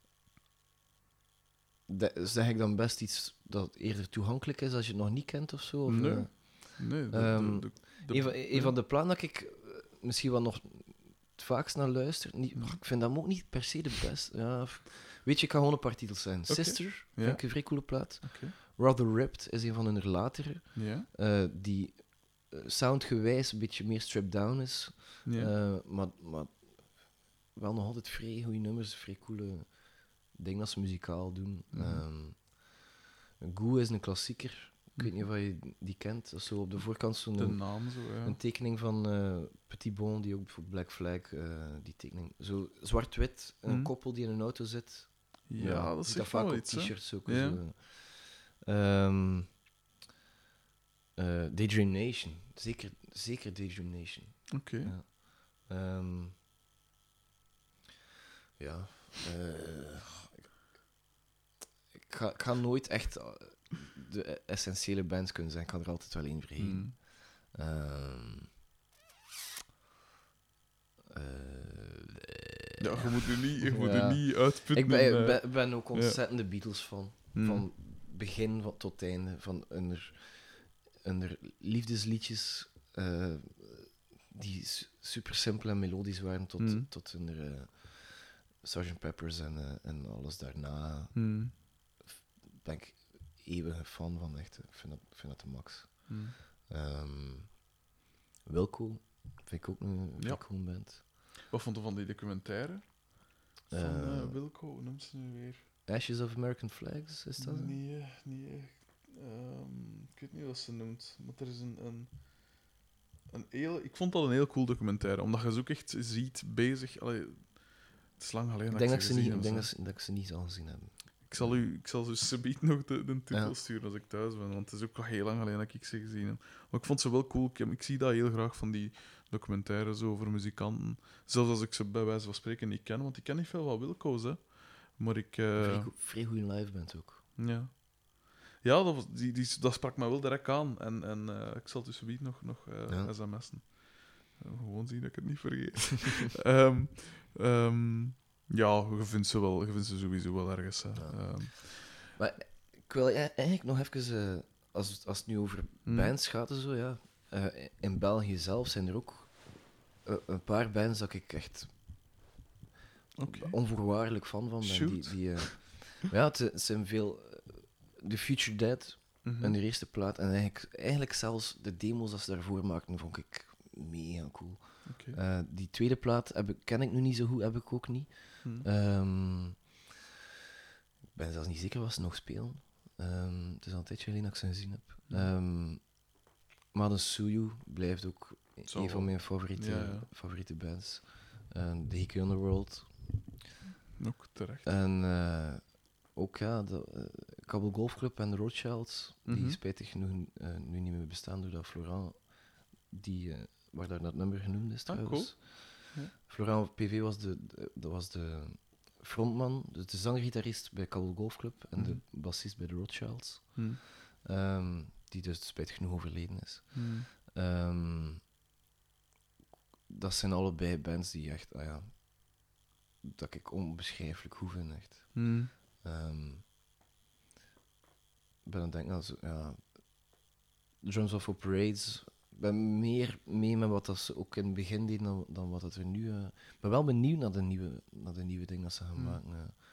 De, zeg ik dan best iets dat eerder toegankelijk is als je het nog niet kent of zo? Of, Nee. uh, Nee, de, Um, de, de, de, een, van, een van de platen dat ik uh, misschien wel nog het vaakst naar luister, niet, Mhm. ik vind dat ook niet per se de best. Ja, f- weet je, ik kan gewoon een paar titels zijn. Oké. Sister, Ja. vind ik een vrij coole plaat. Oké. Rather Ripped is een van hun latere, Ja? uh, die uh, soundgewijs een beetje meer stripped down is, Ja. uh, maar, maar wel nog altijd vrij goede nummers, vrij coole dingen dat ze muzikaal doen. Mhm. Um, Goo is een klassieker. Ik weet niet of je die kent. Dat is zo op de voorkant zo'n De naam zo, ja. een tekening van uh, Petit Bon, die ook voor Black Flag, uh, die tekening. Zo zwart-wit, een Mhm. koppel die in een auto zit. Ja, dat zie is echt vaak wel op iets, hè. t-shirts ook. Ja. Zo. Um, uh, Daydream Nation. Zeker, zeker Daydream Nation. Oké. Ja. Um, ja. Uh, ik, ik, ga, ik ga nooit echt uh, de essentiële bands kunnen zijn. Ik kan er altijd wel één vergeten. Mm. Um, uh, Ja, je moet er niet, je moet Ja. er niet uitputten. ik ben, eh. ben, ben ook ontzettend de Beatles fan. Mm. Van begin van, tot einde. Van hun, hun liefdesliedjes uh, die su- super simpel en melodisch waren tot, Mm. tot hun uh, sergeant Peppers en, uh, en alles daarna. Mm. Ben ik eeuwige fan van, echt. Ik vind dat, ik vind dat de max. Mm. Um, Wilco vind ik ook een Ja. ja. cool band. Wat vond je van die documentaire? Van Eh, uh, Wilco, hoe noemt ze nu weer? Ashes of American Flags, is dat? Nee, nee. Um, ik weet niet wat ze noemt. Maar er is een, een, een heel... Ik vond dat een heel cool documentaire, omdat je ze ook echt ziet bezig... Allee, het is lang geleden Ik dat denk, ik dat, ze ik ze gezien niet, ik heb, denk zo. dat, ze, dat ik ze niet zal gezien hebben. Ik zal u, ik zal dus subiet nog de, de titel Ja. sturen als ik thuis ben, want het is ook al heel lang geleden dat ik ze gezien heb. Maar ik vond ze wel cool. Ik, heb- ik zie dat heel graag van die documentaires over muzikanten. Zelfs als ik ze bij wijze van spreken niet ken, want ik ken niet veel van Wilco's, hè. Maar ik... eh, Vrij, go- vrij goede live band ook. ja. Ja, dat, was, die, die, dat sprak mij wel direct aan. En, en eh, ik zal dus subiet nog, nog uh, Ja. sms'en. Uh, gewoon zien dat ik het niet vergeet. Ehm, ehm, ja, je vindt ze, wel, je vindt ze sowieso wel ergens. Hè. Ja. Ehm, Maar ik wil e- eigenlijk nog even, uh, als, als het nu over Hmm. bands gaat en zo, ja. Uh, in België zelf zijn er ook uh, een paar bands dat ik echt Oké. onvoorwaardelijk fan van ben. Die, Shoot. die, uh, ja, het, het zijn veel... Uh, The Future Dead, Mhm. en de eerste plaat. En eigenlijk, eigenlijk zelfs de demos dat ze daarvoor maakten, vond ik mega cool. Oké. Uh, die tweede plaat heb ik, ken ik nu niet zo goed, heb ik ook niet. Hm. Um, ik ben zelfs niet zeker wat ze nog spelen. Um, het is al een tijdje geleden dat ik ze gezien heb. Um, maar de Suyu blijft ook Zo een wel. van mijn favoriete, Ja, ja. favoriete bands. Um, The Hickey Underworld. Ook terecht. En uh, ook ja, de uh, Kabul Golf Club en de Rothschilds, die Mhm. spijtig genoeg uh, nu niet meer bestaan doordat Florent, die, uh, waar daar dat nummer genoemd is Ah, trouwens. cool. Ja. Florent P V was de, de, dat was de frontman, dus de zanger-gitarist bij Kabul Golf Club en Mhm. de bassist bij de Rothschilds, Hm. um, die dus spijtig genoeg overleden is. Hm. Um, dat zijn allebei bands die echt, ah ja, dat ik onbeschrijfelijk goed vind, echt. Hm. Um, ik ben aan het denken, als, ja, Drums of War Parades ben meer mee met wat dat ze ook in het begin deden dan, dan wat dat er nu... Uh, ik ben wel benieuwd naar de nieuwe, naar de nieuwe dingen dat ze gaan Hmm. maken.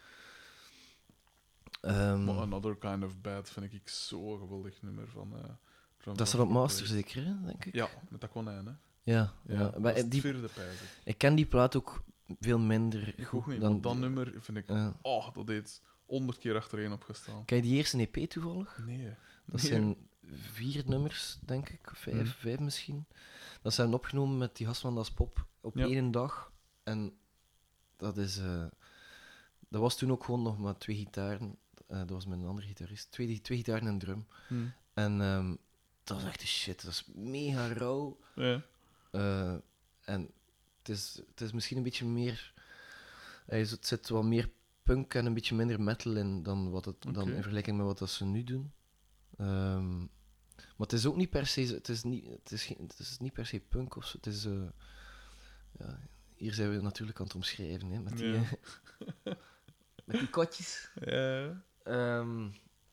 Uh. Um, Maar Another Kind of Bad vind ik zo'n geweldig nummer van... Uh, dat is er op Master zeker, hè, denk ik? Ja, met dat konijn, hè. Ja, ja, ja. Dat maar is het die, vierde pijzer. Ik ken die plaat ook veel minder Ik ook niet, dan... want dat nummer vind ik... Uh, oh, dat heeft honderd keer achtereen opgestaan. Ken je die eerste E P toevallig? Nee. Dat nee. zijn vier nummers, denk ik. Of vijf, hmm. vijf misschien. Dat zijn opgenomen met die gast van Das Pop op ja. één dag. En dat is... Uh, dat was toen ook gewoon nog maar twee gitaren. Uh, dat was met een andere gitarist. Twee, twee gitaren en drum. Hmm. En um, dat was echt de shit. Dat is mega rauw. Ja. Uh, en het is, het is misschien een beetje meer... Uh, het zit wat meer punk en een beetje minder metal in dan, wat het, okay. dan in vergelijking met wat dat ze nu doen. Um, maar het is ook niet per se... Het is niet, het is geen, het is niet per se punk of zo. Het is... Uh, ja, hier zijn we natuurlijk aan het omschrijven, hè, met die... Ja. met die kotjes. Ja. Um,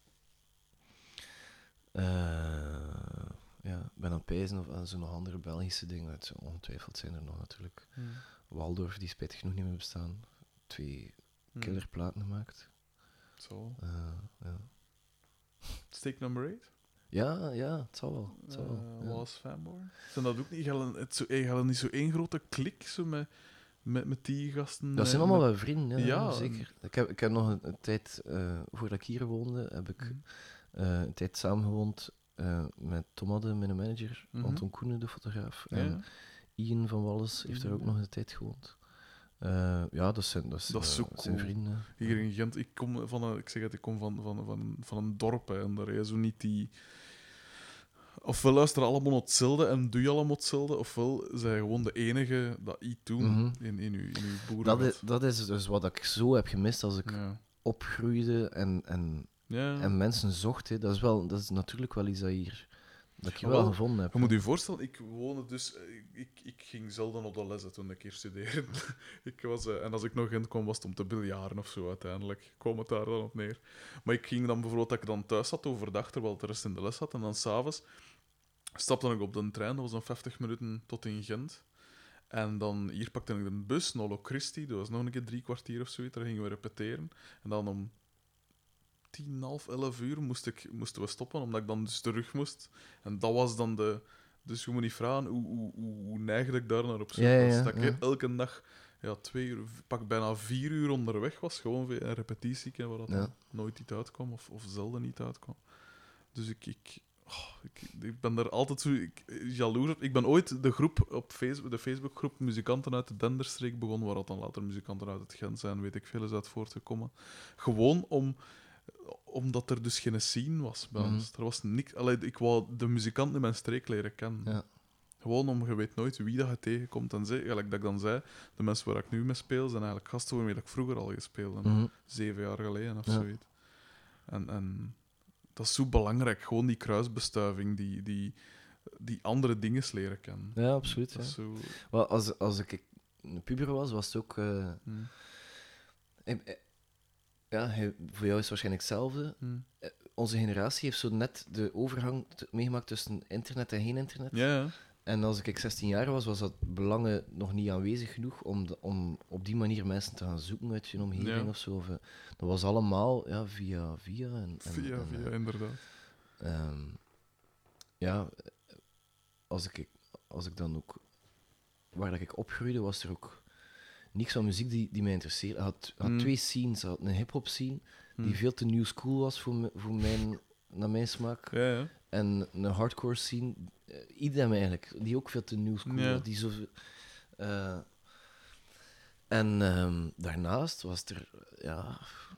uh, ja, ik ben aan het pijzen of aan zo'n nog andere Belgische dingen. Het ongetwijfeld zijn er nog natuurlijk. Hmm. Waldorf, die spijtig genoeg niet meer bestaan. Twee hmm. killerplaten gemaakt. Zo. Uh, ja. Steak number eight? Ja, ja, het zal wel. Het zal uh, wel ja. Wallace Fanborn? Zijn dat ook niet? Gaat niet zo één grote klik zo met, met, met die gasten? Dat zijn met, allemaal met... wel vrienden, ja, ja. zeker. Ik heb, ik heb nog een, een tijd, uh, voordat ik hier woonde, heb ik mm. uh, een tijd samengewoond uh, met Tom Adde, mijn manager, mm-hmm. Anton Koenen, de fotograaf. Ja. En Ian van Wallis heeft daar ook nog een tijd gewoond. Uh, ja, dat zijn, dat zijn, dat is zo uh, cool. zijn vrienden. Hier in Gent, ik kom van een, ik zeg het, ik kom van, van, van, van een dorp hè, en daar is zo niet die... Of we luisteren allemaal hetzelfde en doe je allemaal hetzelfde, ofwel zijn gewoon de enige dat iets doen mm-hmm. in, in, uw, in uw boeren. Dat is, dat is dus wat ik zo heb gemist als ik ja. opgroeide en, en, ja. en mensen zocht. Hè. Dat, is wel, dat is natuurlijk wel iets dat, hier, dat ik hier wel, wel gevonden heb. Je moet je voorstellen, ik woonde dus... Ik, ik ging zelden op de lessen toen ik hier studeerde. ik was, uh, en als ik nog in kwam, was het om te biljaren of zo uiteindelijk. Kwam het daar dan op neer. Maar ik ging dan bijvoorbeeld, dat ik dan thuis zat overdag, terwijl de rest in de les zat, en dan s'avonds stapte ik op de trein, dat was dan vijftig minuten tot in Gent. En dan hier pakte ik een bus, Nolo Christi, dat was nog een keer drie kwartier of zoiets, daar gingen we repeteren. En dan om tien, half, elf uur moest ik, moesten we stoppen, omdat ik dan dus terug moest. En dat was dan de... Dus je moet niet vragen hoe, hoe, hoe, hoe neigde ik daar naar op zoek. Ja, ja, was. Dat ik ja. elke dag ja, twee uur, pak bijna vier uur onderweg was, gewoon via een repetitie, waar dat ja. nooit niet uitkwam, of, of zelden niet uitkwam. Dus ik... ik Oh, ik, ik ben daar altijd zo ik, jaloers op. Ik ben ooit de groep op Facebook, de Facebookgroep Muzikanten uit de Denderstreek begonnen, waar dat dan later muzikanten uit het Gent zijn, weet ik veel, is uit voortgekomen. Gewoon om, omdat er dus geen scene was bij ons. Mm-hmm. Er was niks. Allee, ik wou de muzikanten in mijn streek leren kennen. Ja. Gewoon om, je weet nooit wie dat je tegenkomt. En zei, gelijk dat ik dan zei, de mensen waar ik nu mee speel, zijn eigenlijk gasten waarmee ik vroeger al gespeeld heb. Mm-hmm. Zeven jaar geleden of ja. zoiets. En... en dat is zo belangrijk, gewoon die kruisbestuiving, die, die, die andere dingen leren kennen. Ja, absoluut. Dat ja. zo... well, als, als ik een puber was, was het ook... Uh... Hmm. Ik, ja, hij, voor jou is het waarschijnlijk hetzelfde. Hmm. Uh, onze generatie heeft zo net de overgang t- meegemaakt tussen internet en geen internet. Ja, ja. En als ik zestien jaar was, was dat belangen nog niet aanwezig genoeg om, de, om op die manier mensen te gaan zoeken uit je omgeving ja. of zo. Of, uh, dat was allemaal ja, via via. En, en, via en, via, uh, inderdaad. Um, ja, als ik, als ik dan ook... Waar dat ik opgroeide, was er ook niks van muziek die, die mij interesseerde. Hij had, had mm. twee scenes. Hij had een hip-hop scene, mm. die veel te new school was voor, me, voor mijn, naar mijn smaak. Ja, ja. En een hardcore scene, uh, idem eigenlijk, die ook veel te new school ja. was. Die zo, uh, en um, daarnaast was er, ja,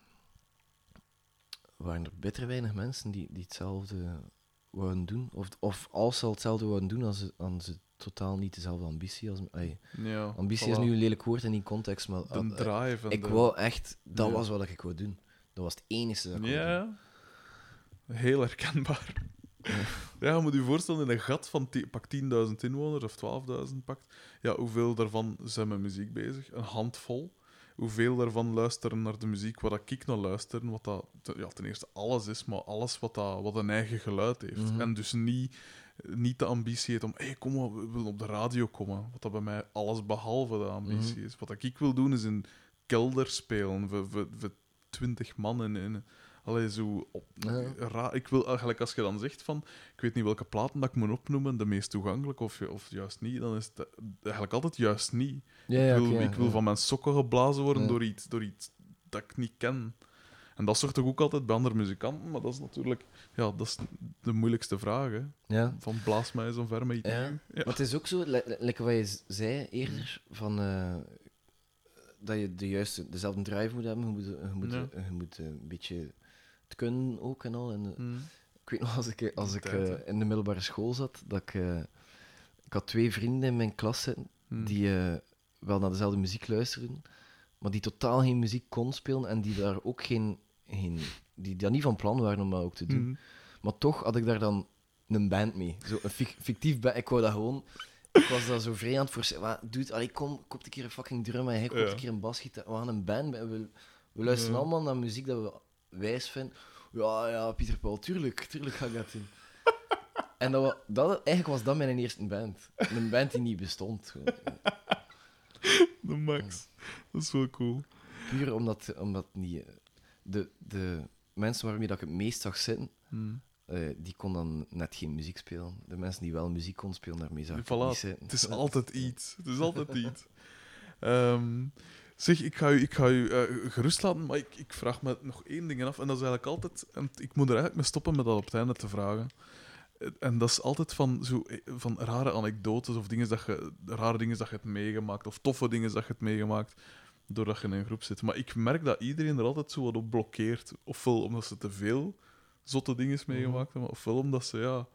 waren er bitter weinig mensen die, die hetzelfde wouden doen. Of, of als ze al hetzelfde wouden doen, dan ze, dan ze totaal niet dezelfde ambitie als... Ay, ja, ambitie voilà. is nu een lelijk woord in die context, maar... De uh, drive. Ik de... wou echt... Dat ja. was wat ik wou doen. Dat was het enige dat ik ja. wou doen. Heel herkenbaar. Ja. ja, je moet je voorstellen, in een gat van t- pak tienduizend inwoners of twaalfduizend pakt, ja, hoeveel daarvan zijn met muziek bezig? Een handvol. Hoeveel daarvan luisteren naar de muziek waar ik naar luister, wat dat, ja, ten eerste alles is, maar alles wat, dat, wat een eigen geluid heeft. Mm-hmm. En dus niet niet de ambitie heeft om hey, kom maar, we willen op de radio komen. Wat dat bij mij alles behalve de ambitie Mhm. is. Wat ik wil doen is een kelder spelen voor, voor, voor twintig man. En, en, allee, zo op, Ja. ra- ik wil eigenlijk, als je dan zegt van ik weet niet welke platen dat ik moet opnoemen, de meest toegankelijk of, of juist niet, dan is het eigenlijk altijd juist niet. Ja, ik ja, wil, oké, ik wil ja. van mijn sokken geblazen worden Ja. door, iets, door iets dat ik niet ken. En dat zorgt toch ook altijd bij andere muzikanten, maar dat is natuurlijk ja, dat is de moeilijkste vraag. Hè. Ja. Van blaas mij zo ver met iets Ja. nieuw. Maar het is ook zo, le- le- lekker wat je z- zei eerder, van, eh, dat je de juiste, dezelfde drive moet hebben. Je moet, je moet, Ja. je moet eh, een beetje het kunnen ook en al. En, eh, Mm. ik weet nog, als ik, als ik Tijd, hè. eh, in de middelbare school zat, dat ik... eh, ik had twee vrienden in mijn klas zitten Mm. die eh, wel naar dezelfde muziek luisterden, maar die totaal geen muziek kon spelen en die daar ook geen... geen die daar niet van plan waren om dat ook te doen. Mm. Maar toch had ik daar dan een band mee. Zo een fic- fictief band. Ik wou dat gewoon... Ik was daar zo vrij aan het voorstellen. Maar dude, allee, kom, koop een keer een fucking drum en hij koopt Ja. een keer een basgitaar. We gaan een band... bij- We, we luisteren Ja. allemaal naar muziek dat we wijs vinden. Ja, ja, Pieter Paul, tuurlijk. Tuurlijk ga ik dat doen. En dat, wa- dat, eigenlijk was dat mijn eerste band. Een band die niet bestond. Gewoon. De max. Dat is wel cool. Puur omdat, omdat niet... eh, De, de mensen waarmee dat ik het meest zag zitten, Mm. eh, die kon dan net geen muziek spelen. De mensen die wel muziek kon spelen, daarmee zag ik het Voilà, niet zitten. het is altijd iets. Het is altijd iets. Ehm, zeg, ik ga u, ik ga u eh, gerust laten, maar ik, ik vraag me nog één ding af. En dat is eigenlijk altijd... En ik moet er eigenlijk mee stoppen met dat op het einde te vragen. Eh, En dat is altijd van, zo, eh, van rare anekdotes of dingen dat je, rare dingen dat je hebt meegemaakt. Of toffe dingen dat je hebt meegemaakt. Doordat je in een groep zit. Maar ik merk dat iedereen er altijd zo wat op blokkeert. Ofwel omdat ze te veel zotte dingen meegemaakt hebben. Ofwel omdat ze, ja...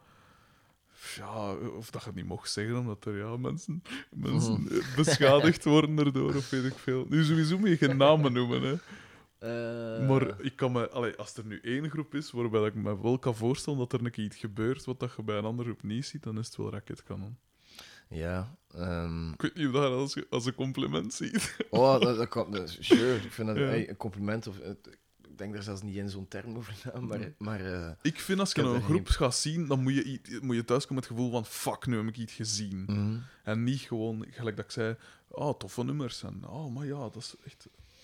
Ja, of dat je het niet mocht zeggen, omdat er ja, mensen, mensen eh, beschadigd worden erdoor, of weet ik veel. Nu, sowieso moet je geen namen noemen, hè. Eh, Maar ik kan me, allee, als er nu één groep is waarbij ik me wel kan voorstellen dat er een keer iets gebeurt wat dat je bij een andere groep niet ziet, dan is het wel Racket Cannon. Ja. ehm, Ik weet niet of dat je dat als, als een compliment ziet. Oh, dat, dat kan... dat- sure, ik vind dat Ja. hey, een compliment. Of, eh, ik denk daar zelfs niet in zo'n term over na, maar... Nee. maar eh, Ik vind als je Ik heb een er groep gaat zien, dan moet je, i- moet je thuiskomen met het gevoel van fuck, nu heb ik iets gezien. mhm. En niet gewoon, gelijk dat ik zei, oh, toffe nummers. En oh, maar ja, dat is echt...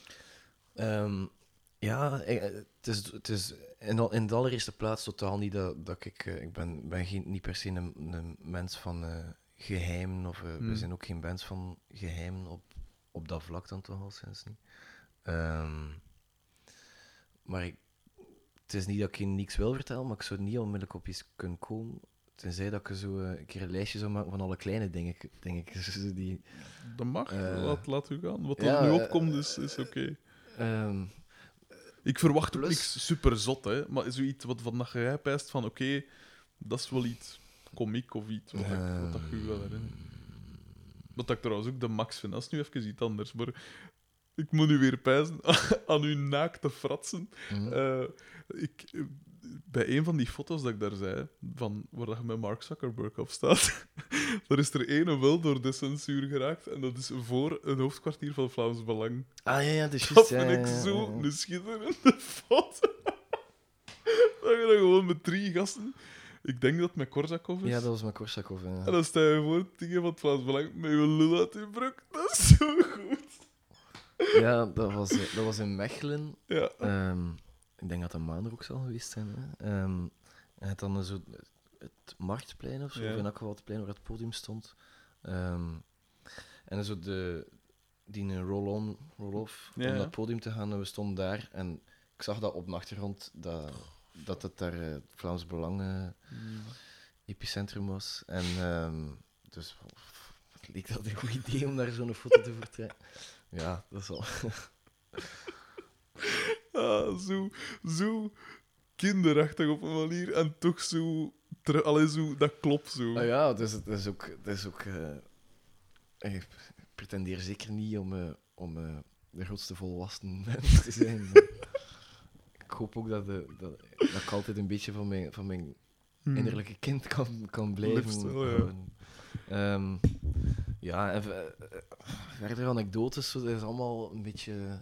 Ehm, ja, eh, het is, het is in, al- in de allereerste plaats totaal niet dat, dat ik... eh, ik ben, ben geen, niet per se een, een mens van eh, geheimen, of eh, Hmm. we zijn ook geen bands van geheimen op, op dat vlak dan toch al sinds niet. Ehm, maar ik, het is niet dat ik je niks wil vertellen, maar ik zou niet onmiddellijk op iets kunnen komen. Tenzij dat ik zo eh, een keer een lijstje zou maken van alle kleine dingen, denk ik. Zo die, Dat mag, Eh, laat, laat u gaan. Wat ja, er nu eh, opkomt, is, is oké. ehm, Ik verwacht ook plus- niks super zot, hè. Maar zoiets wat van dat jij pijst van, oké, dat is wel iets komiek of iets wat, ik, wat dat je je wel herinnert. Wat ik trouwens ook de max vind. Dat is nu even iets anders, maar ik moet nu weer pijzen aan uw naakte fratsen. mhm. Eh, ik, eh, bij een van die foto's dat ik daar zei, van, waar dat je met Mark Zuckerberg op staat, daar is er ene wel door de censuur geraakt. En dat is voor een hoofdkwartier van Vlaams Belang. Ah ja, ja, dat is Dat juist. vind ja, ik ja, ja, zo ja. een schitterende foto. Dat je dan gewoon met drie gasten... Ik denk dat het met Korsakov is. Ja, dat was mijn Korsakov. Ja. En dan sta je voor het dingen van het Vlaams Belang met je lul uit je broek. Dat is zo goed. Ja, dat was, eh, dat was in Mechelen. Ja. Ehm, ik denk dat dat Maan er ook zal geweest zijn. Hè. Ehm, en het dan zo het Marktplein of zo, Ja. of in elk geval het plein waar het podium stond. Ehm, en dan zo de, die een roll-on, roll-off, Ja, om ja. naar het podium te gaan. En we stonden daar en ik zag dat op de achtergrond dat, dat het daar eh, het Vlaams Belang eh, epicentrum was. En ehm, dus leek dat een goed idee om daar zo'n foto te vertrekken. Ja, dat is al. Ah, zo, zo kinderachtig op een manier. En toch zo... ter- Allee, zo dat klopt zo. Nou ja, dus het is ook. Het is ook eh, ik pretendeer zeker niet om, eh, om eh, de grootste volwassen mens te zijn. maar ik hoop ook dat, de, dat, dat ik altijd een beetje van mijn, van mijn Hmm. innerlijke kind kan, kan blijven. Liefst wel, ja. houden. Ehm, ja, en ver- eh, verder anekdotes, zo, dat is allemaal een beetje.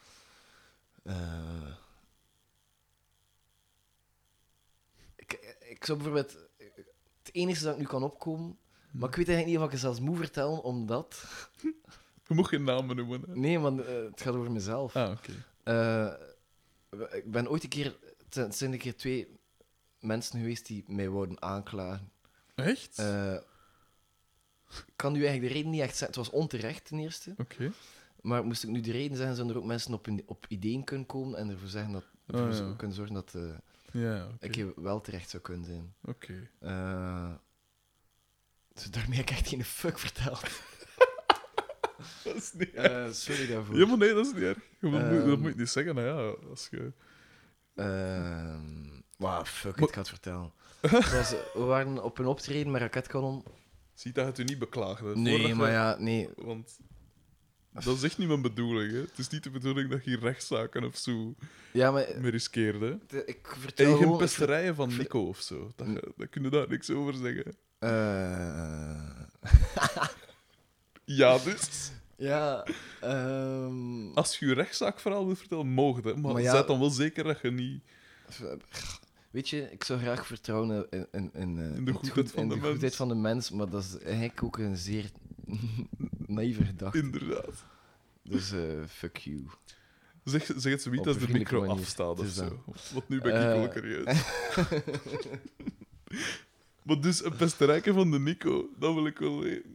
eh, ik, ik zou bijvoorbeeld. Het het enige dat ik nu kan opkomen. Maar ik weet eigenlijk niet of ik het zelfs moet vertellen, omdat... Je moet geen namen noemen. Hè? Nee, want uh, het gaat over mezelf. Ah, oké. Okay. Uh, ik ben ooit een keer... Het zijn een keer twee mensen geweest die mij wouden aanklagen. Echt? Uh, ik kan nu eigenlijk de reden niet echt zeggen. Het was onterecht, ten eerste. Oké. Okay. Maar moest ik nu de reden zeggen, zouden er ook mensen op, een, op ideeën kunnen komen en ervoor, zeggen dat, ervoor oh, ja. kunnen zorgen dat uh, ja, okay. ik wel terecht zou kunnen zijn. Oké. Okay. Uh, dus daarmee heb ik echt geen fuck verteld. Dat is niet uh, sorry daarvoor. Ja, maar nee, dat is niet erg. Dat, um, moet, dat moet je niet zeggen, hè, ja. Als je... Uh, wow, fuck, maar... ik ga het vertellen. Was, we waren op een optreden met Raketkanon. Ziet dat je het u niet beklaagde? Nee, maar je... ja, nee. Want dat is echt niet mijn bedoeling, hè. Het is niet de bedoeling dat je rechtszaken of zo ja, maar... mee riskeerde. De, ik vertel Eigen gewoon... pesterijen van Nico of zo. Dat, je, daar kun je daar niks over zeggen. Uh... ja, dus... Ja, um... Als je je rechtszaakverhaal wil vertellen, mogen het. Maar, maar ja, zet dan wel zeker dat je niet... Weet je, ik zou graag vertrouwen in, in, in, in de, goedheid, goed, van, in de de goedheid van de mens, maar dat is eigenlijk ook een zeer naïeve gedachte. Inderdaad. Dus uh, fuck you. Zeg, zeg het zoiets als de micro manier. afstaat of zo. Wat nu ben ik uh... wel curieus. Maar dus een pesterijke van de Nico, dat wil ik wel weten.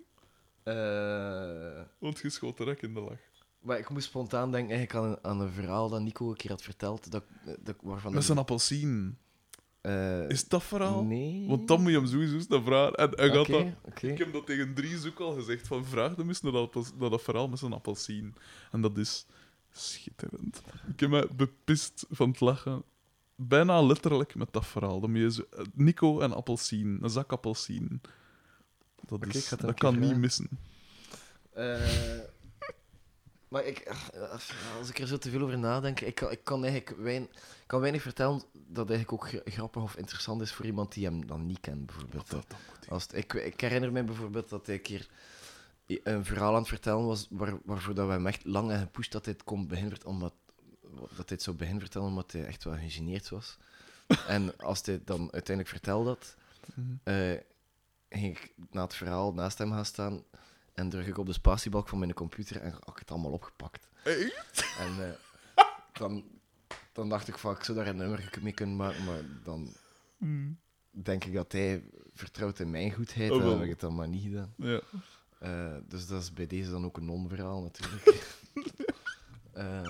Uh... Want je schoot direct in de lach. Maar ik moest spontaan denken eigenlijk aan een, aan een verhaal dat Nico een keer had verteld. Dat, dat, waarvan Met zijn appelsien. Uh, is dat verhaal? Nee. Want dan moet je hem sowieso eens naar vragen. En, en gaat okay, dat... okay. Ik heb dat tegen drie zoek al gezegd. Van, vraag hem eens naar dat, naar dat verhaal met zijn appelsien. En dat is schitterend. Ik heb me bepist van het lachen. Bijna letterlijk met dat verhaal. Dan moet je zo, Nico en appelsien. Een zak appelsien. Dat, okay, is, dat kan niet missen. Uh, maar ik, als ik er zo te veel over nadenk, ik kan, ik kan eigenlijk weinig, kan weinig vertellen dat eigenlijk ook grappig of interessant is voor iemand die hem dan niet kent, bijvoorbeeld. Dat, dat moet als het, ik, ik herinner me bijvoorbeeld dat hij een keer een verhaal aan het vertellen was waar, waarvoor dat we hem echt lang en gepusht dat hij het kon beginnen, omdat dat hij het zou beginnen vertellen, omdat hij echt wel gegeneerd was. En als hij het dan uiteindelijk vertelde dat, mm-hmm. uh, ging ik na het verhaal naast hem gaan staan en druk ik op de spatiebalk van mijn computer en had ik het allemaal opgepakt. Echt? En uh, dan, dan dacht ik van, ik zou daar een nummer mee kunnen maken, maar dan mm. denk ik dat hij vertrouwt in mijn goedheid, oh, en dan heb ik het dan maar niet gedaan. Ja. Uh, dus dat is bij deze dan ook een non-verhaal, natuurlijk. uh,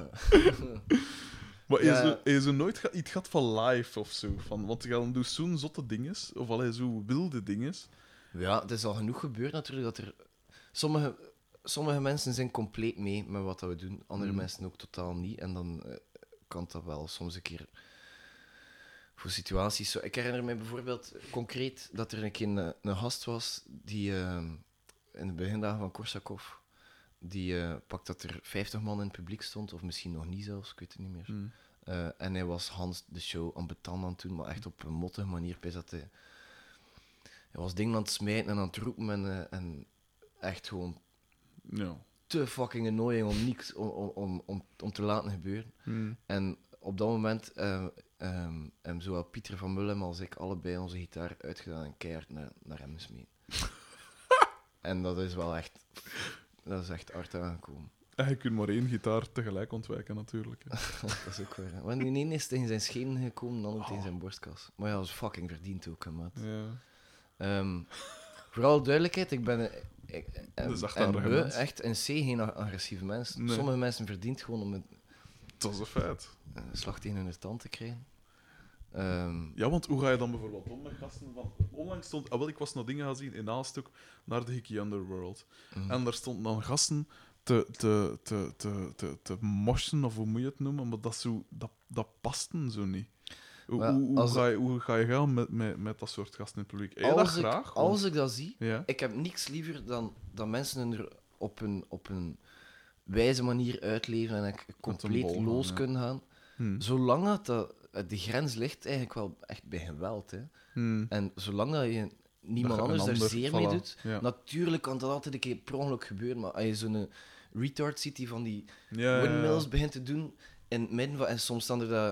maar ja. Heb je zo nooit ga, iets gehad van live of zo? Van, want je gaat doen zo'n zotte dinges, of allee, zo wilde dinges. Ja, het is al genoeg gebeurd natuurlijk, dat er... Sommige, sommige mensen zijn compleet mee met wat dat we doen, andere mm. mensen ook totaal niet. En dan uh, kan dat wel soms een keer voor situaties zo. Ik herinner me bijvoorbeeld concreet dat er een keer een, een gast was die uh, in de begindagen van Korsakov, die uh, pakt dat er vijftig man in het publiek stond, of misschien nog niet zelfs, ik weet het niet meer. Mm. Uh, en hij was Hans de show ambetant aan het doen, maar echt op een mottige manier. Dat hij, hij was dingen aan het smijten en aan het roepen en... Uh, en echt gewoon ja. te fucking annoying om niks om, om, om, om te laten gebeuren. Mm. En op dat moment uh, um, hebben zowel Pieter van Mullem als ik allebei onze gitaar uitgedaan en keihard naar, naar hem gesmeten. En dat is wel echt... Dat is echt hard aangekomen. En je kunt maar één gitaar tegelijk ontwijken, natuurlijk. Dat is ook waar. Want die ene is tegen zijn schenen gekomen, dan ook oh. tegen zijn borstkas. Maar ja, dat is fucking verdiend ook, hè, maat. Ja. Um, vooral duidelijkheid, ik ben... Ik, en, dus en we, mens. Echt in C, geen agressieve mensen. Nee. Sommige mensen verdient gewoon om een, dat is een feit. een slag tegen hun tand te krijgen. Um, ja, want hoe ga je dan bijvoorbeeld om met gasten? Van, onlangs stond... Ah, wel, ik was naar dingen gaan zien in Aalstuk, naar de Hickey Underworld. Mm. En daar stonden dan gasten te, te, te, te, te, te morsen, of hoe moet je het noemen, maar dat, zo, dat, dat pasten zo niet. Hoe, well, hoe, hoe, ga je, hoe ga je gaan met, met, met dat soort gasten in het publiek? Heb je dat ik, graag? Als want... ik dat zie, ja? ik heb niks liever dan dat mensen er op een, op een wijze manier uitleven en ik compleet los ja. kunnen gaan. Hmm. Zolang dat, dat de grens ligt eigenlijk wel echt bij geweld. Hè. Hmm. En zolang dat je niemand dat anders ander, er zeer voilà. mee doet, ja. natuurlijk kan dat altijd een keer per ongeluk gebeuren, maar als je zo'n retard ziet die van die ja, windmills ja, ja. begint te doen in het midden van, en soms staan er dat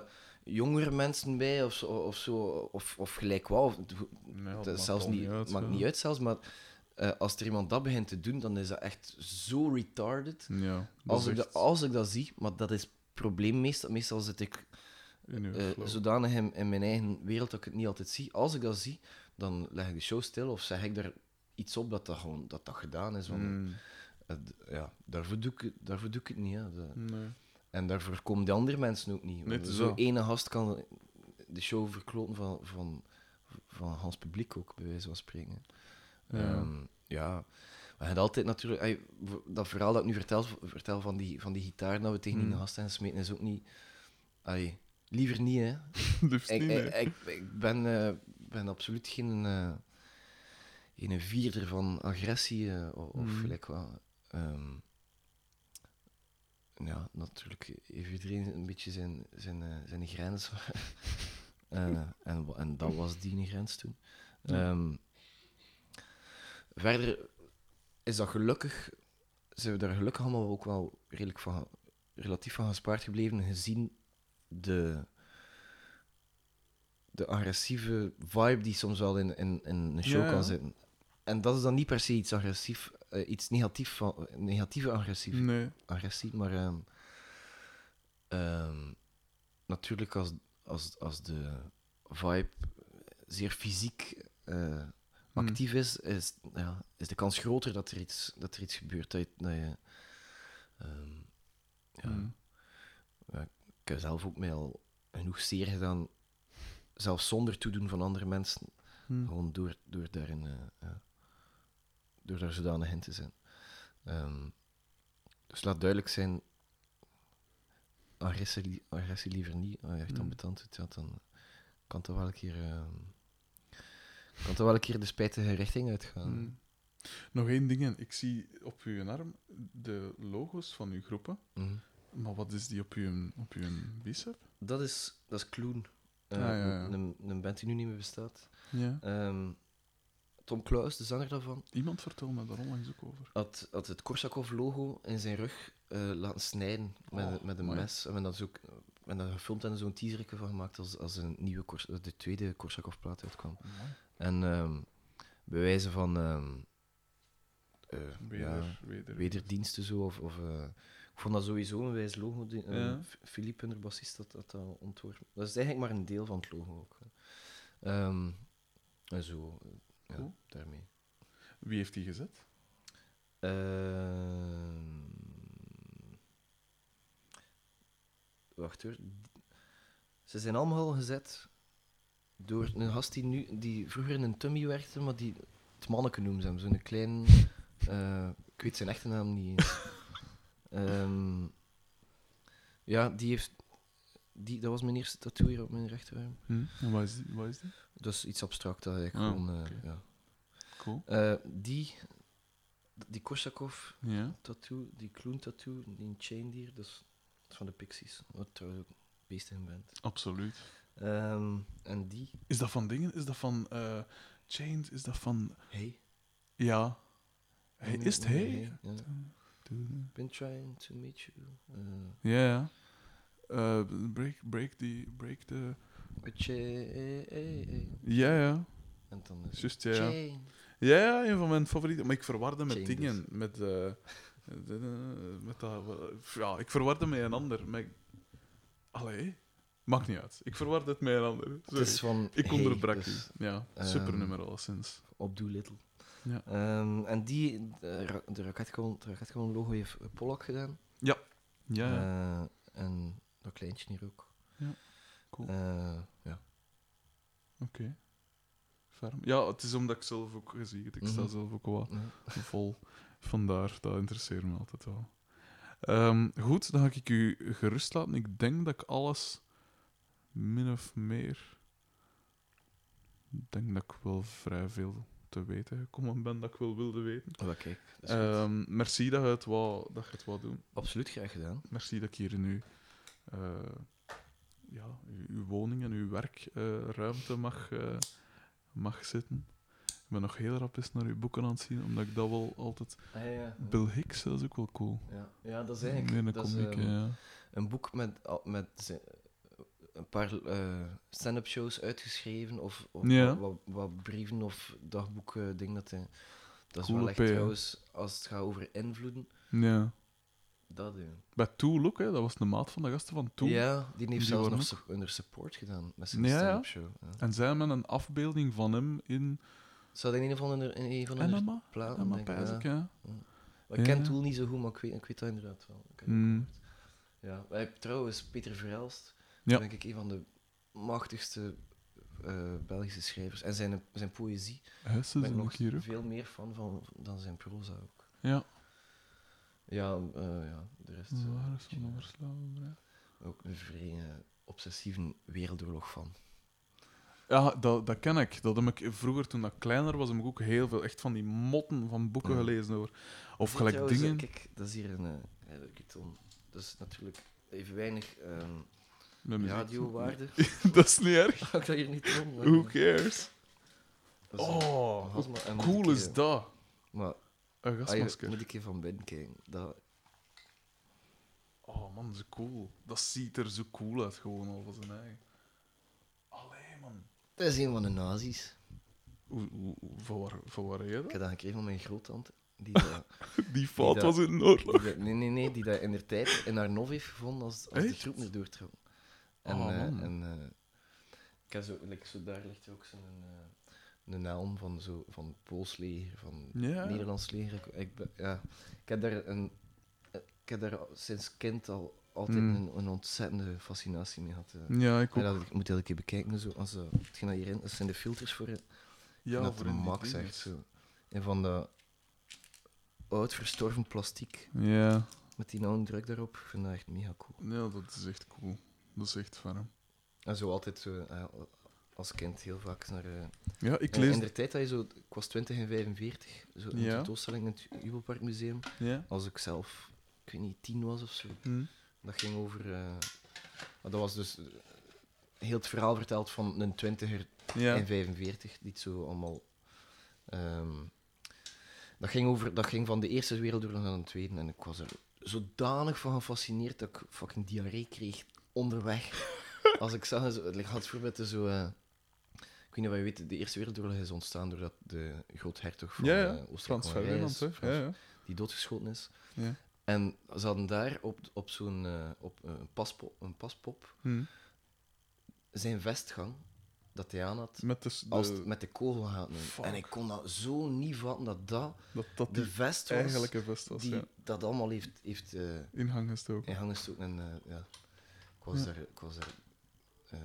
jongere mensen bij of zo, of, zo, of, of gelijk wat. Of, Nee, dat het maakt is zelfs al niet, uit, maakt ja. niet uit zelfs, maar uh, als er iemand dat begint te doen, dan is dat echt zo retarded. Ja, dat Als is ik, echt dat, als ik dat zie, maar dat is het probleem meestal. Meestal zit ik in uw uh, flow. zodanig in, in mijn eigen wereld dat ik het niet altijd zie. Als ik dat zie, dan leg ik de show stil of zeg ik er iets op dat dat, gewoon, dat, dat gedaan is. Want, Mm, uh, ja, daarvoor, doe ik, het- daarvoor doe ik het niet. Hè. De, nee. en daarvoor komen de andere mensen ook niet. Nee, het is Zo'n dat. ene gast kan de show verkloten van, van, van Hans publiek ook, bij wijze van spreken. Ja. Ja. ja. We hebben altijd natuurlijk... ey, dat verhaal dat ik nu vertel, vertel van, die, van die gitaar dat we tegen Hmm. die gast hebben gesmeten, is ook niet... ey, liever niet, hè. Liefst ik, niet, ik, nee. ik, ik ben, uh, ben absoluut geen... Uh, geen vierder van agressie, uh, of, of Hmm. gelijk wat. Um, ja, natuurlijk heeft iedereen een beetje zijn, zijn, uh, zijn grens. uh, en, en dat was die grens toen. Um, verder is dat gelukkig, zijn we daar gelukkig allemaal ook wel redelijk van, relatief van gespaard gebleven, gezien de, de agressieve vibe die soms wel in, in, in een show Ja, ja. kan zitten. En dat is dan niet per se iets agressief, uh, iets negatief van, negatieve agressief, Nee. agressie, maar um, um, natuurlijk als, als, als de vibe zeer fysiek uh, actief Hmm. is, is, ja, is de kans groter dat er iets, dat er iets gebeurt. Dat je, dat je um, ja, Hmm. ja, ik heb zelf ook mij al genoeg zeer gedaan, zelfs zonder toedoen van andere mensen, Hmm. gewoon door, door daarin, uh, uh, door daar zodanig in te zijn. Um, dus laat duidelijk zijn, agressie, agressie liever niet. Als je echt Hmm. ambetant doet, ja, dan kan het wel een keer, uh, kan het wel een keer de spijtige richting uitgaan. Hmm. Nog één ding, en ik zie op uw arm de logo's van uw groepen. Mm-hmm. Maar wat is die op uw, op uw bicep? Dat is, dat is Kloen. Uh, Ah, ja, ja. Een, een band die nu niet meer bestaat. Ja. Um, Tom Klaus, de zanger daarvan, Iemand vertelde me daar onlangs ook over. had, had het Korsakoff-logo in zijn rug uh, laten snijden met, Oh, met een amai. mes. En we hebben dat, ook, we hebben dat gefilmd en er zo'n teaserje van gemaakt als, als een nieuwe Kors, de tweede Korsakoff-plaat uitkwam. Amai. En um, bij wijze van um, uh, Weder, ja, weder. wederdiensten zo, of... of uh, ik vond dat sowieso een wijs logo. Die, uh, Ja. Philippe, hun bassist, dat dat uh, ontworpen. Dat is eigenlijk maar een deel van het logo ook. Um, en zo, uh, ja, Cool. daarmee. Wie heeft die gezet? Uh, wacht hoor. Ze zijn allemaal gezet door een gast die, nu, die vroeger in een tummy werkte, maar die het manneke noemen ze hem. Zo'n klein... Uh, ik weet zijn echte naam niet eens. um, ja, die heeft... Die, dat was mijn eerste tattoo hier op mijn rechterarm. Hm? En wat is die? Wat is die? Dat is iets abstract, dat ik Ah, gewoon... Uh, okay. ja. Cool. Uh, die... Die Korsakoff Ja. tattoo, die Kloen tattoo, die chain dier, dat is, dat is van de Pixies. Wat trouwens ook beest in band. Absoluut. Um, en die... Is dat van dingen? Is dat van uh, Chains? Is dat van... Hey. Ja. Hey, is het Hey? Hey, ja. Been trying to meet you. Uh, ja, ja. Uh, break, break the... Break the... Hey, hey, hey. Ja, ja. En dan is Just, ja, ja. Chain. Ja, ja, een van mijn favorieten. Maar ik verwarde met Chain dingen. dus. Met, uh, de, de, met dat... Ja, ik verwarde met een ander. Met... Allee. Maakt niet uit. Ik verwarde het met een ander. Het Sorry. is van Ik Hey, onderbrak dus, je. Ja, um, super nummer alleszins. op Doolittle. Ja. Um, en die, de, ra- de Raketkanon Raketkanon logo heeft Pollock gedaan. Ja. Ja, ja. Uh, en dat kleintje hier ook. Ja, cool. Uh, ja. Oké. Okay. Ferm. Ja, het is omdat ik zelf ook gezien heb. Ik sta Mhm. zelf ook wat Ja. vol. Vandaar, dat interesseert me altijd wel. Um, goed, dan ga ik u gerust laten. Ik denk dat ik alles min of meer... Ik denk dat ik wel vrij veel te weten gekomen ben dat ik wel wilde weten. Oh, kijk. dat is goed. Um, merci dat je het wou, dat je het wou doen. Absoluut graag gedaan. Merci dat ik hier in uw, uh, ja, uw, uw woning en uw werkruimte uh, mag, uh, mag zitten. Ik ben nog heel rap eens naar uw boeken aan het zien, omdat ik dat wel altijd... Ah, ja, ja. Bill Hicks, dat is ook wel cool. Ja, ja dat is eigenlijk Nee, een dat is, comic, um, ja. een boek met, al- met zijn, een paar uh, stand-up shows uitgeschreven of, of Ja. wat, wat, wat brieven of dagboeken, ding dat hij... Dat is Coole wel echt P, hè. trouwens, als het gaat over invloeden, Ja. dat ja. Bij Tool ook, hè. Dat was de maat van de gasten van Tool. Ja, die heeft Die zelfs waren nog ook- su- onder support gedaan met zijn Ja, ja. stand-up show. Ja. En zij met een afbeelding van hem in Zou dat in een van de, in een van de Enema. platen, Enema, denk ik, pijs ja. ik, ja. Maar ik Ja. ken Tool niet zo goed, maar ik weet, ik weet dat inderdaad wel. Ik heb het ook Mm. gehoord. Ja, wij hebben trouwens Peter Verhelst, Ja. denk ik een van de machtigste eh, Belgische schrijvers. En zijn, zijn poëzie Hè, ze ben ik zijn nog ook hier ook. veel meer fan van dan zijn proza ook. Ja. Ja, eh, ja de rest... eh, Waar is weet je, van overslagen? ook een vrij eh, obsessieve wereldoorlog van. Ja, dat, dat ken ik. Dat heb ik. Vroeger, toen ik kleiner was, heb ik ook heel veel echt van die motten van boeken Ja. gelezen over. Of Zie gelijk trouwens, dingen. eh, Kijk, dat is hier een... Uh, ja, dat, ik het on- dat is natuurlijk even weinig ehm Met muziek. radiowaarde. Dat is niet erg. Ga ik dat hier niet doen? maar, Who eh, cares? dat is een- Oh, een hoe gasma- en moet cool ik, is eh, dat? Maar Een ah, je, gasmasker. moet ik even van binnen kijken. Dat, Oh man, zo cool. Dat ziet er zo cool uit, gewoon al van zijn eigen. Allee, man. dat is een van de nazi's. Hoe, hoe, hoe- van, waar, van waar heb je Ik dat? heb dat gekregen van mijn groottante. Die dat, Die fout dat- was in de oorlog. die dat- nee, nee, nee. Die dat in der tijd in haar nof heeft gevonden als, als de Echt? troepen er doortrokken. En, Oh, eh, man. en eh, ik heb zo, like, zo, daar ligt er ook zo'n uh, een helm van, zo, van het Pools leger, van het Ja. Nederlands leger. Ik, ik, ben- ja, ik, heb daar een, ik heb daar sinds kind al altijd Mm. een, een ontzettende fascinatie mee gehad. eh. Ja, ik Ja, ook. dat, ik moet elke keer bekijken. Zo, als, uh, hetgeen dat hierin, dat zijn de filters voor het. Ja, dat voor de in die max dingen. echt zo. En van dat oud verstorven plastic Ja. met die nauwe druk daarop. Ik vind dat echt mega cool. Ja, dat is echt cool. Dat is echt fijn. En zo altijd zo, eh, als kind heel vaak naar. eh, Ja, ik in- lees... In de tijd dat je zo, ik was twintig en vijfenveertig, zo een Ja. tentoonstelling in het Jubelparkmuseum. Ja. Als ik zelf, ik weet niet, tien was of zo. Hm. Dat ging over. eh, maar dat was dus eh, heel het verhaal verteld van een twintiger Ja. in vijfenveertig, die het zo allemaal. ehm, dat, ging over, dat ging van de Eerste Wereldoorlog naar de Tweede. En ik was er zodanig van gefascineerd dat ik fucking diarree kreeg onderweg. Als ik zag, zo, ik had bijvoorbeeld zo. eh, ik weet niet of je weet, de Eerste Wereldoorlog is ontstaan doordat de groothertog van Ja, ja. eh, Frans Oostenrijk-Hongarije Ferdinand, is, hè. Frans- Ja, ja. die doodgeschoten is. Ja. En ze hadden daar op, op zo'n eh, op, eh, een, paspop, een paspop Hm. zijn vestgang dat hij aan had. Met de... s- de Als het met de kogelgaten in. Fuck. En ik kon dat zo niet vatten dat dat dat dat de die vest was eigenlijke vest was, die ja. dat allemaal heeft, heeft eh In hang gestoken. in hangen gestoken. En eh, ja, ik was Ja. daar, ik was daar eh,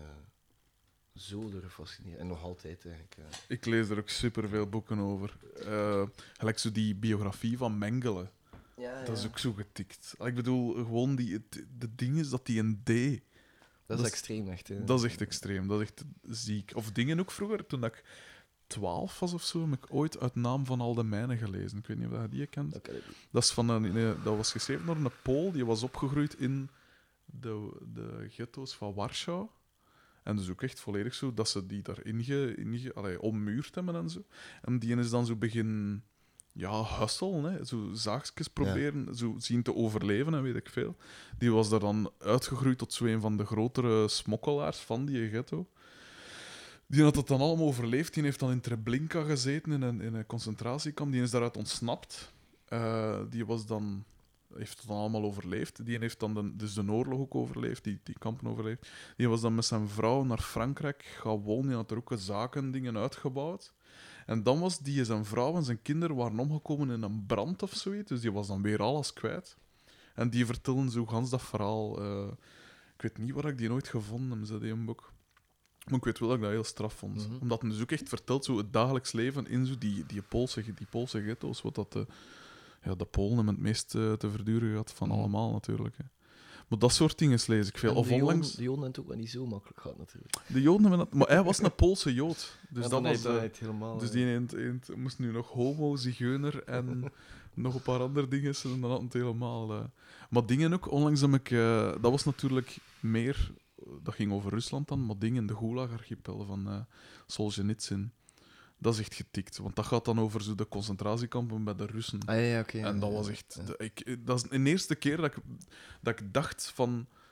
zo door gefascineerd. En nog altijd eigenlijk. eh. Ik lees er ook superveel boeken over. Eh, gelijk zo die biografie van Mengele. Ja, Dat is ook zo getikt. Ik bedoel, gewoon die, het- de dingen dat die een deed. Dat is dat is- extreem, echt. Hè. Dat is echt extreem. Dat is echt ziek. Of dingen ook vroeger, toen ik twaalf was of zo, heb ik ooit uit Naam van al de Mijnen gelezen. Ik weet niet of je die kent. Dat kan ik niet. Dat, is van een, een- dat was geschreven door een Pool, die was opgegroeid in de, de ghetto's van Warschau. En dus ook echt volledig zo, dat ze die daar inge, inge, allee, ommuurd hebben en zo. En die is dan zo begin ja, hustelen, hè. Zo zaakjes proberen, zo zien te overleven en weet ik veel. Die was daar dan uitgegroeid tot zo een van de grotere smokkelaars van die ghetto. Die had het dan allemaal overleefd. Die heeft dan in Treblinka gezeten, in een, in een concentratiekamp. Die is daaruit ontsnapt. Eh, die was dan, heeft het dan allemaal overleefd. Die heeft dan de, dus de oorlog ook overleefd, die, die kampen overleefd. Die was dan met zijn vrouw naar Frankrijk gaan wonen. Die had er ook zaken dingen uitgebouwd. En dan was die zijn vrouw en zijn kinderen waren omgekomen in een brand of zoiets. Dus die was dan weer alles kwijt. En die vertellen zo gans dat verhaal. eh, ik weet niet waar ik die nooit gevonden heb, zei die een boek. Maar ik weet wel dat ik dat heel straf vond. Mhm. Omdat hij dus ook echt vertelt zo het dagelijks leven in zo die, die, Poolse, die Poolse ghetto's. Wat dat de, ja, de Polen hebben het meest eh, te verduren gehad van Mhm. allemaal natuurlijk. Hè. Maar dat soort dingen lees ik veel. En Of de Joden- onlangs... De Joden hebben het ook wel niet zo makkelijk gehad, natuurlijk. De Joden hebben dat... Maar hij was een Poolse Jood. Dus Ja, dat dan was... heeft hij eh, het helemaal. Dus eh, die eend, eend moest nu nog homo, zigeuner en nog een paar andere dingen. En dan had het helemaal... eh. Maar dingen ook, onlangs heb ik... eh, dat was natuurlijk meer... Dat ging over Rusland dan, maar dingen in de Gulag-archipel van eh Solzhenitsyn. Dat is echt getikt. Want dat gaat dan over zo de concentratiekampen bij de Russen. Ah ja, ja oké. En dat ja, was ja. echt... Ja. de- ik, dat is de eerste keer dat ik, dat ik dacht van...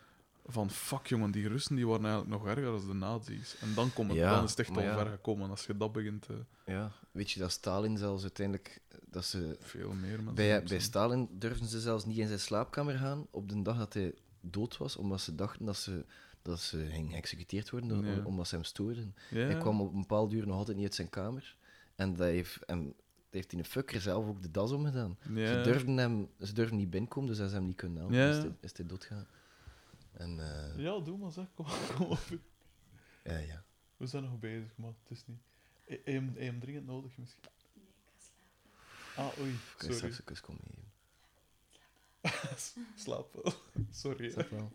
van fuck jongen, die Russen die waren eigenlijk nog erger dan de nazi's. En dan, kom het, Ja, dan is het echt maar al ja. ver gekomen als je dat begint te... Ja, weet je dat Stalin zelfs uiteindelijk... Dat ze, Veel meer mensen. bij, op bij zijn- Stalin durfden ze zelfs niet in zijn slaapkamer gaan op de dag dat hij dood was, omdat ze dachten dat ze, dat ze ging geëxecuteerd worden, om- Ja. omdat ze hem stoorden. Ja, Hij kwam op een bepaald uur nog altijd niet uit zijn kamer. En dat heeft, hem, dat heeft die fucker zelf ook de das omgedaan. ja. Ze, durfden hem, ze durfden niet binnenkomen, dus hij ze hem niet kunnen helpen. Ja. Is hij, is hij doodgaan. En eh, Ja, doe maar zeg. Kom, kom op. ja, ja. We zijn nog bezig, maar het is niet... Heb je hem- heb je hem dringend nodig misschien? Ah, oei, Ik kan je sorry. straks een kus komen geven. Slaap wel. Sorry. Zeg wel.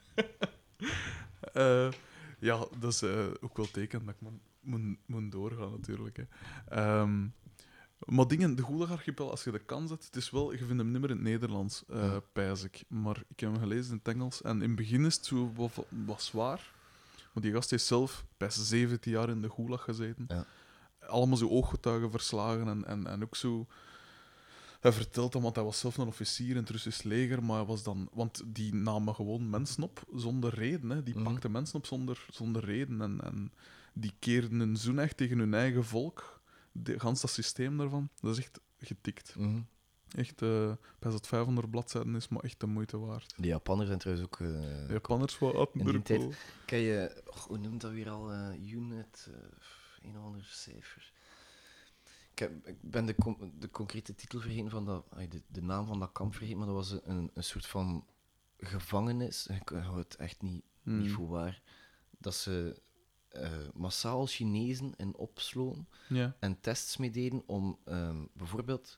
Eh, ja, dat is eh, ook wel teken dat ik moet, moet, moet doorgaan, natuurlijk. Hè. Ehm, maar dingen, de Gulag-archipel, als je de kans hebt, het is wel, je vindt hem niet meer in het Nederlands, eh Ja. pijs ik. Maar ik heb hem gelezen in het Engels. En in het begin is het zo wat, wat zwaar. Want die gast heeft zelf bij zeventien jaar in de Gulag gezeten. Ja. Allemaal zo ooggetuigen verslagen en, en, en ook zo... Hij vertelt dan, want hij was zelf een officier in het Russisch leger, maar hij was dan... Want die namen gewoon mensen op zonder reden. Hè. Die Mhm. pakten mensen op zonder, zonder reden. En, en die keerden hun zoen echt tegen hun eigen volk. De, gans dat systeem daarvan, dat is echt getikt. Mhm. Echt, eh bij dat vijfhonderd bladzijden is, maar echt de moeite waard. De Japanners zijn trouwens ook... eh, De Japanners wat hadden in die er tijd- wel. Ken je, och, hoe noemt dat weer al? eh, unit, eh, een of ander cijfer. Ik, heb, ik ben de, con- de concrete titel vergeten van dat, ay, de, de naam van dat kamp vergeten, maar dat was een, een soort van gevangenis. Ik hou het echt niet, niet Hmm. voor waar. Dat ze eh, massaal Chinezen in opsloten Ja. en tests mee deden om ehm, bijvoorbeeld.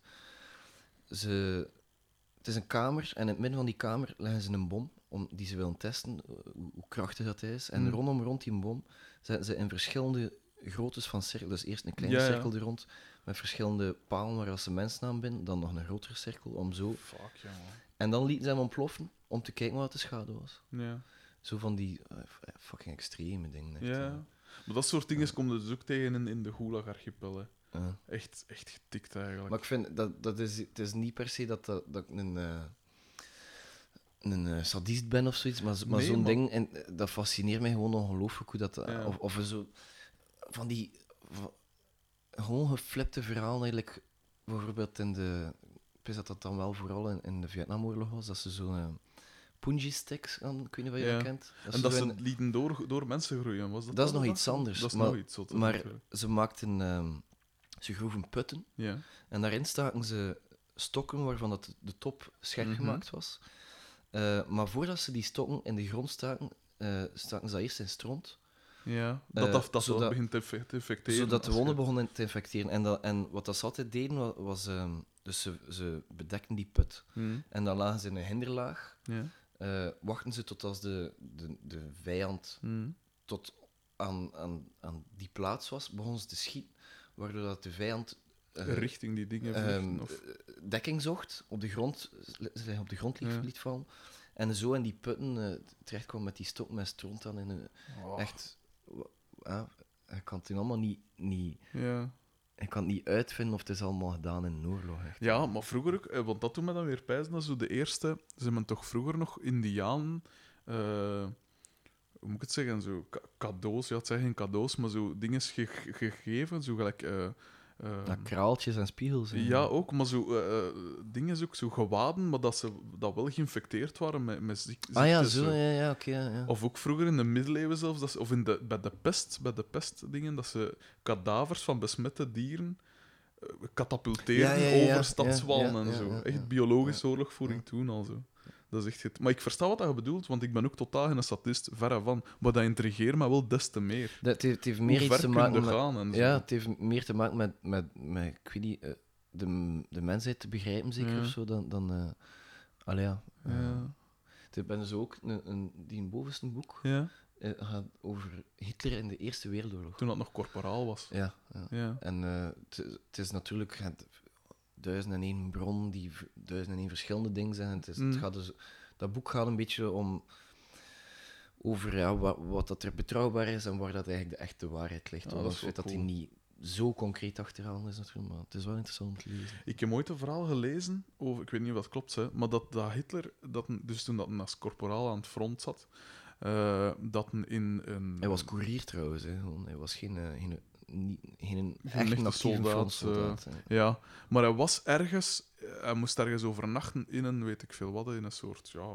Ze, het is een kamer en in het midden van die kamer leggen ze een bom om, die ze willen testen, eh, hoe, hoe krachtig dat is. En Mm. rondom rond die bom zetten ze in verschillende groottes van cirkel. Dus eerst een kleine Ja, ja. cirkel er rond met verschillende palen waar als ze mensen aan binden, dan nog een grotere cirkel om zo. Fuck, jongen. En dan lieten ze hem ontploffen om te kijken wat de schade was. Ja. Zo van die eh, f- fucking extreme dingen. Echt, Ja. eh. Maar dat soort dingen komt er dus ook tegen in, in de Gulag-archipel. Hè. Ja. Echt, echt getikt, eigenlijk. Maar ik vind dat, dat is, het is niet per se dat, dat, dat ik een, eh, een eh, sadist ben of zoiets, maar, zo- maar Nee, zo'n maar- ding, en, eh, dat fascineert mij gewoon ongelooflijk hoe dat. Ja. Of, of zo van die van- gewoon geflipte verhalen eigenlijk. Bijvoorbeeld in de. Ik wist dat dat dan wel vooral in, in de Vietnamoorlog was, dat ze zo'n uh, punji sticks, ik weet niet of je Ja. dat kent. en ze dat zo ze in- het lieten door, door mensen groeien. Was dat Dat is dat nog of iets anders, Dat is maar- nog iets. zotter, maar natuurlijk. ze maakten. ehm, ze groeven putten. Ja. En daarin staken ze stokken waarvan dat de top scherp Mhm. gemaakt was. Eh, maar voordat ze die stokken in de grond staken, eh, staken ze dat eerst in stront. Ja. Dat Eh, dat, dat, zodat- dat begint te infe- te infecteren. Zodat de als wonden je- begonnen te infecteren. En, dat, en wat dat ze altijd deden, wa- was... ehm, dus ze, ze bedekten die put. Hm. En dan lagen ze in een hinderlaag. Ja. eh, wachten ze tot als de, de, de vijand Hm. tot aan, aan, aan die plaats was, begonnen ze te schieten. Waardoor dat de vijand... eh, Richting die dingen ehm, vluchten. Of... eh, dekking zocht, op de grond, ze op de grond liet, Ja. liet vallen. En zo in die putten eh, terecht kwam met die stok met stront aan. In een, Oh. Echt, wa- ja, ik kan het hier allemaal niet, niet, Ja. ik kan het niet uitvinden of het is allemaal gedaan in een oorlog. Echt. Ja, maar vroeger ook, eh, want dat doet me dan weer pijzen, dat zo de eerste, ze hebben toch vroeger nog Indianen, eh, hoe moet ik het zeggen, zo ca- cadeaus, ja, het zijn geen cadeaus, maar zo dingen ge- ge- gegeven, zo gelijk... eh, eh, Ja, kraaltjes en spiegels. en- ja, ook, maar zo eh, eh, dingen, ook zo gewaden, maar dat ze dat wel geïnfecteerd waren met, met ziek- Ah ja, ziektes, zo, ja, ja oké. ja, ja. Of ook vroeger in de middeleeuwen zelfs, dat ze, of in de, bij de pest, bij de pestdingen, dat ze kadavers van besmette dieren eh, katapulteerden Ja, ja, ja, ja. over stadswallen Ja, ja, en ja, zo. ja, ja. Echt biologische Ja. oorlogvoering Ja. toen al zo. Dat is echt het. Maar ik versta wat je bedoelt, want ik ben ook totaal geen statist, verre van. Maar dat intrigeert me wel des te meer. Dat, het, heeft, het heeft meer Hoe iets ver te kun je maken met... gaan en zo. Ja, het heeft meer te maken met, met, met ik weet niet, eh, de, de mensheid te begrijpen, zeker, Ja. of zo, dan... dan eh, allee, ja. eh, Ja. Ik ben dus ook een, een, die bovenste boek Ja, eh, gaat over Hitler in de Eerste Wereldoorlog. toen dat nog corporaal was. Ja, ja. Ja. En eh, het het is natuurlijk het, duizend en één bron die v- duizend en één verschillende dingen zijn. Het is, het Mm. gaat dus, dat boek gaat een beetje om over ja, wat, wat dat er betrouwbaar is en waar dat eigenlijk de echte waarheid ligt. Ja, Ondanks dat is het feit wel dat cool. hij niet zo concreet achterhalen is natuurlijk, maar het is wel interessant om te lezen. Ik heb ooit een verhaal gelezen over, ik weet niet of dat klopt, hè, maar dat, dat Hitler, dat, dus toen dat hij als corporaal aan het front zat, Uh, dat in een... Hij was koerier trouwens, hè. Gewoon, hij was geen, uh, geen, niet, geen Geen echt echte actieve soldaat, frontsoldaat. uh, hè. ja, maar hij was ergens... Hij moest ergens overnachten in een, weet ik veel wat, in een soort... Ja,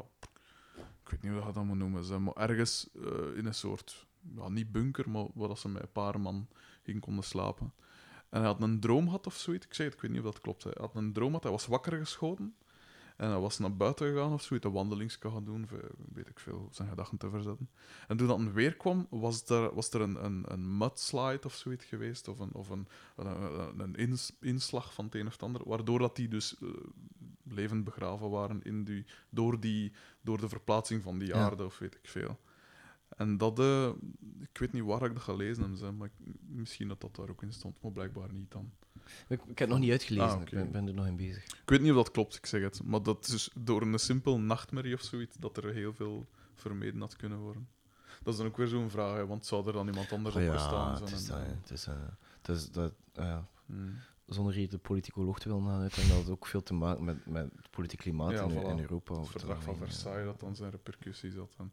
ik weet niet hoe dat dat moet noemen. Zeg, maar ergens uh, in een soort... Ja, niet bunker, maar waar dat ze met een paar man in konden slapen. En hij had een droom gehad of zoiets. Ik zeg het, ik weet niet of dat klopt. Hij had een droom gehad, hij was wakker geschoten. En hij was naar buiten gegaan of zoiets, een wandelingsje gaan doen, weet ik veel, zijn gedachten te verzetten. En toen dat weer kwam, was er, was er een, een, een mudslide of zoiets geweest, of een, of een, een, een ins, inslag van het een of het ander, waardoor dat die dus uh, levend begraven waren in die, door, die, door de verplaatsing van die aarde, ja. Of weet ik veel. En dat, uh, ik weet niet waar ik dat gelezen heb, maar ik, misschien dat dat daar ook in stond, maar blijkbaar niet dan. Ik, ik heb het nog niet uitgelezen, ah, okay. ik ben, ben er nog in bezig. Ik weet niet of dat klopt, ik zeg het. Maar dat is dus door een simpel nachtmerrie of zoiets, dat er heel veel vermeden had kunnen worden. Dat is dan ook weer zo'n vraag, hè, want zou er dan iemand anders oh, op ja, gestaan zijn? Het is, en, dat, het is, uh, het is dat, uh, hmm. Zonder hier de politicoloog te willen gaan uit, en dat het ook veel te maken met, met het politiek klimaat ja, in, voilà. in Europa. Het verdrag van Versailles, dat dan zijn repercussies had. En,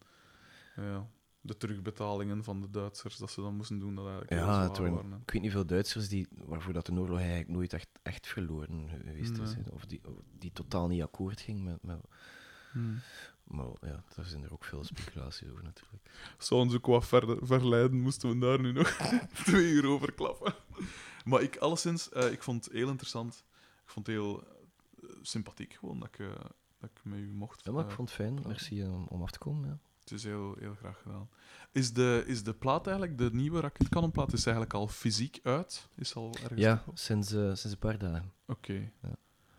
ja. De terugbetalingen van de Duitsers, dat ze dan moesten doen, dat eigenlijk ja, heel zwaar waren. Ik weet niet veel Duitsers die, waarvoor dat de oorlog eigenlijk nooit echt, echt verloren geweest is. Nee. Of die, die totaal niet akkoord ging met... met hmm. Maar ja, daar zijn er ook veel speculaties over natuurlijk. Zou ons ook wat ver, verleiden, moesten we daar nu nog twee uur over klappen. Maar ik, alleszins, uh, ik vond het heel interessant. Ik vond het heel uh, sympathiek gewoon dat ik, uh, dat ik met u mocht. Ja, maar ik uh, vond het fijn. Merci uh, om, om af te komen. Ja. Het is heel, heel graag gedaan. Is de, is de plaat eigenlijk, de nieuwe raketkanonplaat, is eigenlijk al fysiek uit? Is al ergens ja, sinds, uh, sinds een paar dagen. Oké. Okay. Ja.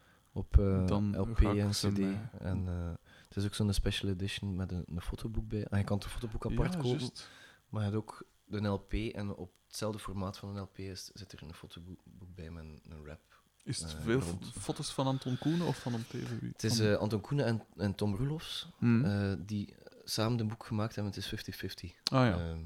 Op uh, Dan L P en C D. Mij... En uh, het is ook zo'n special edition met een, een fotoboek bij. En je kan het fotoboek apart ja, kopen. Just. Maar je hebt ook de L P en op hetzelfde formaat van een L P is, zit er een fotoboek bij met een, een rap. Is het uh, veel rond. foto's van Anton Koenen of van Om Teven? Het is uh, Anton Koenen en, en Tom Roelofs hmm. uh, die samen een boek gemaakt hebben. Het is vijftig vijftig. Ah ja. Uh,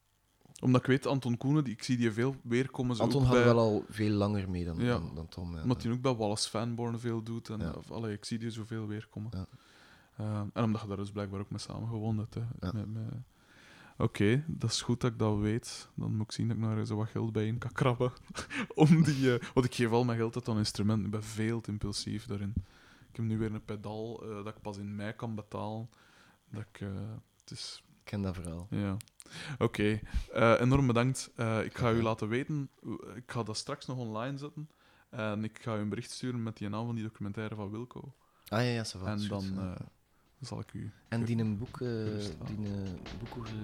Omdat ik weet, Anton Koenen, die, ik zie die veel weer komen. Anton ook gaat bij... wel al veel langer mee dan, ja. dan, dan Tom. Ja. Omdat hij ook bij Wallace Fanborn veel doet. En, ja. of, allee, ik zie die zoveel weer komen. Ja. Uh, en omdat je daar dus blijkbaar ook mee samen gewoond hebt. Hè. Ja. Met, met... Oké, okay, dat is goed dat ik dat weet. Dan moet ik zien dat ik nog zo wat geld bij in kan krabben. Om die, uh... Want ik geef al mijn geld uit aan instrumenten. Ik ben veel te impulsief daarin. Ik heb nu weer een pedaal uh, dat ik pas in mei kan betalen. Dat ik... Uh... Het is... Ik ken dat verhaal. Ja. Oké, okay. uh, enorm bedankt. Uh, ik ga u laten weten. Ik ga dat straks nog online zetten. En ik ga u een bericht sturen met die naam van die documentaire van Wilco. Ah ja, ja, ça va. En dan uh, zal ik u... En die een boek, uh, die een boek over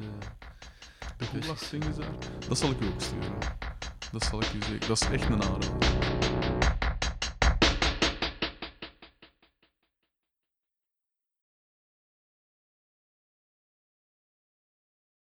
de Gulag zingen ze daar. Dat zal ik u ook sturen. Dat zal ik u zeker. Dat is echt een aanrader.